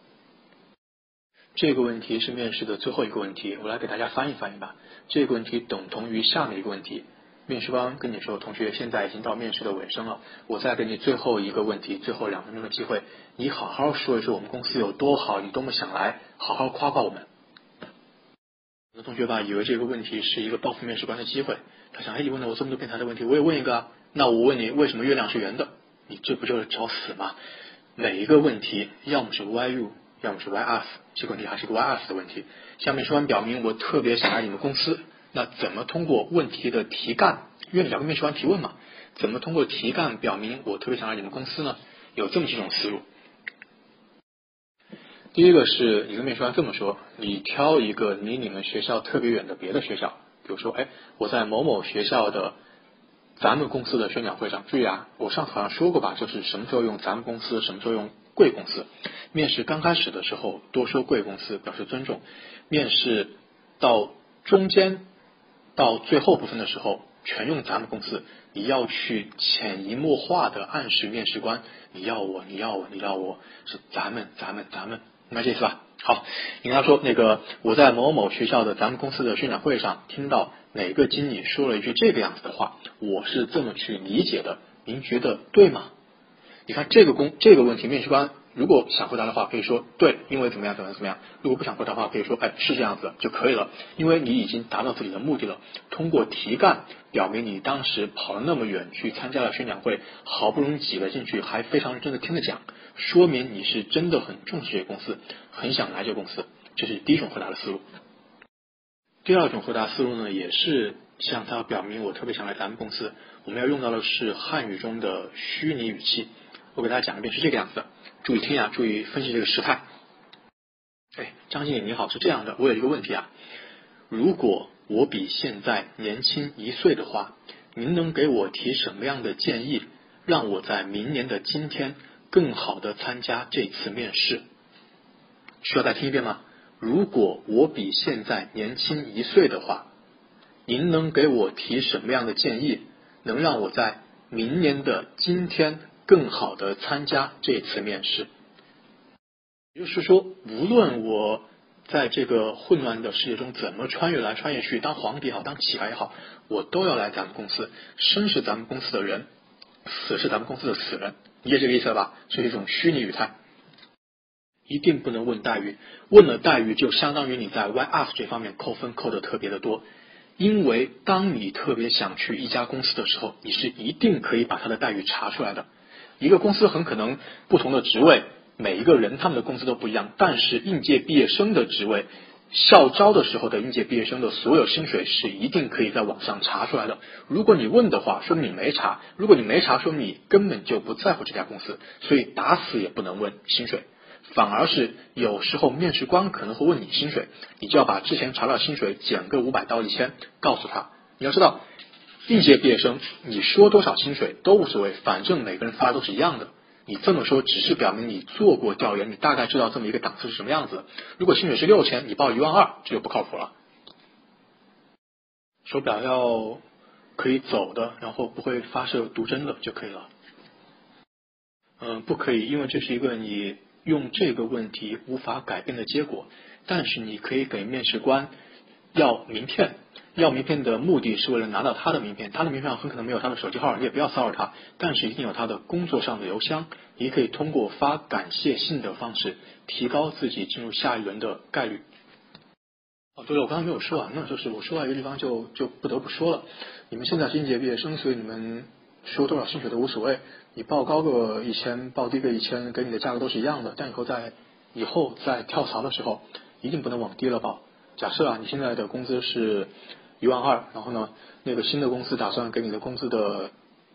这个问题是面试的最后一个问题，我来给大家翻译翻译吧。这个问题等同于下面一个问题，面试官跟你说，同学现在已经到面试的尾声了，我再给你最后一个问题，最后2分钟的机会，你好好说一说我们公司有多好，你多么想来，好好夸夸我们。有的同学吧，以为这个问题是一个报复面试官的机会，他想，你问了我这么多变态的问题，我也问一个啊，那我问你为什么月亮是圆的？你这不就是找死吗？每一个问题要么是 why you， 要么是 why us， 这个问题还是个 why us 的问题。下面说完表明我特别想来你们公司，那怎么通过问题的题干，因为你要跟面试官提问嘛，怎么通过题干表明我特别想来你们公司呢？有这么几种思路。第一个是你跟面试官这么说，你挑一个离你们学校特别远的别的学校，比如说我在某某学校的咱们公司的宣讲会上，注意啊，我上次好像说过吧，就是什么时候用咱们公司，什么时候用贵公司。面试刚开始的时候多说贵公司表示尊重，面试到中间到最后部分的时候全用咱们公司，你要去潜移默化的暗示面试官，你要我是咱们，明白这意思吧？好，你跟他说我在某某学校的咱们公司的宣讲会上听到哪个经理说了一句这个样子的话，我是这么去理解的，您觉得对吗？你看这个问题，面试官如果想回答的话，可以说对，因为怎么样怎么样怎么样。如果不想回答的话，可以说是这样子就可以了，因为你已经达到自己的目的了。通过题干表明你当时跑了那么远去参加了宣讲会，好不容易挤了进去，还非常认真的听了讲，说明你是真的很重视这个公司，很想来这个公司。这是第一种回答的思路。第二种回答思路呢，也是向他表明我特别想来咱们公司。我们要用到的是汉语中的虚拟语气。我给大家讲一遍是这个样子的，注意听啊，注意分析这个时态。张经理你好，是这样的，我有一个问题啊，如果我比现在年轻1岁的话，您能给我提什么样的建议，让我在明年的今天更好的参加这次面试？需要再听一遍吗？如果我比现在年轻1岁的话，您能给我提什么样的建议，能让我在明年的今天更好的参加这次面试？也就是说，无论我在这个混乱的世界中怎么穿越来穿越去，当皇帝也好，当乞丐也好，我都要来咱们公司。生是咱们公司的人，死是咱们公司的死人，理解这个意思了吧？这是一种虚拟语态。一定不能问待遇，问了待遇就相当于你在 Y-UP 这方面扣分扣的特别的多。因为当你特别想去一家公司的时候，你是一定可以把他的待遇查出来的。一个公司很可能不同的职位，每一个人他们的工资都不一样，但是应届毕业生的职位，校招的时候的应届毕业生的所有薪水是一定可以在网上查出来的。如果你问的话，说明你没查；如果你没查，说明你根本就不在乎这家公司，所以打死也不能问薪水。反而是有时候面试官可能会问你薪水，你就要把之前查到的薪水减个500到1000，告诉他。你要知道，应届毕业生你说多少薪水都无所谓，反正每个人发的都是一样的。你这么说只是表明你做过调研，你大概知道这么一个档次是什么样子。如果薪水是6000，你报12000，这就不靠谱了。手表要可以走的，然后不会发射毒针的就可以了。不可以，因为这是一个你用这个问题无法改变的结果。但是你可以给面试官要名片，要名片的目的是为了拿到他的名片，他的名片上很可能没有他的手机号，你也不要骚扰他，但是一定有他的工作上的邮箱，你可以通过发感谢信的方式提高自己进入下一轮的概率。对了，我刚才没有说啊，那就是我说到一个地方就不得不说了。你们现在是应届毕业生，所以你们说多少薪水都无所谓，你报高个1000，报低个1000，给你的价格都是一样的。但以后在跳槽的时候，一定不能往低了报。假设啊，你现在的工资是12000，然后呢，那个新的公司打算给你的工资的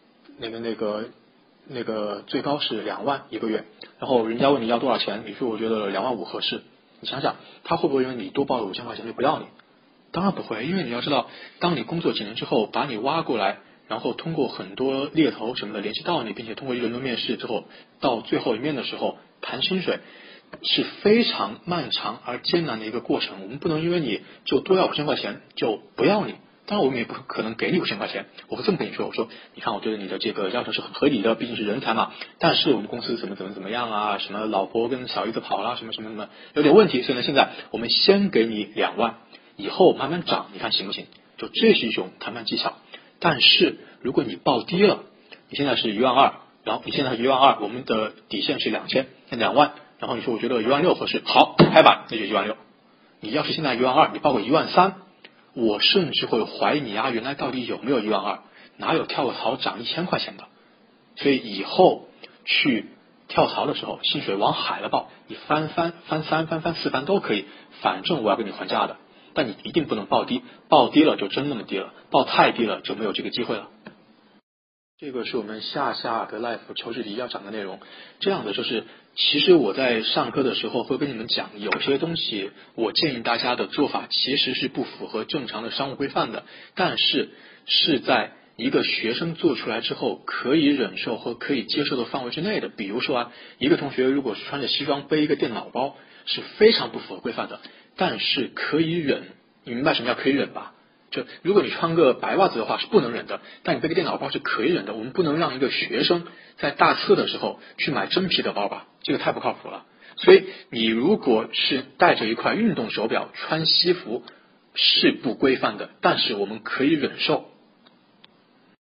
那个最高是2万一个月，然后人家问你要多少钱，你说我觉得25000合适。你想想，他会不会因为你多报了5000块钱就不要你？当然不会，因为你要知道，当你工作几年之后，把你挖过来，然后通过很多猎头什么的联系到你，并且通过一轮轮面试之后，到最后一面的时候谈薪水，是非常漫长而艰难的一个过程。我们不能因为你就多要5000块钱就不要你。当然我们也不可能给你5000块钱，我会这么跟你说，我说你看我觉得你的这个要求是很合理的，毕竟是人才嘛，但是我们公司怎么样啊，什么老婆跟小姨子跑了什么有点问题，所以呢现在我们先给你2万，以后慢慢涨，你看行不行？就这是一种谈判技巧。但是如果你报低了，你现在是12000，然后你现在是12000，我们的底线是2000，那2万，然后你说我觉得16000合适，好，拍板，那就16000。你要是现在12000，你报个13000，我甚至会怀疑你啊，原来到底有没有12000，哪有跳个槽涨1000块钱的？所以以后去跳槽的时候，薪水往海了报，你翻3翻4翻都可以，反正我要跟你还价的。但你一定不能报低，报低了就真那么低了，报太低了就没有这个机会了。这个是我们下个 live 求职题要讲的内容。这样的就是，其实我在上课的时候会跟你们讲，有些东西我建议大家的做法其实是不符合正常的商务规范的，但是是在一个学生做出来之后可以忍受和可以接受的范围之内的。比如说啊，一个同学如果是穿着西装背一个电脑包，是非常不符合规范的，但是可以忍。你明白什么叫可以忍吧？就如果你穿个白袜子的话是不能忍的，但你背个电脑包是可以忍的。我们不能让一个学生在大测的时候去买真皮的包吧，这个太不靠谱了。所以你如果是带着一块运动手表穿西服是不规范的，但是我们可以忍受。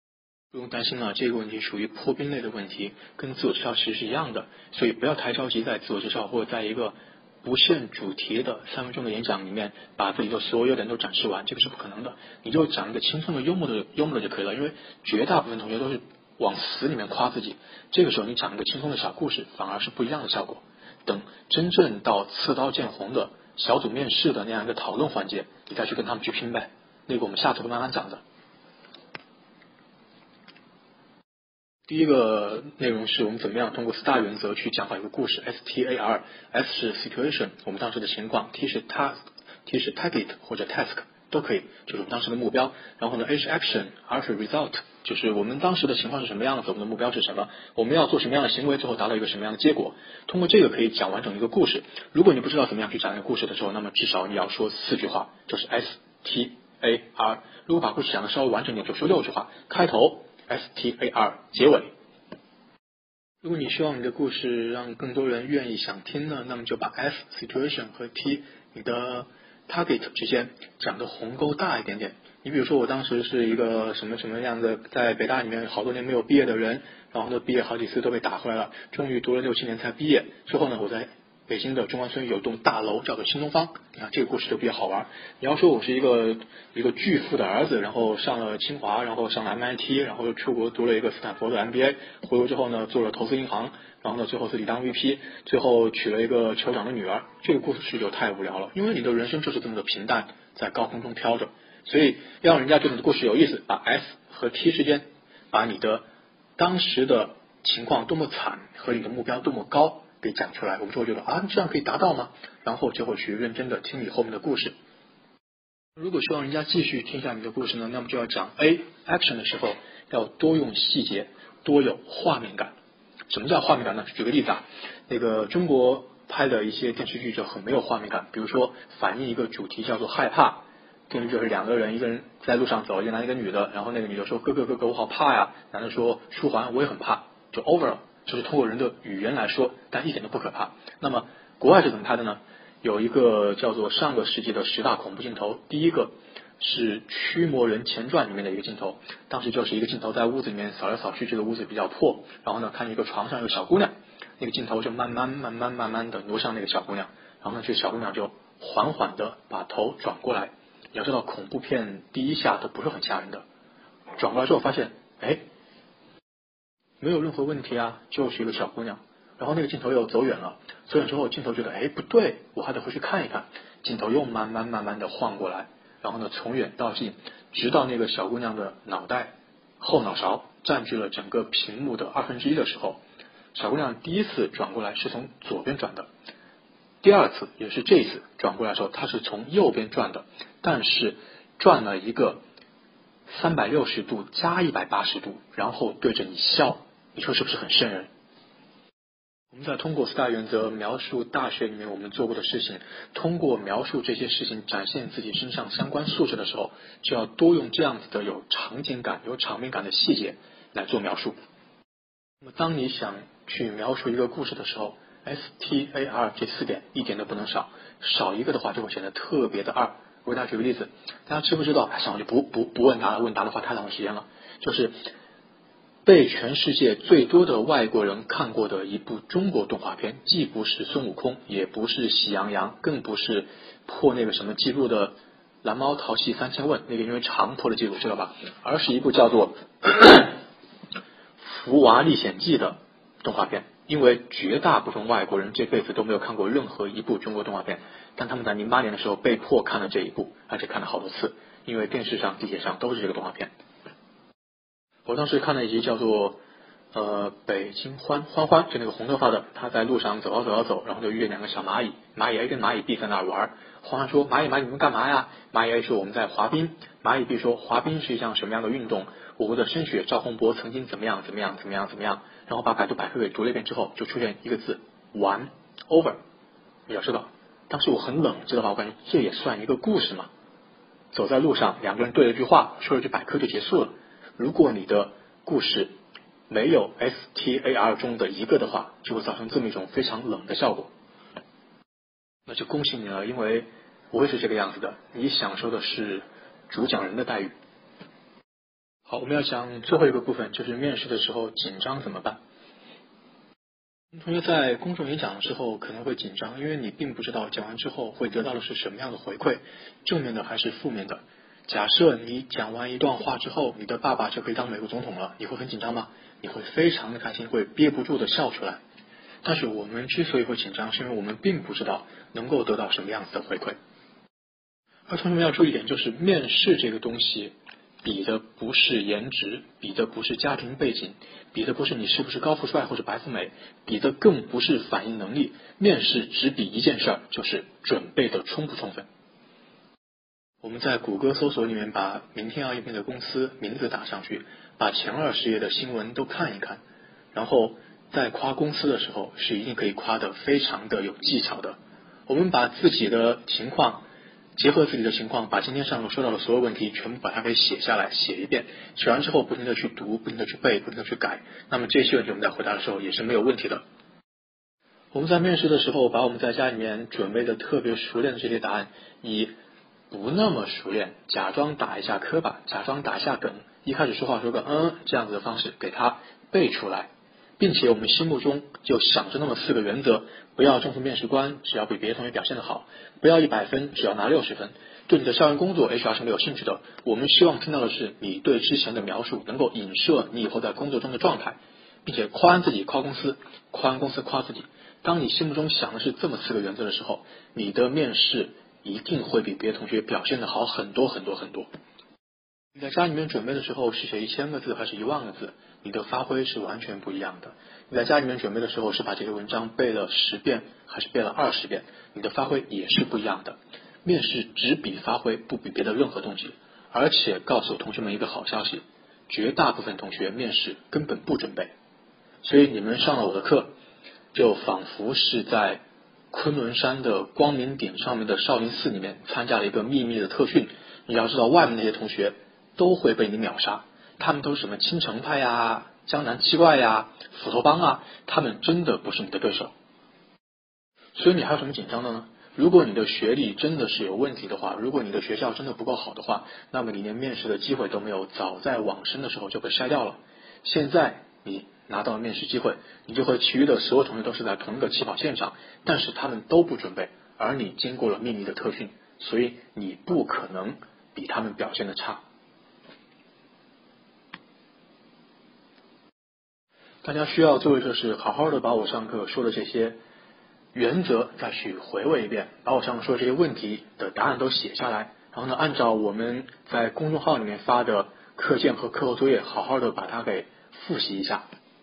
不用担心了，这个问题属于破冰类的问题，跟自我介绍其实是一样的，所以不要太着急在自我介绍或者在一个不限主题的3分钟的演讲里面把自己的所有点都展示完，这个是不可能的。你就讲一个轻松的幽默的就可以了，因为绝大部分同学都是往死里面夸自己，这个时候你讲一个轻松的小故事反而是不一样的效果。等真正到刺刀见红的小组面试的那样一个讨论环节，你再去跟他们去拼呗，那个我们下次会慢慢讲的。第一个内容是我们怎么样通过4大原则去讲好一个故事。 STAR，S 是 situation， 我们当时的情况， T 是 task，T 是 target 或者 task 都可以，就是我们当时的目标。然后呢 A 是 action，R 是 result， 就是我们当时的情况是什么样子，我们的目标是什么，我们要做什么样的行为，最后达到一个什么样的结果。通过这个可以讲完整一个故事。如果你不知道怎么样去讲一个故事的时候，那么至少你要说4句话，就是 STAR。 如果把故事讲的稍微完整点，就说6句话，开头STAR， 结尾。如果你希望你的故事让更多人愿意想听呢，那么就把 S situation 和 T 你的 target 之间讲的鸿沟大一点点。你比如说我当时是一个什么样的在北大里面好多年没有毕业的人，然后呢毕业好几次都被打回来了，终于读了6、7年才毕业。之后呢我在北京的中关村有栋大楼叫做新东方，你看这个故事就比较好玩。你要说我是一个巨富的儿子，然后上了清华，然后上了 MIT， 然后又出国读了一个斯坦福的 MBA， 回国之后呢做了投资银行，然后呢最后自己当 VP， 最后娶了一个酋长的女儿，这个故事就太无聊了，因为你的人生就是这么的平淡，在高空中飘着。所以要让人家觉得你的故事有意思，把 S 和 T 之间把你的当时的情况多么惨和你的目标多么高给讲出来，我们就会觉得啊，这样可以达到吗？然后就会去认真的听你后面的故事。如果希望人家继续听下你的故事呢，那么就要讲 A action 的时候要多用细节，多有画面感。什么叫画面感呢？举个例子啊，那个中国拍的一些电视剧就很没有画面感，比如说反映一个主题叫做害怕，电视剧是2个人，一个人在路上走，一个男一个女的，然后那个女的说哥哥我好怕呀，男的说舒缓我也很怕，就 over 了，就是通过人的语言来说，但一点都不可怕。那么国外是怎么拍的呢？有一个叫做上个世纪的10大恐怖镜头，第一个是《驱魔人前传》里面的一个镜头，当时就是一个镜头在屋子里面扫来扫去，这个屋子比较破，然后呢看见一个床上有个小姑娘，那个镜头就慢慢的挪向那个小姑娘，然后呢这个小姑娘就缓缓的把头转过来。你要知道恐怖片第一下都不是很吓人的，转过来之后发现没有任何问题啊，就是一个小姑娘。然后那个镜头又走远了，走远之后镜头觉得不对，我还得回去看一看，镜头又慢慢的晃过来，然后呢从远到近，直到那个小姑娘的脑袋后脑勺占据了整个屏幕的1/2的时候，小姑娘第一次转过来是从左边转的，第二次也是这一次转过来的时候她是从右边转的，但是转了一个360度加180度，然后对着你笑，你说是不是很瘆人？我们在通过4大原则描述大学里面我们做过的事情，通过描述这些事情展现自己身上相关素质的时候，就要多用这样子的有场景感有场面感的细节来做描述。那么当你想去描述一个故事的时候， STAR 这4点一点都不能少，少一个的话就会显得特别的二。我给大家举个例子，大家知不知道，算了，就不问答了，问答的话太浪费时间了，就是被全世界最多的外国人看过的一部中国动画片，既不是孙悟空，也不是喜羊羊，更不是破那个什么记录的蓝猫淘气3000问，那个因为长破了记录知道吧，而是一部叫做福娃历险记的动画片。因为绝大部分外国人这辈子都没有看过任何一部中国动画片，但他们在08年的时候被迫看了这一部，而且看了好多次，因为电视上地铁上都是这个动画片。我当时看了一集叫做北京欢，就那个红头发的，他在路上走，然后就遇见2个小蚂蚁，蚂蚁 A 跟蚂蚁 B 在那儿玩，欢说蚂蚁你们干嘛呀？蚂蚁 A 说我们在滑冰，蚂蚁 B 说滑冰是一项什么样的运动，我国的申雪赵宏博曾经怎么样，然后把百度百科给读了一遍之后，就出现一个字完 over。 你要知道当时我很冷知道吧，我感觉这也算一个故事嘛，走在路上2个人对了句话，说了句百科就结束了。如果你的故事没有 STAR 中的一个的话，就会造成这么一种非常冷的效果。那就恭喜你了，因为不会是这个样子的，你享受的是主讲人的待遇。 好，我们要讲最后一个部分，就是面试的时候紧张怎么办。同学在公众演讲的时候可能会紧张，因为你并不知道讲完之后会得到的是什么样的回馈，正面的还是负面的。假设你讲完一段话之后，你的爸爸就可以当美国总统了，你会很紧张吗？你会非常的开心，会憋不住的笑出来。但是我们之所以会紧张，是因为我们并不知道能够得到什么样子的回馈。而同学们要注意一点，就是面试这个东西比的不是颜值，比的不是家庭背景，比的不是你是不是高富帅或者白富美，比的更不是反应能力。面试只比一件事儿，就是准备的充不充分。我们在谷歌搜索里面把明天要应聘的公司名字打上去，把前20页的新闻都看一看，然后在夸公司的时候是一定可以夸得非常的有技巧的。我们把自己的情况结合自己的情况，把今天上课说到的所有问题全部把它给写下来，写一遍，写完之后不停的去读，不停的去背，不停的去改，那么这些问题我们在回答的时候也是没有问题的。我们在面试的时候把我们在家里面准备的特别熟练的这些答案，以不那么熟练，假装打一下磕巴，假装打一下梗，一开始说话说个这样子的方式给它背出来，并且我们心目中就想着那么4个原则：不要重视面试官，只要比别的同学表现得好；不要100分，只要拿60分。对你的校园工作 HR 是没有兴趣的，我们希望听到的是你对之前的描述能够影射你以后在工作中的状态，并且夸完自己夸公司，夸完公司夸自己。当你心目中想的是这么4个原则的时候，你的面试一定会比别的同学表现得好很多很多很多。你在家里面准备的时候是写1000个字还是10000个字，你的发挥是完全不一样的。你在家里面准备的时候是把这个文章背了10遍还是背了20遍，你的发挥也是不一样的。面试只比发挥，不比别的任何东西。而且告诉同学们一个好消息，绝大部分同学面试根本不准备，所以你们上了我的课就仿佛是在昆仑山的光明顶上面的少林寺里面参加了一个秘密的特训。你要知道外面那些同学都会被你秒杀，他们都是什么青城派呀、江南七怪呀、斧头帮啊，他们真的不是你的对手。所以你还有什么紧张的呢？如果你的学历真的是有问题的话，如果你的学校真的不够好的话，那么你连面试的机会都没有，早在往生的时候就被筛掉了。现在你拿到了面试机会，你就和其余的所有同学都是在同一个起跑线上，但是他们都不准备，而你经过了秘密的特训，所以你不可能比他们表现的差。大家需要做的就是好好的把我上课说的这些原则再去回味一遍，把我上课说的这些问题的答案都写下来，然后呢，按照我们在公众号里面发的课件和课后作业，好好的把它给复习一下。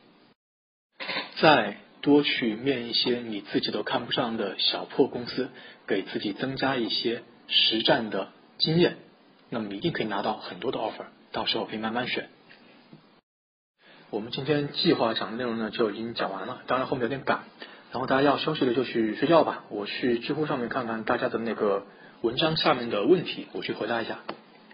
再多去面一些你自己都看不上的小破公司，给自己增加一些实战的经验，那么你一定可以拿到很多的 offer， 到时候可以慢慢选。我们今天计划讲的内容呢就已经讲完了，当然后面有点赶，然后大家要休息的就去睡觉吧。我去知乎上面看看大家的那个文章下面的问题，我去回答一下。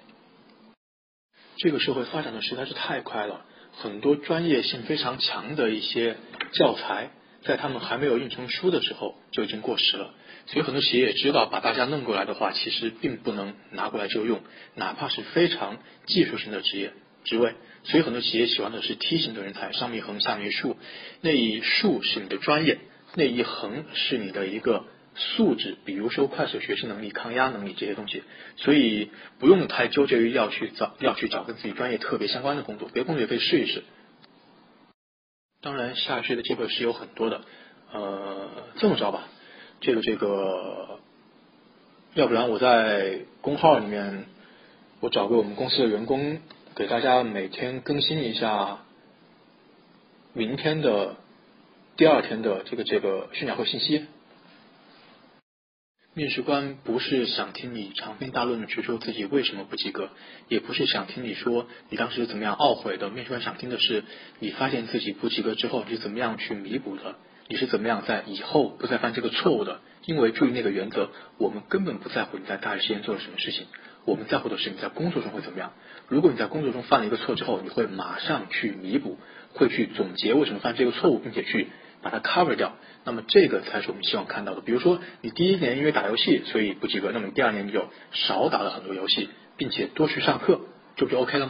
这个社会发展的实在是太快了，很多专业性非常强的一些教材在他们还没有印成书的时候就已经过时了，所以很多企业也知道把大家弄过来的话其实并不能拿过来就用，哪怕是非常技术性的职位，所以很多企业喜欢的是梯形的人才，上面一横下面一竖，那一竖是你的专业，那一横是你的一个素质，比如说快速学习能力、抗压能力这些东西，所以不用太纠结于要去找跟自己专业特别相关的工作，别的工作也可以试一试。当然下学的机会是有很多的，这么着吧，这个要不然我在公号里面我找个我们公司的员工给大家每天更新一下明天的第2天的这个训讲会信息。面试官不是想听你长篇大论的去说自己为什么不及格，也不是想听你说你当时怎么样懊悔的，面试官想听的是你发现自己不及格之后你是怎么样去弥补的，你是怎么样在以后不再犯这个错误的。因为注意那个原则，我们根本不在乎你在大学期间做了什么事情，我们在乎的是你在工作中会怎么样。如果你在工作中犯了一个错之后，你会马上去弥补，会去总结为什么犯这个错误，并且去把它 cover 掉，那么这个才是我们希望看到的。比如说你第1年因为打游戏所以不及格，那么你第2年你就少打了很多游戏，并且多去上课，这不就 OK 了吗？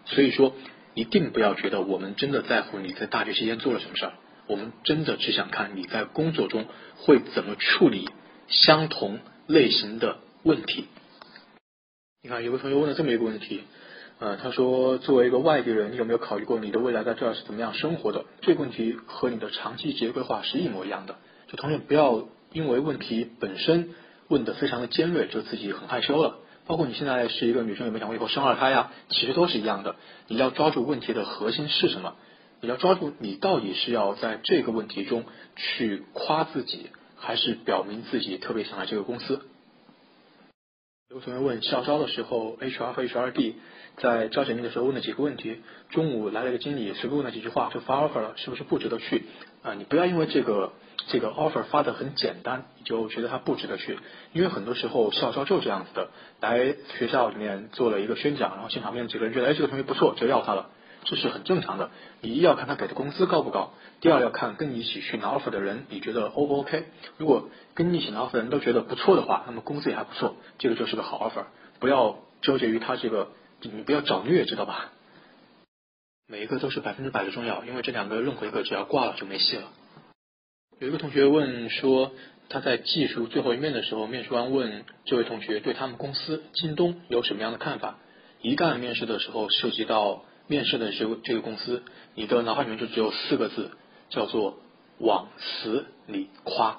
所以说一定不要觉得我们真的在乎你在大学期间做了什么事儿，我们真的只想看你在工作中会怎么处理相同类型的问题。你看有个同学问了这么一个问题，他说作为一个外地人，你有没有考虑过你的未来在这儿是怎么样生活的？这个问题和你的长期职业规划是一模一样的。就同学不要因为问题本身问得非常的尖锐就自己很害羞了。包括你现在是一个女生，有没有想过以后生二胎呀？其实都是一样的。你要抓住问题的核心是什么？你要抓住你到底是要在这个问题中去夸自己，还是表明自己特别想来这个公司？有同学问校招的时候 HR 和 HRD 在招简历的时候问了几个问题，中午来了一个经理随便问了几句话就发 offer 了，是不是不值得去？你不要因为这个 offer 发得很简单你就觉得它不值得去，因为很多时候校招就这样子的，来学校里面做了一个宣讲，然后现场面几个人觉得这个同学不错就要他了，这是很正常的。你一要看他给的工资高不高，第二要看跟你一起去拿 offer 的人你觉得 O 不 OK， 如果跟你一起拿 offer 的人都觉得不错的话，那么工资也还不错，这个就是个好 offer。不要纠结于他这个，你不要找虐，知道吧？每一个都是100%的重要，因为这两个任何一个只要挂了就没戏了。有一个同学问说，他在技术最后一面的时候，面试官问这位同学对他们公司京东有什么样的看法。一旦面试的时候涉及到面试的这个公司，你的脑海里面就只有4个字，叫做往死里夸。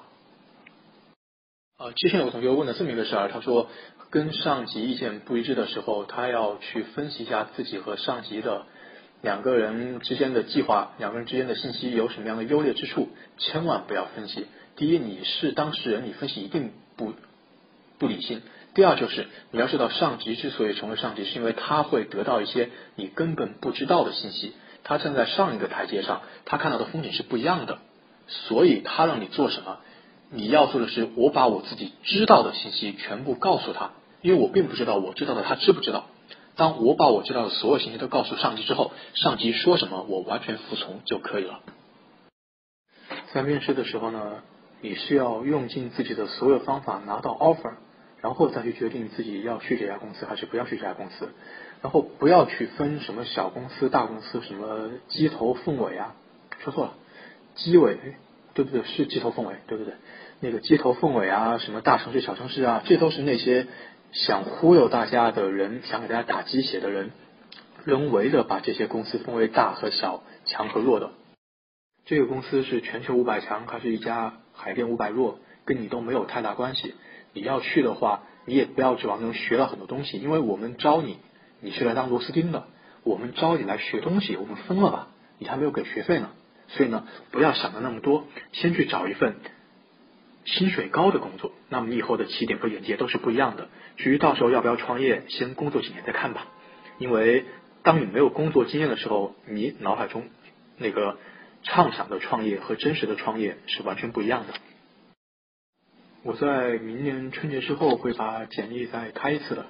之前有个同学问了这么一个事儿，他说跟上级意见不一致的时候，他要去分析一下自己和上级的两个人之间的计划，两个人之间的信息有什么样的优劣之处，千万不要分析。第一，你是当事人，你分析一定不理性。第二，就是你要知道上级之所以成为上级，是因为他会得到一些你根本不知道的信息，他站在上一个台阶上，他看到的风景是不一样的，所以他让你做什么，你要做的是我把我自己知道的信息全部告诉他，因为我并不知道我知道的他知不知道。当我把我知道的所有信息都告诉上级之后，上级说什么我完全服从就可以了。在面试的时候呢，你是要用尽自己的所有方法拿到 offer， 然后再去决定自己要去这家公司还是不要去这家公司。然后不要去分什么小公司大公司，什么鸡头凤尾啊，说错了，鸡尾，对不对？是鸡头凤尾，对不对？那个鸡头凤尾啊，什么大城市小城市啊，这都是那些想忽悠大家的人，想给大家打鸡血的人人为的把这些公司分为大和小，强和弱的。这个公司是全球500强还是一家海淀500弱，跟你都没有太大关系。你要去的话，你也不要指望能学到很多东西，因为我们招你，你是来当螺丝钉的，我们招你来学东西，我们分了吧，你还没有给学费呢。所以呢，不要想的那么多，先去找一份薪水高的工作，那么你以后的起点和眼界都是不一样的。至于到时候要不要创业，先工作几年再看吧。因为当你没有工作经验的时候，你脑海中那个畅想的创业和真实的创业是完全不一样的。我在明年春节之后会把简历再开一次的。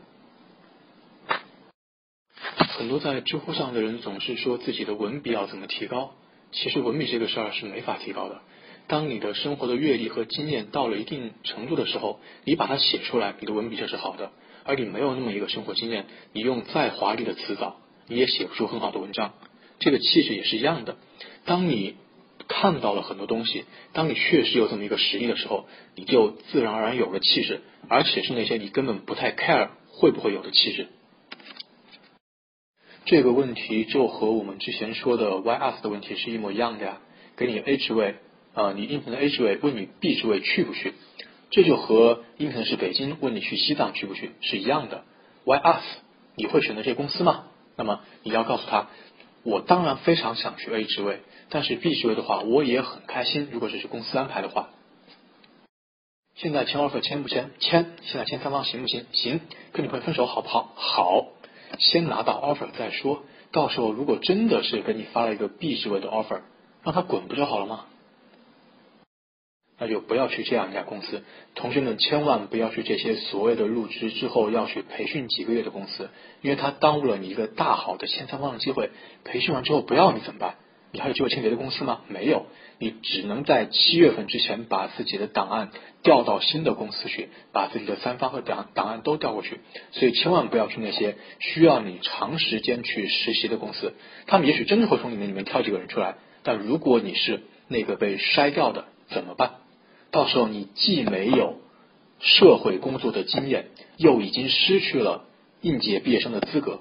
很多在知乎上的人总是说自己的文笔要怎么提高，其实文笔这个事儿是没法提高的。当你的生活的阅历和经验到了一定程度的时候，你把它写出来，你的文笔就是好的。而你没有那么一个生活经验，你用再华丽的词藻，你也写不出很好的文章。这个气质也是一样的。当你看到了很多东西，当你确实有这么一个实力的时候，你就自然而然有了气质，而且是那些你根本不太 care 会不会有的气质。这个问题就和我们之前说的 why us 的问题是一模一样的呀。给你 A 职位，你应聘的 A 职位问你 B 职位去不去，这就和应聘的是北京问你去西藏去不去是一样的。why us 你会选择这个公司吗？那么你要告诉他，我当然非常想去 A 职位，但是 B 职位的话我也很开心，如果这是公司安排的话。现在签 offer 签不签？签。现在签3方行不行？行。跟女朋友分手好不好？好。先拿到 offer 再说，到时候如果真的是给你发了一个 B 职位的 offer， 让他滚不就好了吗？那就不要去这样一家公司。同学们千万不要去这些所谓的入职之后要去培训几个月的公司，因为它耽误了你一个大好的签3方的机会。培训完之后不要你怎么办？ 你还有机会签别的公司吗？没有，你只能在7月份之前把自己的档案调到新的公司去，把自己的3方和档案都调过去。所以千万不要去那些需要你长时间去实习的公司，他们也许真的会从里面挑几个人出来，但如果你是那个被筛掉的怎么办？到时候你既没有社会工作的经验，又已经失去了应届毕业生的资格。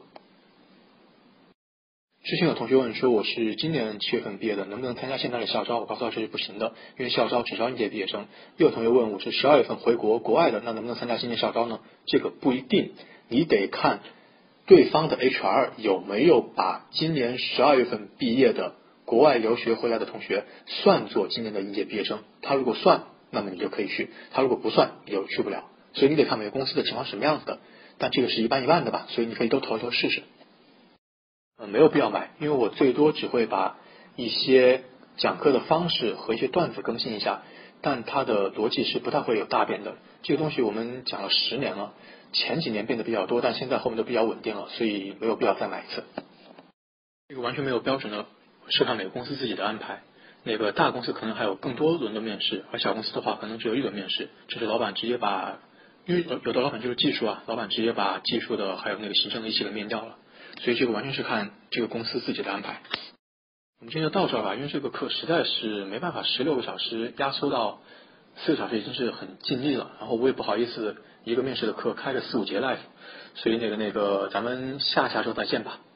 之前有同学问说，我是今年7月份毕业的，能不能参加现在的校招？我告诉他这是不行的，因为校招只招应届毕业生。又有同学问，我是12月份回国外的，那能不能参加今年校招呢？这个不一定，你得看对方的 HR 有没有把今年12月份毕业的国外留学回来的同学算作今年的应届毕业生。他如果算，那么你就可以去；他如果不算，你就去不了。所以你得看每个公司的情况是什么样子的，但这个是一半一半的吧，所以你可以都投一投试试。没有必要买，因为我最多只会把一些讲课的方式和一些段子更新一下，但它的逻辑是不太会有大变的。这个东西我们讲了10年了，前几年变得比较多，但现在后面都比较稳定了，所以没有必要再买一次。这个完全没有标准的，是看每个公司自己的安排。那个大公司可能还有更多轮的面试，而小公司的话可能只有1轮面试，这是老板直接把，因为有的老板就是技术啊，老板直接把技术的还有那个行政的一起给面掉了。所以这个完全是看这个公司自己的安排。我们今天就到这儿吧，因为这个课实在是没办法16个小时压缩到4个小时，已经是很尽力了。然后我也不好意思一个面试的课开个4、5节 live， 所以那个咱们下周再见吧。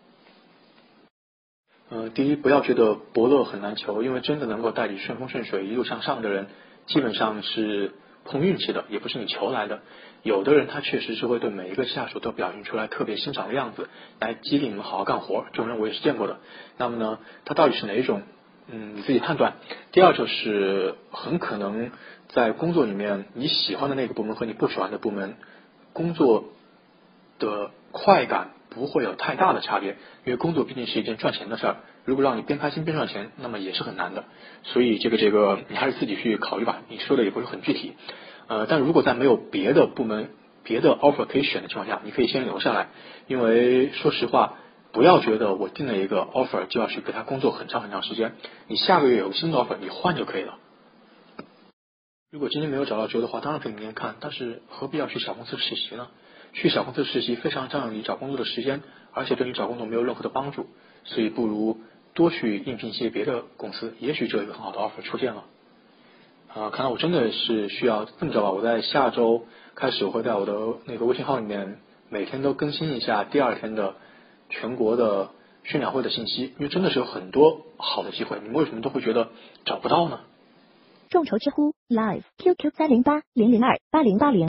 第一，不要觉得伯乐很难求，因为真的能够带你顺风顺水一路向上的人，基本上是碰运气的，也不是你求来的。有的人他确实是会对每一个下属都表现出来特别欣赏的样子，来激励你们好好干活，这种人我也是见过的。那么呢，他到底是哪一种？你自己判断。第二就是很可能在工作里面，你喜欢的那个部门和你不喜欢的部门，工作的快感不会有太大的差别，因为工作毕竟是一件赚钱的事儿，如果让你边开心边赚钱，那么也是很难的。所以这个你还是自己去考虑吧，你说的也不是很具体。但如果在没有别的部门、别的 offer 可以选的情况下，你可以先留下来，因为说实话，不要觉得我定了一个 offer 就要去给他工作很长时间，你下个月有新的 offer 你换就可以了。如果今天没有找到job的话，当然可以明年看，但是何必要去小公司实习呢？去小公司实习非常占用你找工作的时间，而且对你找工作没有任何的帮助，所以不如多去应聘一些别的公司，也许就有一个很好的 offer 出现了。看来我真的是需要这么着吧，我在下周开始我会在我的那个微信号里面每天都更新一下第2天的全国的宣讲会的信息，因为真的是有很多好的机会，你们为什么都会觉得找不到呢？ 众筹知乎 Live QQ 30800288080